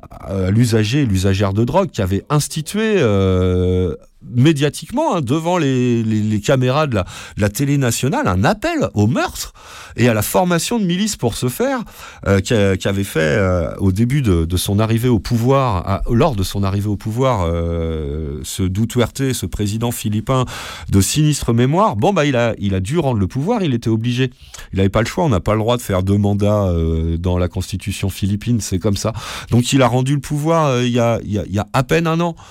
à l'usager, l'usagère de drogue, qui avait institué euh, médiatiquement, hein, devant les, les, les caméras de la, de la télé nationale, un appel au meurtre et à la formation de milices pour ce faire, euh, qui, a, qui avait fait euh, au début de, de son arrivée au pouvoir, à, lors de son arrivée au pouvoir, euh, ce Duterte, ce président philippin de sinistre mémoire. Bon bah il a, il a dû rendre le pouvoir, il était obligé. Il n'avait pas le choix, on n'a pas le droit de faire deux mandats euh, dans la constitution philippine, c'est comme ça. Donc il a rendu le pouvoir euh, il y a, il y a, il y a à peine un an.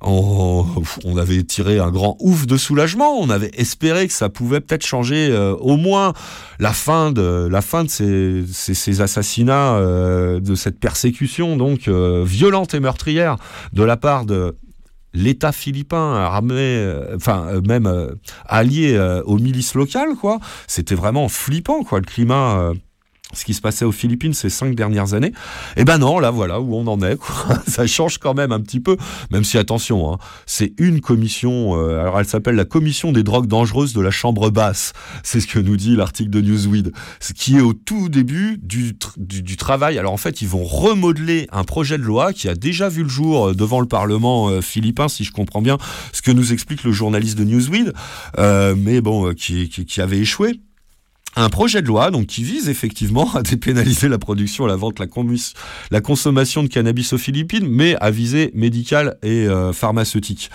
On, on avait tiré un grand ouf de soulagement, on avait espéré que ça pouvait peut-être changer euh, au moins la fin de, la fin de ces, ces, ces assassinats, euh, de cette persécution donc euh, violente et meurtrière de la part de l'État philippin armé, euh, enfin euh, même euh, allié euh, aux milices locales, quoi. C'était vraiment flippant, quoi, le climat. Euh, ce qui se passait aux Philippines ces cinq dernières années. Eh ben non, là voilà où on en est, quoi. Ça change quand même un petit peu, même si attention, hein, c'est une commission, euh, alors elle s'appelle la commission des drogues dangereuses de la chambre basse, c'est ce que nous dit l'article de Newsweek, ce qui est au tout début du, tr- du, du travail. Alors en fait, ils vont remodeler un projet de loi qui a déjà vu le jour devant le Parlement euh, philippin, si je comprends bien ce que nous explique le journaliste de Newsweek, euh, mais bon, euh, qui, qui, qui avait échoué. Un projet de loi donc qui vise effectivement à dépénaliser la production, la vente, la, commus- la consommation de cannabis aux Philippines, mais à visée médicale et euh, pharmaceutique.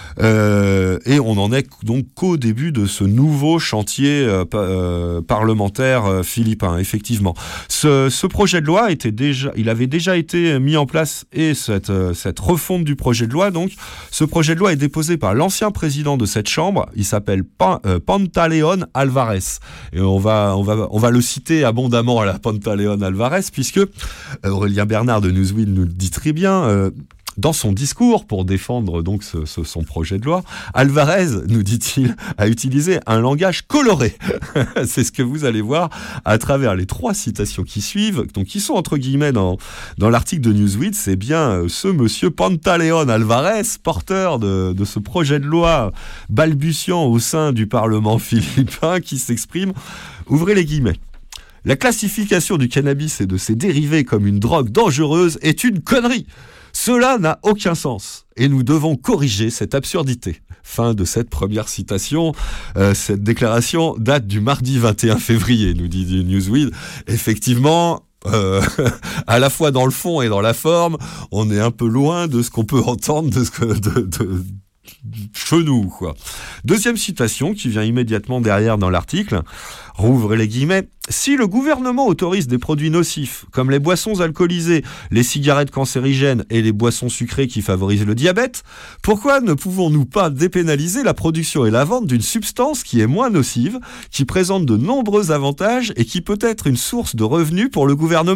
Euh, et on en est donc qu'au début de ce nouveau chantier euh, euh, parlementaire euh, philippin, effectivement. Ce, ce projet de loi était déjà, il avait déjà été mis en place, et cette, euh, cette refonte du projet de loi, donc, ce projet de loi est déposé par l'ancien président de cette chambre, il s'appelle Pan, euh, Pantaleón Alvarez. Et on va, on va, on va le citer abondamment à la Pantaleón Alvarez, puisque Aurélien Bernard de Newsweek nous le dit très bien, euh, dans son discours pour défendre donc ce, ce, son projet de loi, Alvarez, nous dit-il, a utilisé un langage coloré. C'est ce que vous allez voir à travers les trois citations qui suivent, donc qui sont entre guillemets dans, dans l'article de Newsweek. C'est bien ce monsieur Pantaleón Alvarez, porteur de, de ce projet de loi balbutiant au sein du Parlement philippin, qui s'exprime, ouvrez les guillemets. La classification du cannabis et de ses dérivés comme une drogue dangereuse est une connerie. Cela n'a aucun sens et nous devons corriger cette absurdité. Fin de cette première citation. Euh, cette déclaration date du mardi vingt et un février, nous dit Newsweek. Effectivement, euh, à la fois dans le fond et dans la forme, on est un peu loin de ce qu'on peut entendre de ce que... De, de, chenou, quoi. Deuxième citation qui vient immédiatement derrière dans l'article, rouvre les guillemets, si le gouvernement autorise des produits nocifs comme les boissons alcoolisées, les cigarettes cancérigènes et les boissons sucrées qui favorisent le diabète, pourquoi ne pouvons-nous pas dépénaliser la production et la vente d'une substance qui est moins nocive, qui présente de nombreux avantages et qui peut être une source de revenus pour le gouvernement ?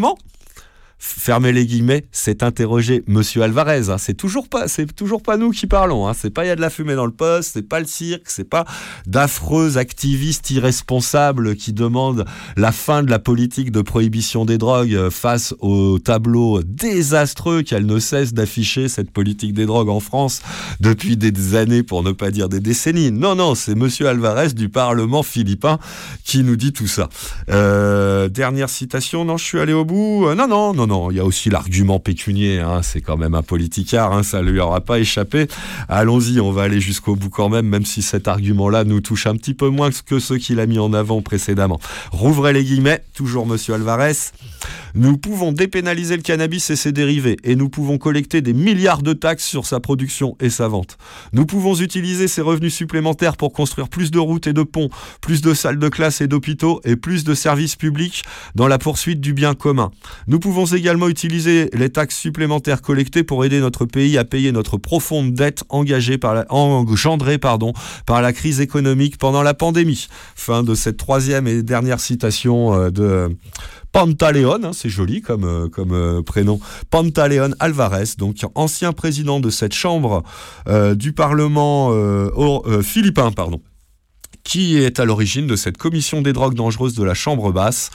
Fermez les guillemets, c'est interrogé Monsieur Alvarez. Hein. C'est toujours pas, c'est toujours pas nous qui parlons. Hein. C'est pas il y a de la fumée dans le poste, c'est pas le cirque, c'est pas d'affreux activistes irresponsables qui demandent la fin de la politique de prohibition des drogues face au tableau désastreux qu'elle ne cesse d'afficher, cette politique des drogues en France depuis des années, pour ne pas dire des décennies. Non, non, c'est Monsieur Alvarez du Parlement philippin qui nous dit tout ça. Euh, dernière citation. Non, je suis allé au bout. Euh, non, non, non. Non, il y a aussi l'argument pécunier, hein, c'est quand même un politicard, hein, ça ne lui aura pas échappé. Allons-y, on va aller jusqu'au bout quand même, même si cet argument-là nous touche un petit peu moins que ceux qu'il a mis en avant précédemment. Rouvrez les guillemets, toujours Monsieur Alvarez. Nous pouvons dépénaliser le cannabis et ses dérivés, et nous pouvons collecter des milliards de taxes sur sa production et sa vente. Nous pouvons utiliser ces revenus supplémentaires pour construire plus de routes et de ponts, plus de salles de classe et d'hôpitaux, et plus de services publics dans la poursuite du bien commun. Nous pouvons également utiliser les taxes supplémentaires collectées pour aider notre pays à payer notre profonde dette engagée par la, engendrée pardon, par la crise économique pendant la pandémie. Fin de cette troisième et dernière citation de Pantaleón, hein, c'est joli comme, euh, comme euh, prénom, Pantaleón Alvarez, donc ancien président de cette chambre euh, du Parlement euh, or, euh, philippin, pardon, qui est à l'origine de cette commission des drogues dangereuses de la chambre basse,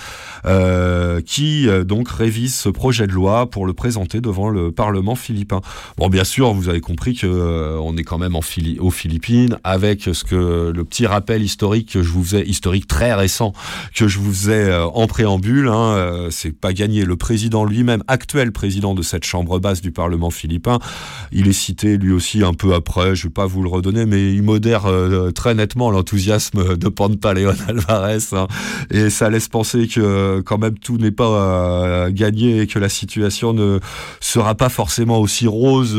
euh, qui euh, donc révise ce projet de loi pour le présenter devant le Parlement philippin. Bon, bien sûr, vous avez compris que euh, on est quand même en Phili- aux Philippines, avec ce que le petit rappel historique que je vous faisais, historique très récent, que je vous faisais euh, en préambule. Hein, euh, c'est pas gagné. Le président lui-même, actuel président de cette chambre basse du Parlement philippin, il est cité lui aussi un peu après. Je vais pas vous le redonner, mais il modère euh, très nettement l'enthousiasme de Pantaleón Alvarez, hein, et ça laisse penser que quand même tout n'est pas euh, gagné et que la situation ne sera pas forcément aussi rose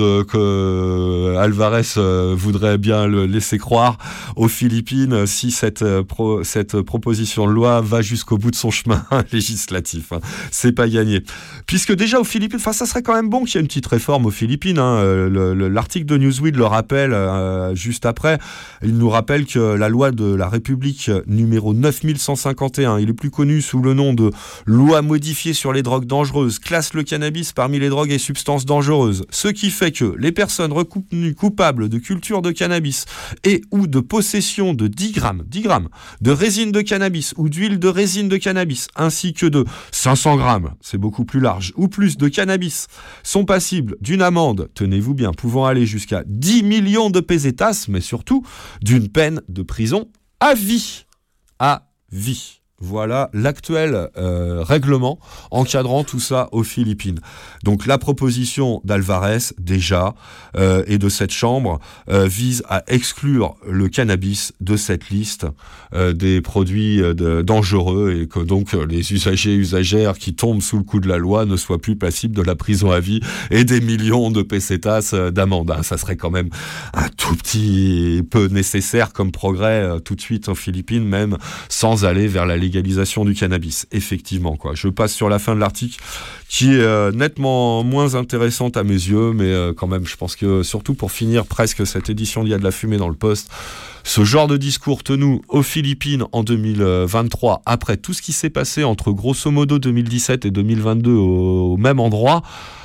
que Alvarez euh, voudrait bien le laisser croire aux Philippines si cette, euh, pro, cette proposition de loi va jusqu'au bout de son chemin législatif. Hein. C'est pas gagné. Puisque déjà aux Philippines, enfin ça serait quand même bon qu'il y ait une petite réforme aux Philippines. Hein. Le, le, l'article de Newsweek le rappelle euh, juste après. Il nous rappelle que la loi de la République numéro neuf mille cent cinquante et un, il est plus connu sous le nom de loi modifiée sur les drogues dangereuses, classe le cannabis parmi les drogues et substances dangereuses. Ce qui fait que les personnes reconnues coupables de culture de cannabis et ou de possession de dix grammes, dix grammes de résine de cannabis ou d'huile de résine de cannabis, ainsi que de cinq cents grammes, c'est beaucoup plus large, ou plus de cannabis, sont passibles d'une amende, tenez-vous bien, pouvant aller jusqu'à dix millions de pesetas, mais surtout d'une peine de prison à vie. À vie. Voilà l'actuel euh, règlement encadrant tout ça aux Philippines. Donc la proposition d'Alvarez, déjà, euh, et de cette chambre, euh, vise à exclure le cannabis de cette liste euh, des produits euh, de, dangereux et que donc euh, les usagers et usagères qui tombent sous le coup de la loi ne soient plus passibles de la prison à vie et des millions de pesetas euh, d'amende. Hein, ça serait quand même un tout petit peu nécessaire comme progrès euh, tout de suite aux Philippines, même sans aller vers la légalisation du cannabis, effectivement, quoi. Je passe sur la fin de l'article qui est euh, nettement moins intéressante à mes yeux, mais euh, quand même, je pense que surtout pour finir presque cette édition d'Il y a de la fumée dans le poste, ce genre de discours tenu aux Philippines en deux mille vingt-trois, après tout ce qui s'est passé entre grosso modo deux mille dix-sept et deux mille vingt-deux au, au même endroit,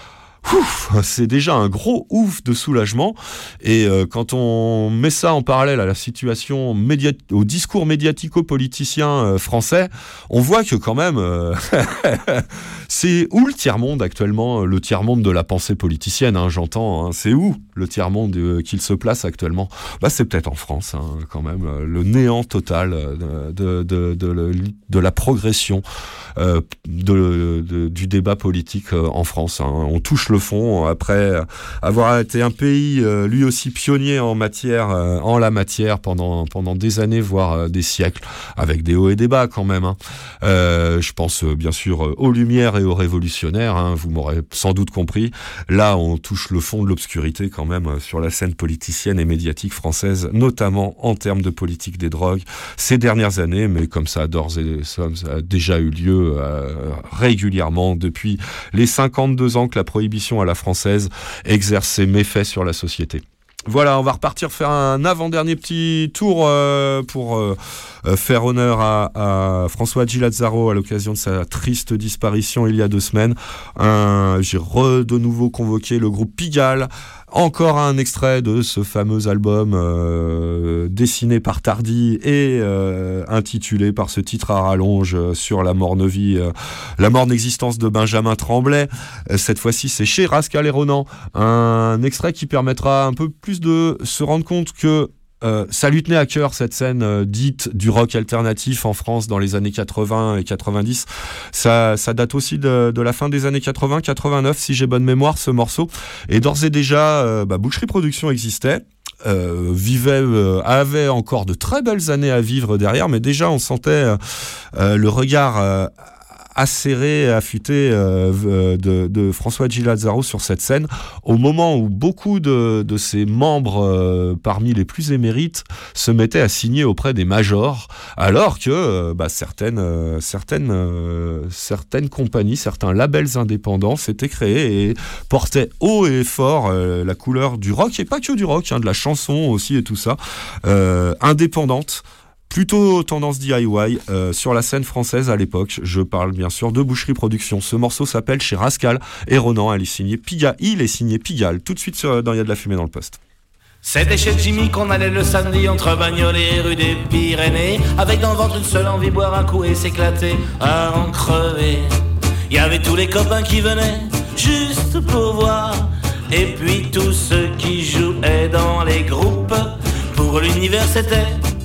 ouf, c'est déjà un gros ouf de soulagement. Et euh, quand on met ça en parallèle à la situation médiat- au discours médiatico-politicien euh, français, on voit que quand même euh, c'est où le tiers-monde actuellement, le tiers-monde de la pensée politicienne, hein, j'entends, hein, c'est où le tiers-monde euh, qu'il se place actuellement? Bah c'est peut-être en France, hein, quand même, euh, le néant total euh, de, de, de, de, de la progression euh, de, de, du débat politique euh, en France, hein. On touche le fond après avoir été un pays euh, lui aussi pionnier en matière, euh, en la matière pendant pendant des années voire euh, des siècles, avec des hauts et des bas quand même. Hein. Euh, je pense euh, bien sûr euh, aux Lumières et aux révolutionnaires. Hein, vous m'aurez sans doute compris. Là, on touche le fond de l'obscurité quand même euh, sur la scène politicienne et médiatique française, notamment en termes de politique des drogues ces dernières années. Mais comme ça, d'ores et ça a déjà eu lieu euh, régulièrement depuis les cinquante-deux ans que la prohibition à la française exerce ses méfaits sur la société. Voilà, on va repartir faire un avant-dernier petit tour euh, pour euh, faire honneur à, à François Gilazzaro à l'occasion de sa triste disparition il y a deux semaines. Un, j'ai re, de nouveau convoqué le groupe Pigalle. Encore un extrait de ce fameux album euh, dessiné par Tardy et euh, intitulé par ce titre à rallonge euh, sur la morne vie, euh, la morne existence de Benjamin Tremblay. Euh, cette fois-ci, c'est chez Rascal et Ronan. Un extrait qui permettra un peu plus de se rendre compte que Euh, ça lui tenait à cœur cette scène euh, dite du rock alternatif en France dans les années quatre-vingts et quatre-vingt-dix. Ça, ça date aussi de, de la fin des années quatre-vingts quatre-vingt-neuf si j'ai bonne mémoire, ce morceau. Et d'ores et déjà, euh, bah, Boucherie Productions existait. Euh, vivait, euh, avait encore de très belles années à vivre derrière, mais déjà on sentait euh, euh, le regard euh, acéré, affûté euh, de, de François Gilazzaro sur cette scène, au moment où beaucoup de, de ses membres, euh, parmi les plus émérites, se mettaient à signer auprès des majors, alors que euh, bah, certaines, euh, certaines, euh, certaines compagnies, certains labels indépendants s'étaient créés et portaient haut et fort euh, la couleur du rock, et pas que du rock, hein, de la chanson aussi et tout ça, euh, indépendante. Plutôt tendance D I Y euh, sur la scène française à l'époque. Je parle bien sûr de Boucherie Productions. Ce morceau s'appelle Chez Rascal et Ronan. Elle est signée Pigalle. Il est signé Pigalle. Tout de suite sur, dans Il y a de la fumée dans le poste. C'était chez Jimmy qu'on allait le samedi entre Bagnolet et rue des Pyrénées, avec dans le ventre une seule envie, boire un coup et s'éclater à en crever. Il y avait tous les copains qui venaient juste pour voir, et puis tous ceux qui jouaient dans les groupes. Pour l'univers c'était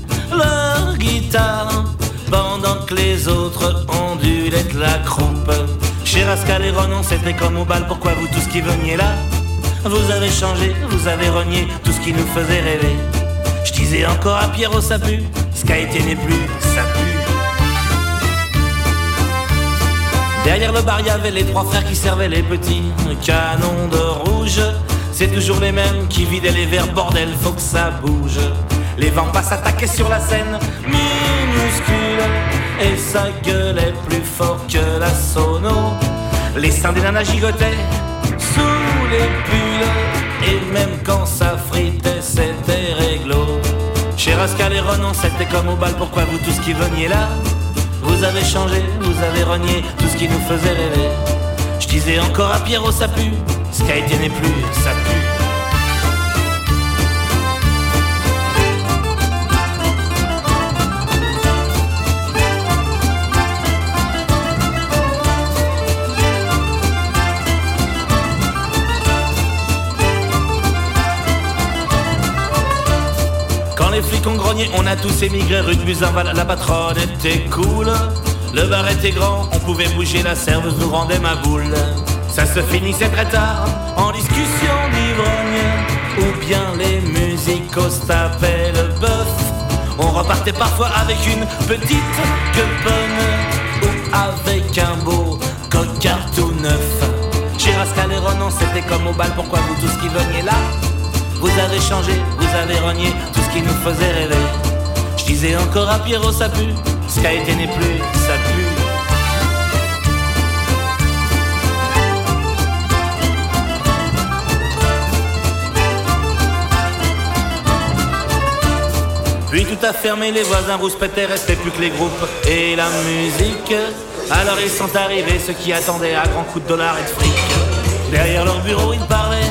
leur guitare, pendant que les autres ondulaient la croupe. Chez Rascal et Ronan c'était comme au bal. Pourquoi vous tous qui veniez là, vous avez changé, vous avez renié tout ce qui nous faisait rêver. Je disais encore à Pierrot ça pue, ce qu'a été n'est plus, ça pue. Derrière le bar y'avait les trois frères qui servaient les petits canons de rouge. C'est toujours les mêmes qui vidaient les verres, bordel faut que ça bouge. Les vents pas s'attaquaient sur la scène minuscule, et ça gueulait plus fort que la sono. Les seins des nanas gigotaient sous les pulls, et même quand ça fritait c'était réglo. Chez Rascal et Ronan, c'était comme au bal, pourquoi vous tous qui veniez là? Vous avez changé, vous avez renié tout ce qui nous faisait rêver. Je disais encore à Pierrot, ça pue, ce qui a été n'est plus, ça pue. Les flics ont grogné, on a tous émigré rue de Buzenval, la patronne était cool. Le bar était grand, on pouvait bouger, la serveuse nous rendait ma boule. Ça se finissait très tard, en discussion d'ivrognes, ou bien les musicos tapaient le bœuf. On repartait parfois avec une petite queponne, ou avec un beau cocard tout neuf. Chez Rascal et Ronan, c'était comme au bal, pourquoi vous tous qui veniez là? Vous avez changé, vous avez renié tout ce qui nous faisait rêver. Je disais encore à Pierrot, ça pue, ce qui a été n'est plus, ça pue. Puis tout a fermé, les voisins rouspétaient, restait plus que les groupes et la musique. Alors ils sont arrivés, ceux qui attendaient à grands coups de dollars et de fric. Derrière leur bureau, ils parlaient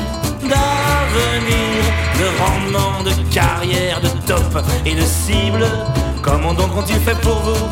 d'avenir, de rendement, de carrière, de top et de cible. Comment donc ont-ils fait pour vous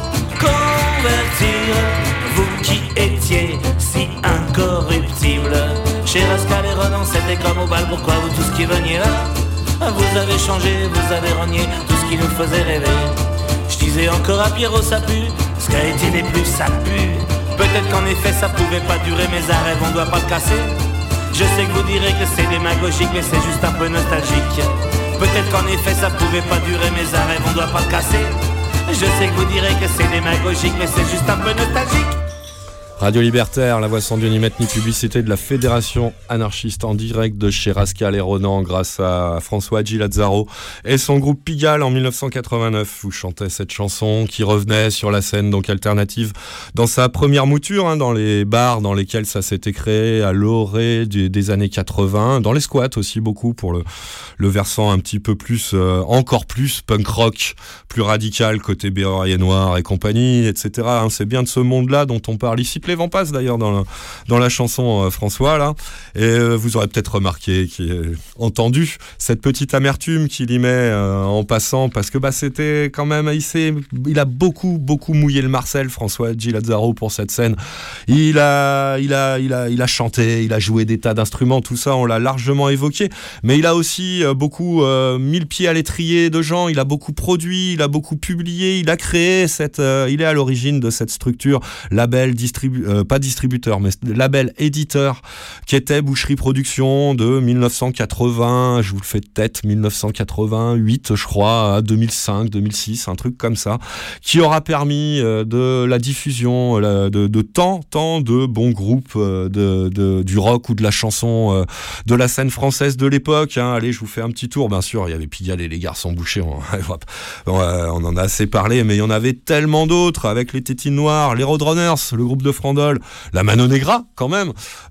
convertir, vous qui étiez si incorruptible? Chez Rascal et Ronan, c'était comme au bal, pourquoi vous tous qui veniez là? Vous avez changé, vous avez renié tout ce qui nous faisait rêver. Je disais encore à Pierrot, ça pue, ce qui a été n'est plus, ça pue. Peut-être qu'en effet ça pouvait pas durer, mais un rêve on doit pas le casser. Je sais que vous direz que c'est démagogique, mais c'est juste un peu nostalgique. Peut-être qu'en effet ça pouvait pas durer, mais un rêve on doit pas le casser. Je sais que vous direz que c'est démagogique, mais c'est juste un peu nostalgique. Radio Libertaire, la voix sans Dieu ni maître ni publicité de la Fédération anarchiste en direct de chez Rascal et Ronan grâce à François Hadji Lazzaro et son groupe Pigalle en dix-neuf cent quatre-vingt-neuf où chantait cette chanson qui revenait sur la scène donc alternative dans sa première mouture, hein, dans les bars dans lesquels ça s'était créé à l'orée des, des années quatre-vingts, dans les squats aussi beaucoup pour le, le versant un petit peu plus, euh, encore plus punk rock, plus radical côté Béraillé Noir et compagnie, et cetera. Hein, c'est bien de ce monde-là dont on parle ici. Vent passe d'ailleurs dans la, dans la chanson euh, François là, et euh, vous aurez peut-être remarqué, qui, euh, entendu cette petite amertume qu'il y met euh, en passant, parce que bah c'était quand même, il, s'est, il a beaucoup beaucoup mouillé le Marcel, François Hadji Lazzaro, pour cette scène. Il a, il a, il a, il a chanté, il a joué des tas d'instruments, tout ça on l'a largement évoqué, mais il a aussi euh, beaucoup euh, mis le pied à l'étrier de gens, il a beaucoup produit, il a beaucoup publié, il a créé cette, euh, il est à l'origine de cette structure label distribution. Euh, pas distributeur, mais label éditeur, qui était Boucherie Productions de dix-neuf cent quatre-vingts, je vous le fais de tête, dix-neuf cent quatre-vingt-huit, je crois, à deux mille cinq, deux mille six, un truc comme ça, qui aura permis euh, de la diffusion euh, de, de tant, tant de bons groupes euh, de, de, du rock ou de la chanson euh, de la scène française de l'époque. Hein. Allez, je vous fais un petit tour, bien sûr, il y avait Pigalle et les Garçons Bouchés, on, on, on en a assez parlé, mais il y en avait tellement d'autres, avec les Tétines Noires, les Roadrunners, le groupe de Frandol, la Mano Negra quand même,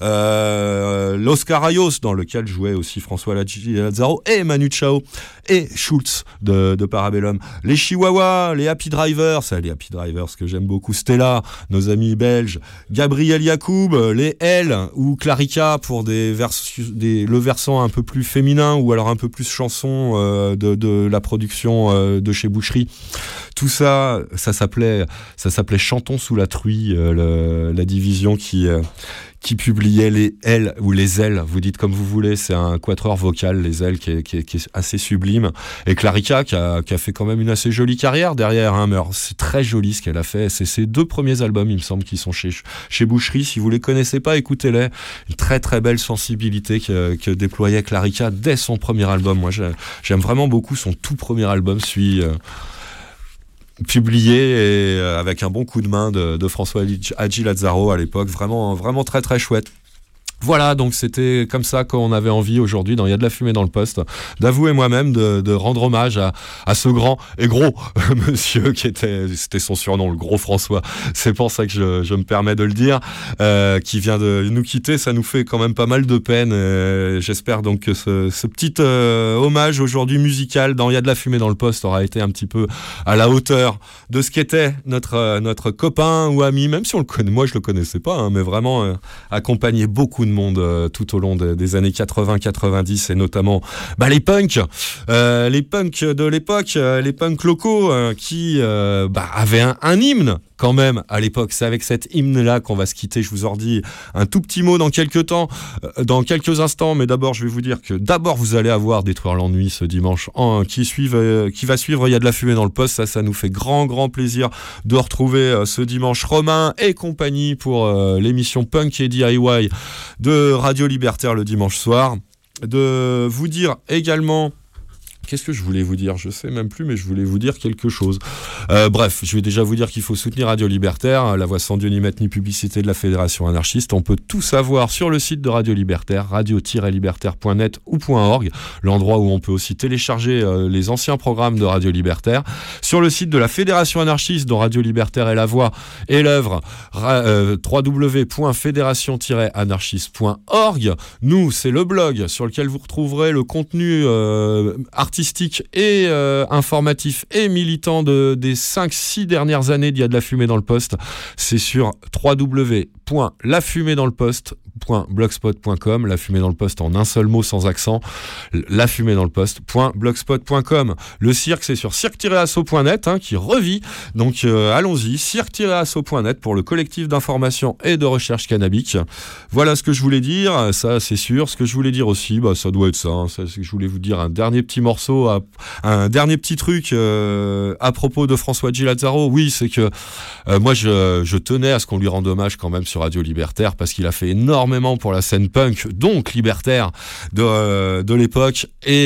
euh, Los Carayos dans lequel jouait aussi François Hadji Lazzaro et Manu Chao et Schultz de, de Parabellum, les Chihuahuas, les Happy Drivers, c'est les Happy Drivers que j'aime beaucoup, Stella, nos amis belges, Gabriel Yacoub, les L ou Clarica pour des vers, des, le versant un peu plus féminin ou alors un peu plus chanson euh, de, de la production euh, de chez Boucherie. Tout ça, ça s'appelait, ça s'appelait Chantons sous la truie, euh, le, la division qui, euh, qui publiait les L ou les L, vous dites comme vous voulez, c'est un quatuor vocal, les L, qui est, qui est, qui est assez sublime. Et Clarica, qui a, qui a fait quand même une assez jolie carrière derrière, hein, mais alors, c'est très joli ce qu'elle a fait. C'est ses deux premiers albums, il me semble, qui sont chez, chez Boucherie. Si vous les connaissez pas, écoutez-les. Une très très belle sensibilité que, que déployait Clarica dès son premier album. Moi, j'aime vraiment beaucoup son tout premier album, celui... Euh, publié et avec un bon coup de main de, de François Hadji Lazzaro à l'époque, vraiment, vraiment très très chouette. Voilà, donc c'était comme ça qu'on avait envie aujourd'hui, dans Il y a de la fumée dans le poste, d'avouer moi-même, de, de rendre hommage à, à ce grand et gros monsieur qui était, c'était son surnom, le gros François. C'est pour ça que je, je me permets de le dire, euh, qui vient de nous quitter. Ça nous fait quand même pas mal de peine. Euh, j'espère donc que ce, ce petit euh, hommage aujourd'hui musical dans Il y a de la fumée dans le poste aura été un petit peu à la hauteur de ce qu'était notre, euh, notre copain ou ami, même si on le connaît. Moi, je le connaissais pas, hein, mais vraiment euh, accompagné beaucoup de monde euh, tout au long de, des années quatre-vingts quatre-vingt-dix et notamment bah, les punks euh, les punks de l'époque, euh, les punks locaux euh, qui euh, bah, avaient un, un hymne quand même à l'époque. C'est avec cet hymne là qu'on va se quitter. Je vous en redis un tout petit mot dans quelques temps, euh, dans quelques instants, mais d'abord je vais vous dire que d'abord vous allez avoir Détruire l'ennui ce dimanche en, qui, suivent, euh, qui va suivre Il y a de la fumée dans le poste. Ça, ça nous fait grand grand plaisir de retrouver euh, ce dimanche Romain et compagnie pour euh, l'émission Punk et D I Y de Radio Libertaire le dimanche soir. De vous dire également... Qu'est-ce que je voulais vous dire ? Je sais même plus, mais je voulais vous dire quelque chose. Euh, bref, je vais déjà vous dire qu'il faut soutenir Radio Libertaire, la voix sans Dieu ni maître ni publicité de la Fédération anarchiste. On peut tout savoir sur le site de Radio Libertaire, radio tiret libertaire point net ou .org, l'endroit où on peut aussi télécharger euh, les anciens programmes de Radio Libertaire. Sur le site de la Fédération anarchiste, dont Radio Libertaire est la voix et l'œuvre, euh, w w w point fédération tiret anarchiste point org. Nous, c'est le blog sur lequel vous retrouverez le contenu euh, artistique artistique et euh, informatif et militant de, des cinq six dernières années d'Il y a de la fumée dans le poste. C'est sur w w w point la fumée dans le poste point blogspot point com, la fumée dans le poste en un seul mot sans accent, la fumée dans le poste point blogspot point com. Le cirque, c'est sur cirque tiret asso point net hein, qui revit, donc euh, allons-y, cirque tiret asso point net pour le collectif d'information et de recherche cannabique. Voilà ce que je voulais dire, ça c'est sûr. Ce que je voulais dire aussi, bah, ça doit être ça, hein. Ça c'est que je voulais vous dire un dernier petit morceau, à, un dernier petit truc euh, à propos de François G. Lazzaro. Oui, c'est que euh, moi je, je tenais à ce qu'on lui rende hommage quand même sur Radio Libertaire, parce qu'il a fait énormément pour la scène punk, donc libertaire de, euh, de l'époque,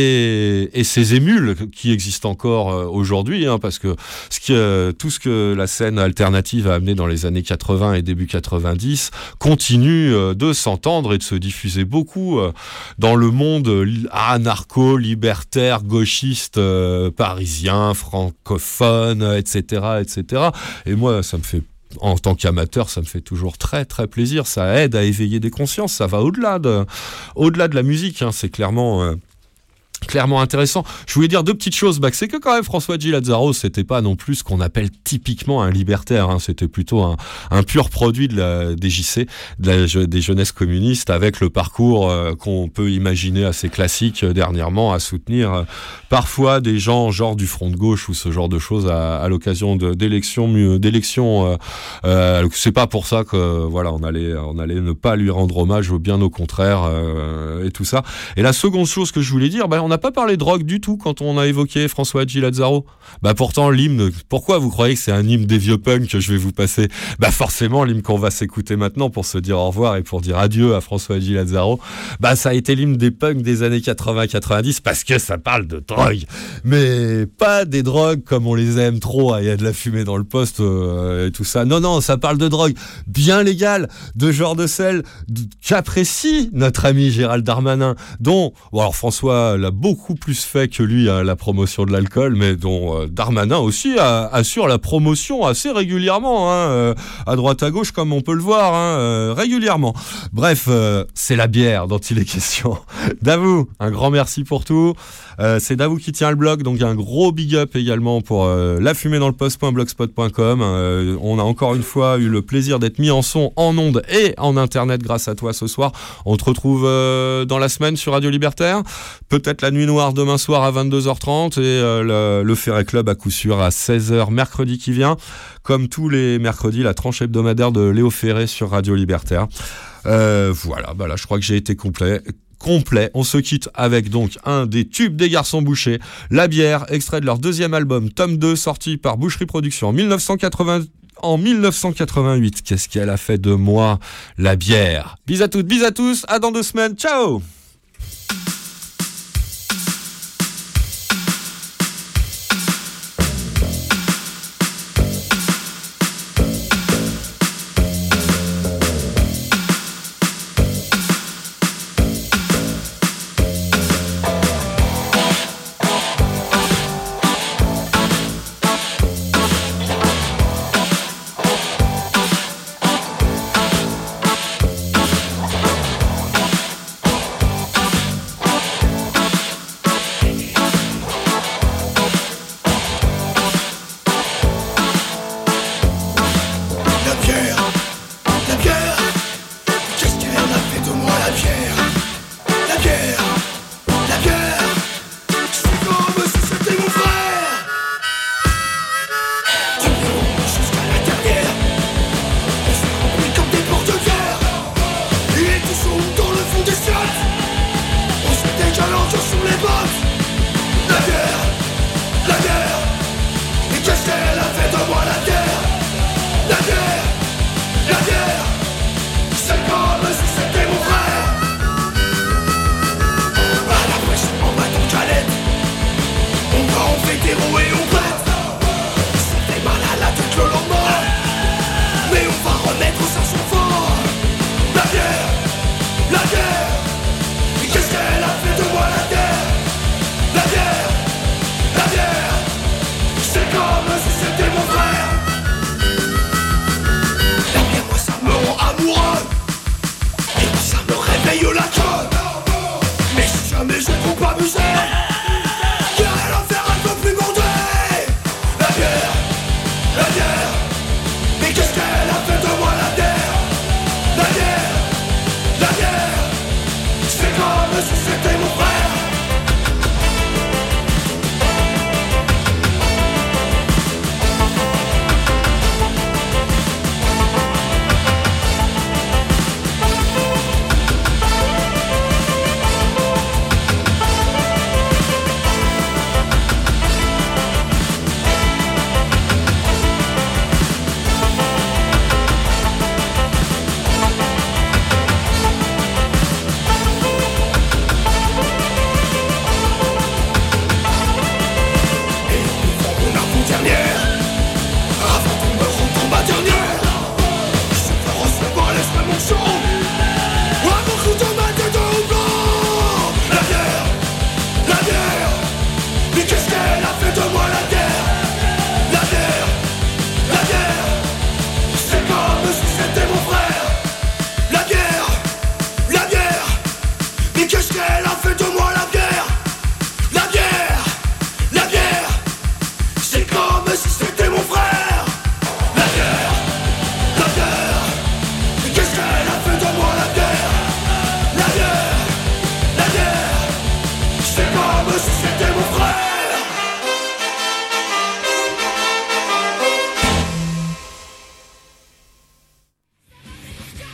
et, et ces émules qui existent encore euh, aujourd'hui, hein, parce que, ce qui, euh, tout ce que la scène alternative a amené dans les années quatre-vingts et début quatre-vingt-dix continue euh, de s'entendre et de se diffuser beaucoup euh, dans le monde anarcho, libertaire, gauchiste, euh, parisien, francophone, et cetera, et cetera. Et moi, ça me fait en tant qu'amateur, ça me fait toujours très très plaisir. Ça aide à éveiller des consciences. Ça va au-delà de, au-delà de la musique. Hein. C'est clairement... Euh, clairement intéressant. Je voulais dire deux petites choses, bah, c'est que quand même François G. Lazzaro, c'était pas non plus ce qu'on appelle typiquement un libertaire, hein. C'était plutôt un, un pur produit de la, des J C, de la, des jeunesses communistes, avec le parcours euh, qu'on peut imaginer assez classique euh, dernièrement, à soutenir euh, parfois des gens genre du front de gauche ou ce genre de choses à, à l'occasion de, d'élections, d'élections euh, euh, c'est pas pour ça que voilà, on allait, on allait ne pas lui rendre hommage, bien au contraire, euh, et tout ça. Et la seconde chose que je voulais dire, bah, on n'a pas parlé de drogue du tout quand on a évoqué François G. Lazzaro. Bah pourtant l'hymne, pourquoi vous croyez que c'est un hymne des vieux punks que je vais vous passer ? Bah forcément l'hymne qu'on va s'écouter maintenant pour se dire au revoir et pour dire adieu à François G. Lazzaro, bah ça a été l'hymne des punks des années quatre-vingts quatre-vingt-dix, parce que ça parle de drogue, mais pas des drogues comme on les aime trop, il y a de la fumée dans le poste euh, et tout ça. Non non, ça parle de drogue bien légale, de genre de celle qu'apprécie notre ami Gérald Darmanin, dont bon, alors François l'a beaucoup plus fait que lui à la promotion de l'alcool, mais dont euh, Darmanin aussi a, assure la promotion assez régulièrement, hein, euh, à droite à gauche comme on peut le voir, hein, euh, régulièrement. Bref, euh, c'est la bière dont il est question. Davou, un grand merci pour tout. Euh, c'est Davou qui tient le blog, donc un gros big up également pour euh, la fumée dans le poste point blogspot point com. Euh, on a encore une fois eu le plaisir d'être mis en son, en ondes et en internet grâce à toi ce soir. On te retrouve euh, dans la semaine sur Radio Libertaire, peut-être la nuit noire demain soir à vingt-deux heures trente, et euh, le, le Ferret Club à coup sûr à seize heures mercredi qui vient, comme tous les mercredis, la tranche hebdomadaire de Léo Ferré sur Radio Libertaire. Euh, voilà, bah là je crois que j'ai été complet. complet. On se quitte avec donc un des tubes des Garçons Bouchers, La Bière, extrait de leur deuxième album, tome deux, sorti par Boucherie Productions en dix-neuf cent quatre-vingts. En dix-neuf cent quatre-vingt-huit, qu'est-ce qu'elle a fait de moi, La Bière. Bis à toutes, bis à tous, à dans deux semaines, ciao.